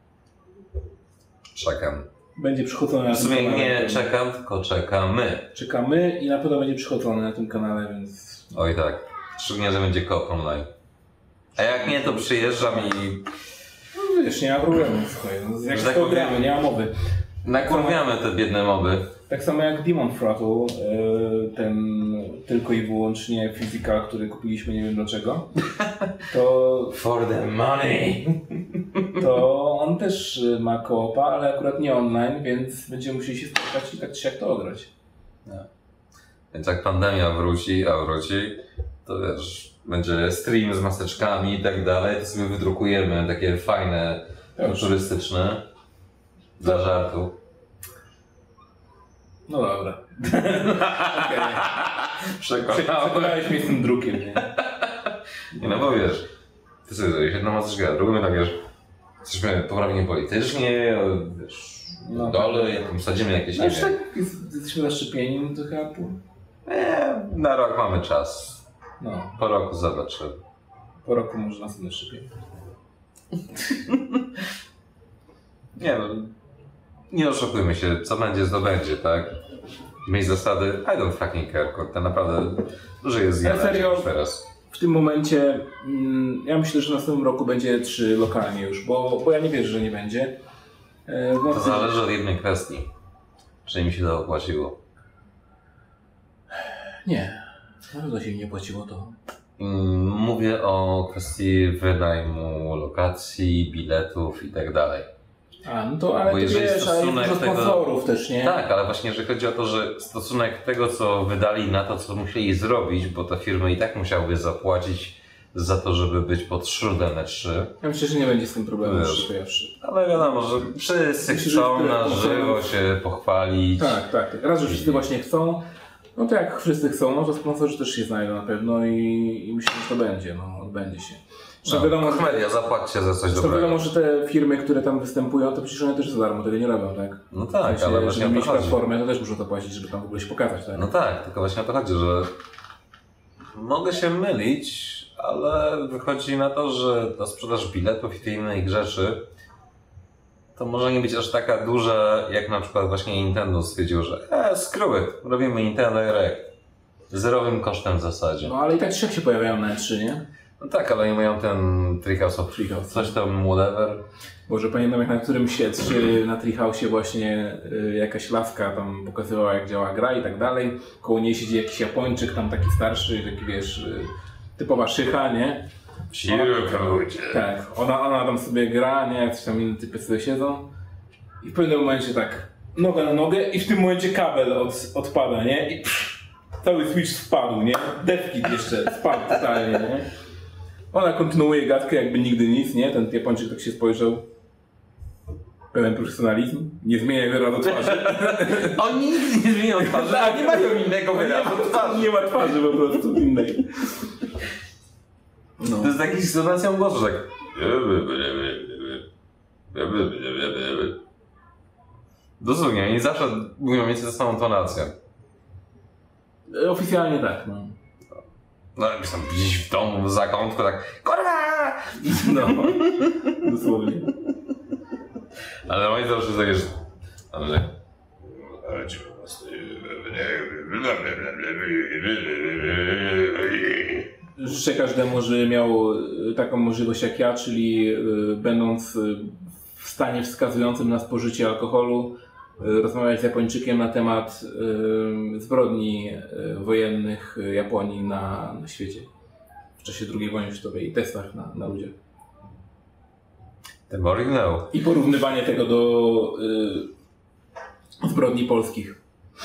Czekam. Będzie przychodzone na W tym sumie kanale. nie czekam, tylko czekamy. Czekamy i na pewno będzie przychodzone na tym kanale, więc... Oj tak. Szczególnie, że będzie co-op online. A jak nie, to przyjeżdżam i No wiesz, nie ma problemu, słuchaj. No, jak Że tak to powiem- gramy, nie ma mowy. nakurwiamy te biedne moby. Tak samo jak Demon Throttle, ten tylko i wyłącznie physical, który kupiliśmy nie wiem dlaczego, to, For the money! to on też ma koopa, ale akurat nie online, więc będziemy musieli się spotkać i tak czy siak to ograć. Więc jak pandemia wróci, to wiesz, będzie stream z maseczkami i tak dalej, to sobie wydrukujemy takie fajne, Dobrze. turystyczne, dla żartu. No dobra. Okej. Przekonałeś mnie z tym drukiem, nie? Nie, no bo wiesz, ty sobie zrobisz jedną maseczkę, a drugą tak wiesz, jesteśmy poprawnie politycznie, wiesz, No, dalej, jak tam sadzimy jakieś, No nie już wiem. tak jesteśmy zaszczepieni, no to chyba pół. Na rok mamy czas. No, Po roku zobaczymy. po roku może następne szczepienie. Nie no, nie oszukujmy się, co będzie, to będzie, tak? Mieć zasady, I don't fucking care, kurde, naprawdę dużo jest Ja serio? już teraz. W tym momencie ja myślę, że w następnym roku będzie 3 lokalnie już, bo ja nie wierzę, że nie będzie. To zależy od jednej kwestii. Czy mi się to opłaciło. Nie, na pewno się nie płaciło to. Mówię o kwestii wynajmu lokacji, biletów i tak dalej. A, no to ale Bo ty jeżeli wiesz, ale stosunek jest dużo tego- sponsorów też, nie? Tak, ale właśnie jeżeli chodzi o to, że stosunek tego, co wydali na to, co musieli zrobić, bo te firmy i tak musiałyby zapłacić za to, żeby być pod szrudem E3. Ja myślę, że nie będzie z tym problemu, Wiesz. szczerze powiedziawszy. Ale wiadomo, że wszyscy Myślę, że chcą tyle na sponsorów. żywo się pochwalić. Tak. Raz, że wszyscy właśnie chcą, no to jak wszyscy chcą, no to sponsorzy też się znajdą na pewno i myślę, że to będzie, no odbędzie się. Zresztą wiadomo, że, Media, zapłaćcie za coś zresztą dobrego. wiadomo, że te firmy, które tam występują, to przecież one też za darmo tego nie robią, tak? No tak, W sensie, ale właśnie żeby o to mieć chodzi. platformę, to też muszą to płacić, żeby tam w ogóle się pokazać, tak? No tak, tylko właśnie o to chodzi, że mogę się mylić, ale wychodzi na to, że ta sprzedaż biletów i tych innych rzeczy to może nie być aż taka duża, jak na przykład właśnie Nintendo stwierdziło, że screw it, robimy Nintendo Direct. Zerowym kosztem w zasadzie. No ale i tak trzech się pojawiają na E3, nie? No tak, ale nie mają ten Treehouse of coś tam, whatever. Boże, pamiętam jak na którymś E3 na Treehouse'ie właśnie jakaś laska tam pokazywała jak działa gra i tak dalej. Koło niej siedzi jakiś Japończyk tam taki starszy, taki wiesz, typowa szycha, nie? Tak, ona tam sobie gra, nie? Coś tam inne typy sobie siedzą. I w pewnym momencie tak, noga na nogę i w tym momencie kabel odpada, nie? I cały Switch spadł, nie? Devkit jeszcze spadł totalnie, nie? Ona kontynuuje gadkę jakby nigdy nic, nie? Ten Japończyk tak się spojrzał. Pełen profesjonalizm. Nie zmienia wyrazu twarzy. Oni nigdy nie zmienią twarzy, a nie mają innego wyrazu twarzy. Nie ma twarzy po prostu innej. No. To jest taki z tonacją głosu, że tak. Dosłownie, oni zawsze mówią mieć tę samą tonację. Oficjalnie tak, no. No jakbyś tam gdzieś w domu, w zakątku, tak kurwa! No, dosłownie. Ale moi zawsze jest takie, że... Ale... Życzę każdemu, żeby miał taką możliwość jak ja, czyli będąc w stanie wskazującym na spożycie alkoholu, rozmawiać z Japończykiem na temat zbrodni wojennych Japonii na świecie w czasie II wojny światowej i testach na ludziach. The more you know. I porównywanie tego do zbrodni polskich.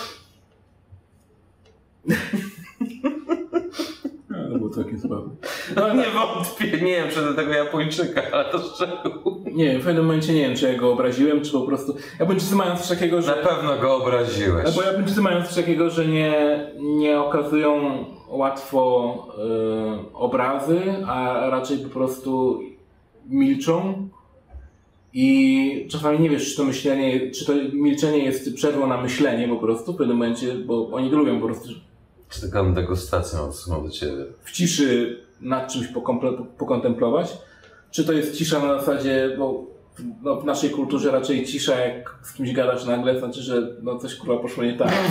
No, to było całkiem słabe. No nie wątpię, nie wiem czy do tego Japończyka, ale to szczegół. Nie wiem, w pewnym momencie nie wiem, czy ja go obraziłem, czy po prostu... Japończycy mają coś takiego, że... Na pewno go obraziłeś. Bo Japończycy mają coś takiego, że nie okazują łatwo obrazy, a raczej po prostu milczą. I czasami nie wiesz, czy to myślenie, czy to milczenie jest przerwą na myślenie po prostu w pewnym momencie, bo oni to lubią po prostu Czy taką degustację odsunął do ciebie? w ciszy nad czymś pokontemplować. Czy to jest cisza na zasadzie, bo w naszej kulturze raczej cisza, jak z kimś gadasz nagle, znaczy, że no coś kurwa poszło nie tak.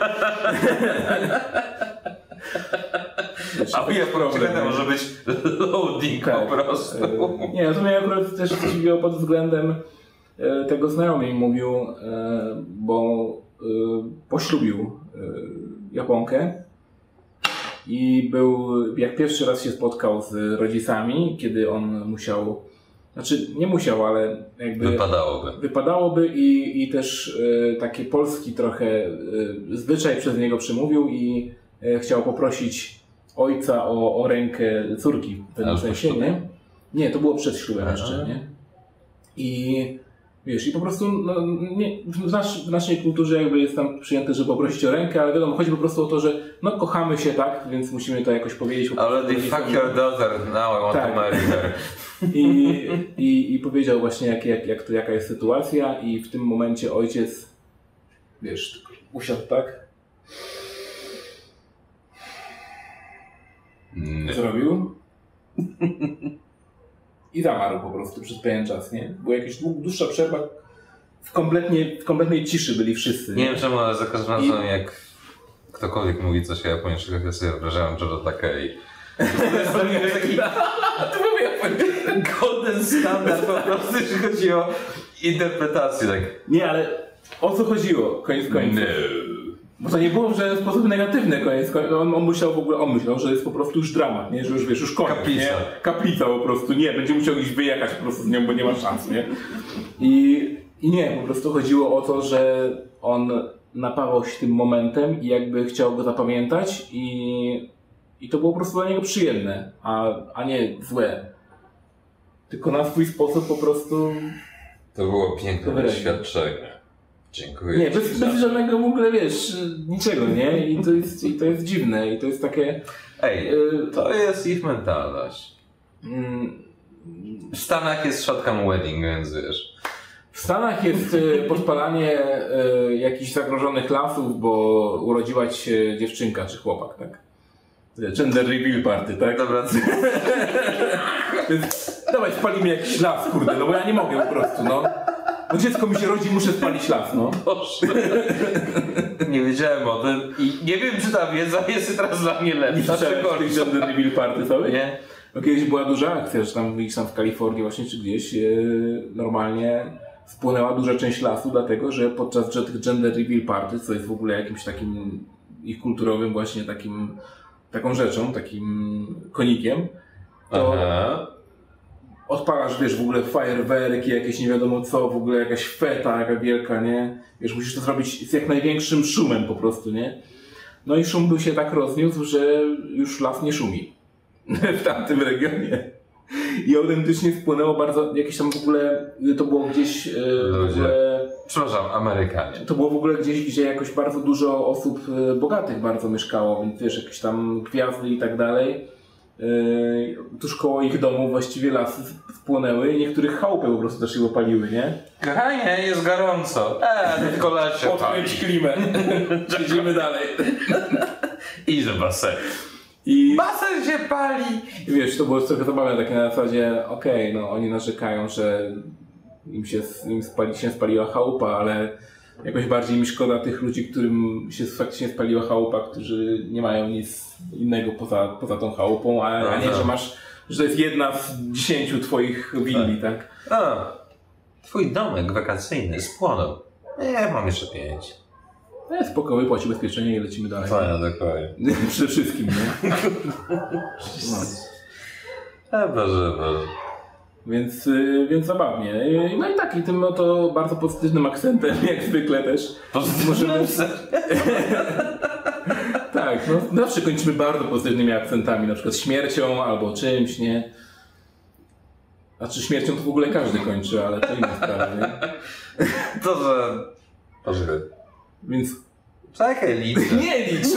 A u Japończyka to może być loading Tak. po prostu. Nie, to mnie akurat też zdziwiło pod względem tego znajomy mi mówił, bo poślubił Japonkę i jak pierwszy raz się spotkał z rodzicami, kiedy on musiał, znaczy nie musiał, ale jakby wypadałoby i też taki polski trochę zwyczaj przez niego przemówił i chciał poprosić ojca o rękę córki w pewnym sensie, nie? Nie, to było przed ślubem jeszcze, nie? I Wiesz, i po prostu no, nie, w naszej kulturze jakby jest tam przyjęte, żeby poprosić o rękę, ale wiadomo, chodzi po prostu o to, że no kochamy się, tak, więc musimy to jakoś powiedzieć. Ale they fuck your daughter, now I want Tak. to marry her. I powiedział właśnie jaka jest sytuacja i w tym momencie ojciec, wiesz, usiadł tak, zrobił i zamarł po prostu przez pewien czas, nie? Była jakaś dłuższa przerwa, w kompletnej ciszy byli wszyscy. Nie wiem czemu, ale za każdym razem jak ktokolwiek mówi coś o Japończykach, ja sobie wyobrażałem Jojo Takei. To jest taki golden standard po prostu, jeśli chodzi o interpretację. Tak. Nie, ale o co chodziło? Koniec końców. Bo to nie było w żaden sposób negatywne, koniec końców. On myślał, że jest po prostu już dramat, nie? Że już wiesz, już koniec. Kaplica. Nie? Kaplica po prostu, nie, będzie musiał gdzieś wyjechać po prostu z nią, bo nie ma szans, nie? I nie, po prostu chodziło o to, że on napawał się tym momentem i jakby chciał go zapamiętać i to było po prostu dla niego przyjemne, a nie złe. Tylko na swój sposób po prostu... To było piękne wyraźnie. doświadczenie. Dziękuję. Nie, ci bez za to. żadnego w ogóle, wiesz, niczego, nie? I to jest dziwne i to jest takie... Ej, to jest ich mentalność. W Stanach jest shotgun wedding, więc wiesz. W Stanach jest podpalanie jakichś zagrożonych lasów, bo urodziła ci się dziewczynka czy chłopak, tak? Gender reveal party, tak? Dobra, Więc dawaj, spalimy jakiś las, kurde, no bo ja nie mogę po prostu, no. No dziecko mi się rodzi, muszę spalić las, no. Boże. Nie wiedziałem o tym i nie wiem, czy ta wiedza jest teraz dla mnie lepsza, czy Tych gender reveal party całej? nie? No kiedyś była duża akcja, że tam gdzieś tam w Kalifornii właśnie, czy gdzieś normalnie spłynęła duża część lasu, dlatego że podczas tych gender reveal party, co jest w ogóle jakimś takim ich kulturowym właśnie taką rzeczą, takim konikiem, to odpalasz, wiesz, w ogóle fajerwerki, jakieś nie wiadomo co, w ogóle jakaś feta, jaka wielka, nie? Wiesz, musisz to zrobić z jak największym szumem po prostu, nie? No i szum był się tak rozniósł, że już las nie szumi w tamtym regionie. I autentycznie spłynęło bardzo, jakieś tam w ogóle, to było gdzieś w ogóle... Przepraszam, Amerykanie. To było w ogóle gdzieś, gdzie jakoś bardzo dużo osób bogatych bardzo mieszkało, więc wiesz, jakieś tam gwiazdy i tak dalej. Tuż koło ich domu właściwie lasy spłonęły i niektórych chałupy po prostu też się opaliły, nie? Kochanie, jest gorąco. To tylko las się pali. Odkręć klimę. Idziemy dalej. Idź do basenu. I Basen się pali! wiesz, to było trochę zabawne, takie na zasadzie, okej, no oni narzekają, że im spaliła chałupa, ale jakoś bardziej mi szkoda tych ludzi, którym się faktycznie spaliła chałupa, którzy nie mają nic innego poza tą chałupą, a nie, że to jest jedna z 10 twoich willi, tak? A, twój domek wakacyjny spłonął. Mam jeszcze 5. Spoko, wypłaci ubezpieczenie i lecimy dalej. Fajne, dokładnie. Przede wszystkim, nie? No. Boże. Więc zabawnie. No i tak, i tym oto bardzo pozytywnym akcentem, jak zwykle też. Możemy... Tak, no zawsze kończymy bardzo pozytywnymi akcentami, na przykład śmiercią albo czymś, nie? Znaczy śmiercią to w ogóle każdy kończy, ale to inna sprawa, nie? To, że... Poczekaj. Więc... Czekaj, liczę. Nie licz!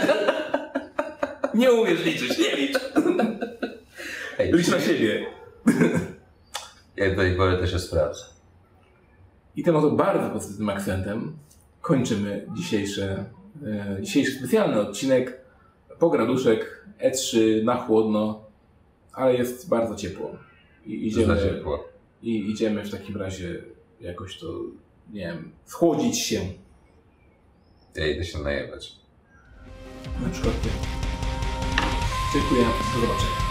Nie umiesz liczyć, nie licz! Licz na siebie. Ja do tej pory też się sprawdzę. I tym oto bardzo pozytywnym akcentem kończymy dzisiejszy specjalny odcinek Pograduszek E3 na chłodno, ale jest bardzo ciepło. I idziemy w takim razie jakoś to, nie wiem, schłodzić się. Ja idę się najebać. Na przykład ty. Dziękuję, do zobaczenia.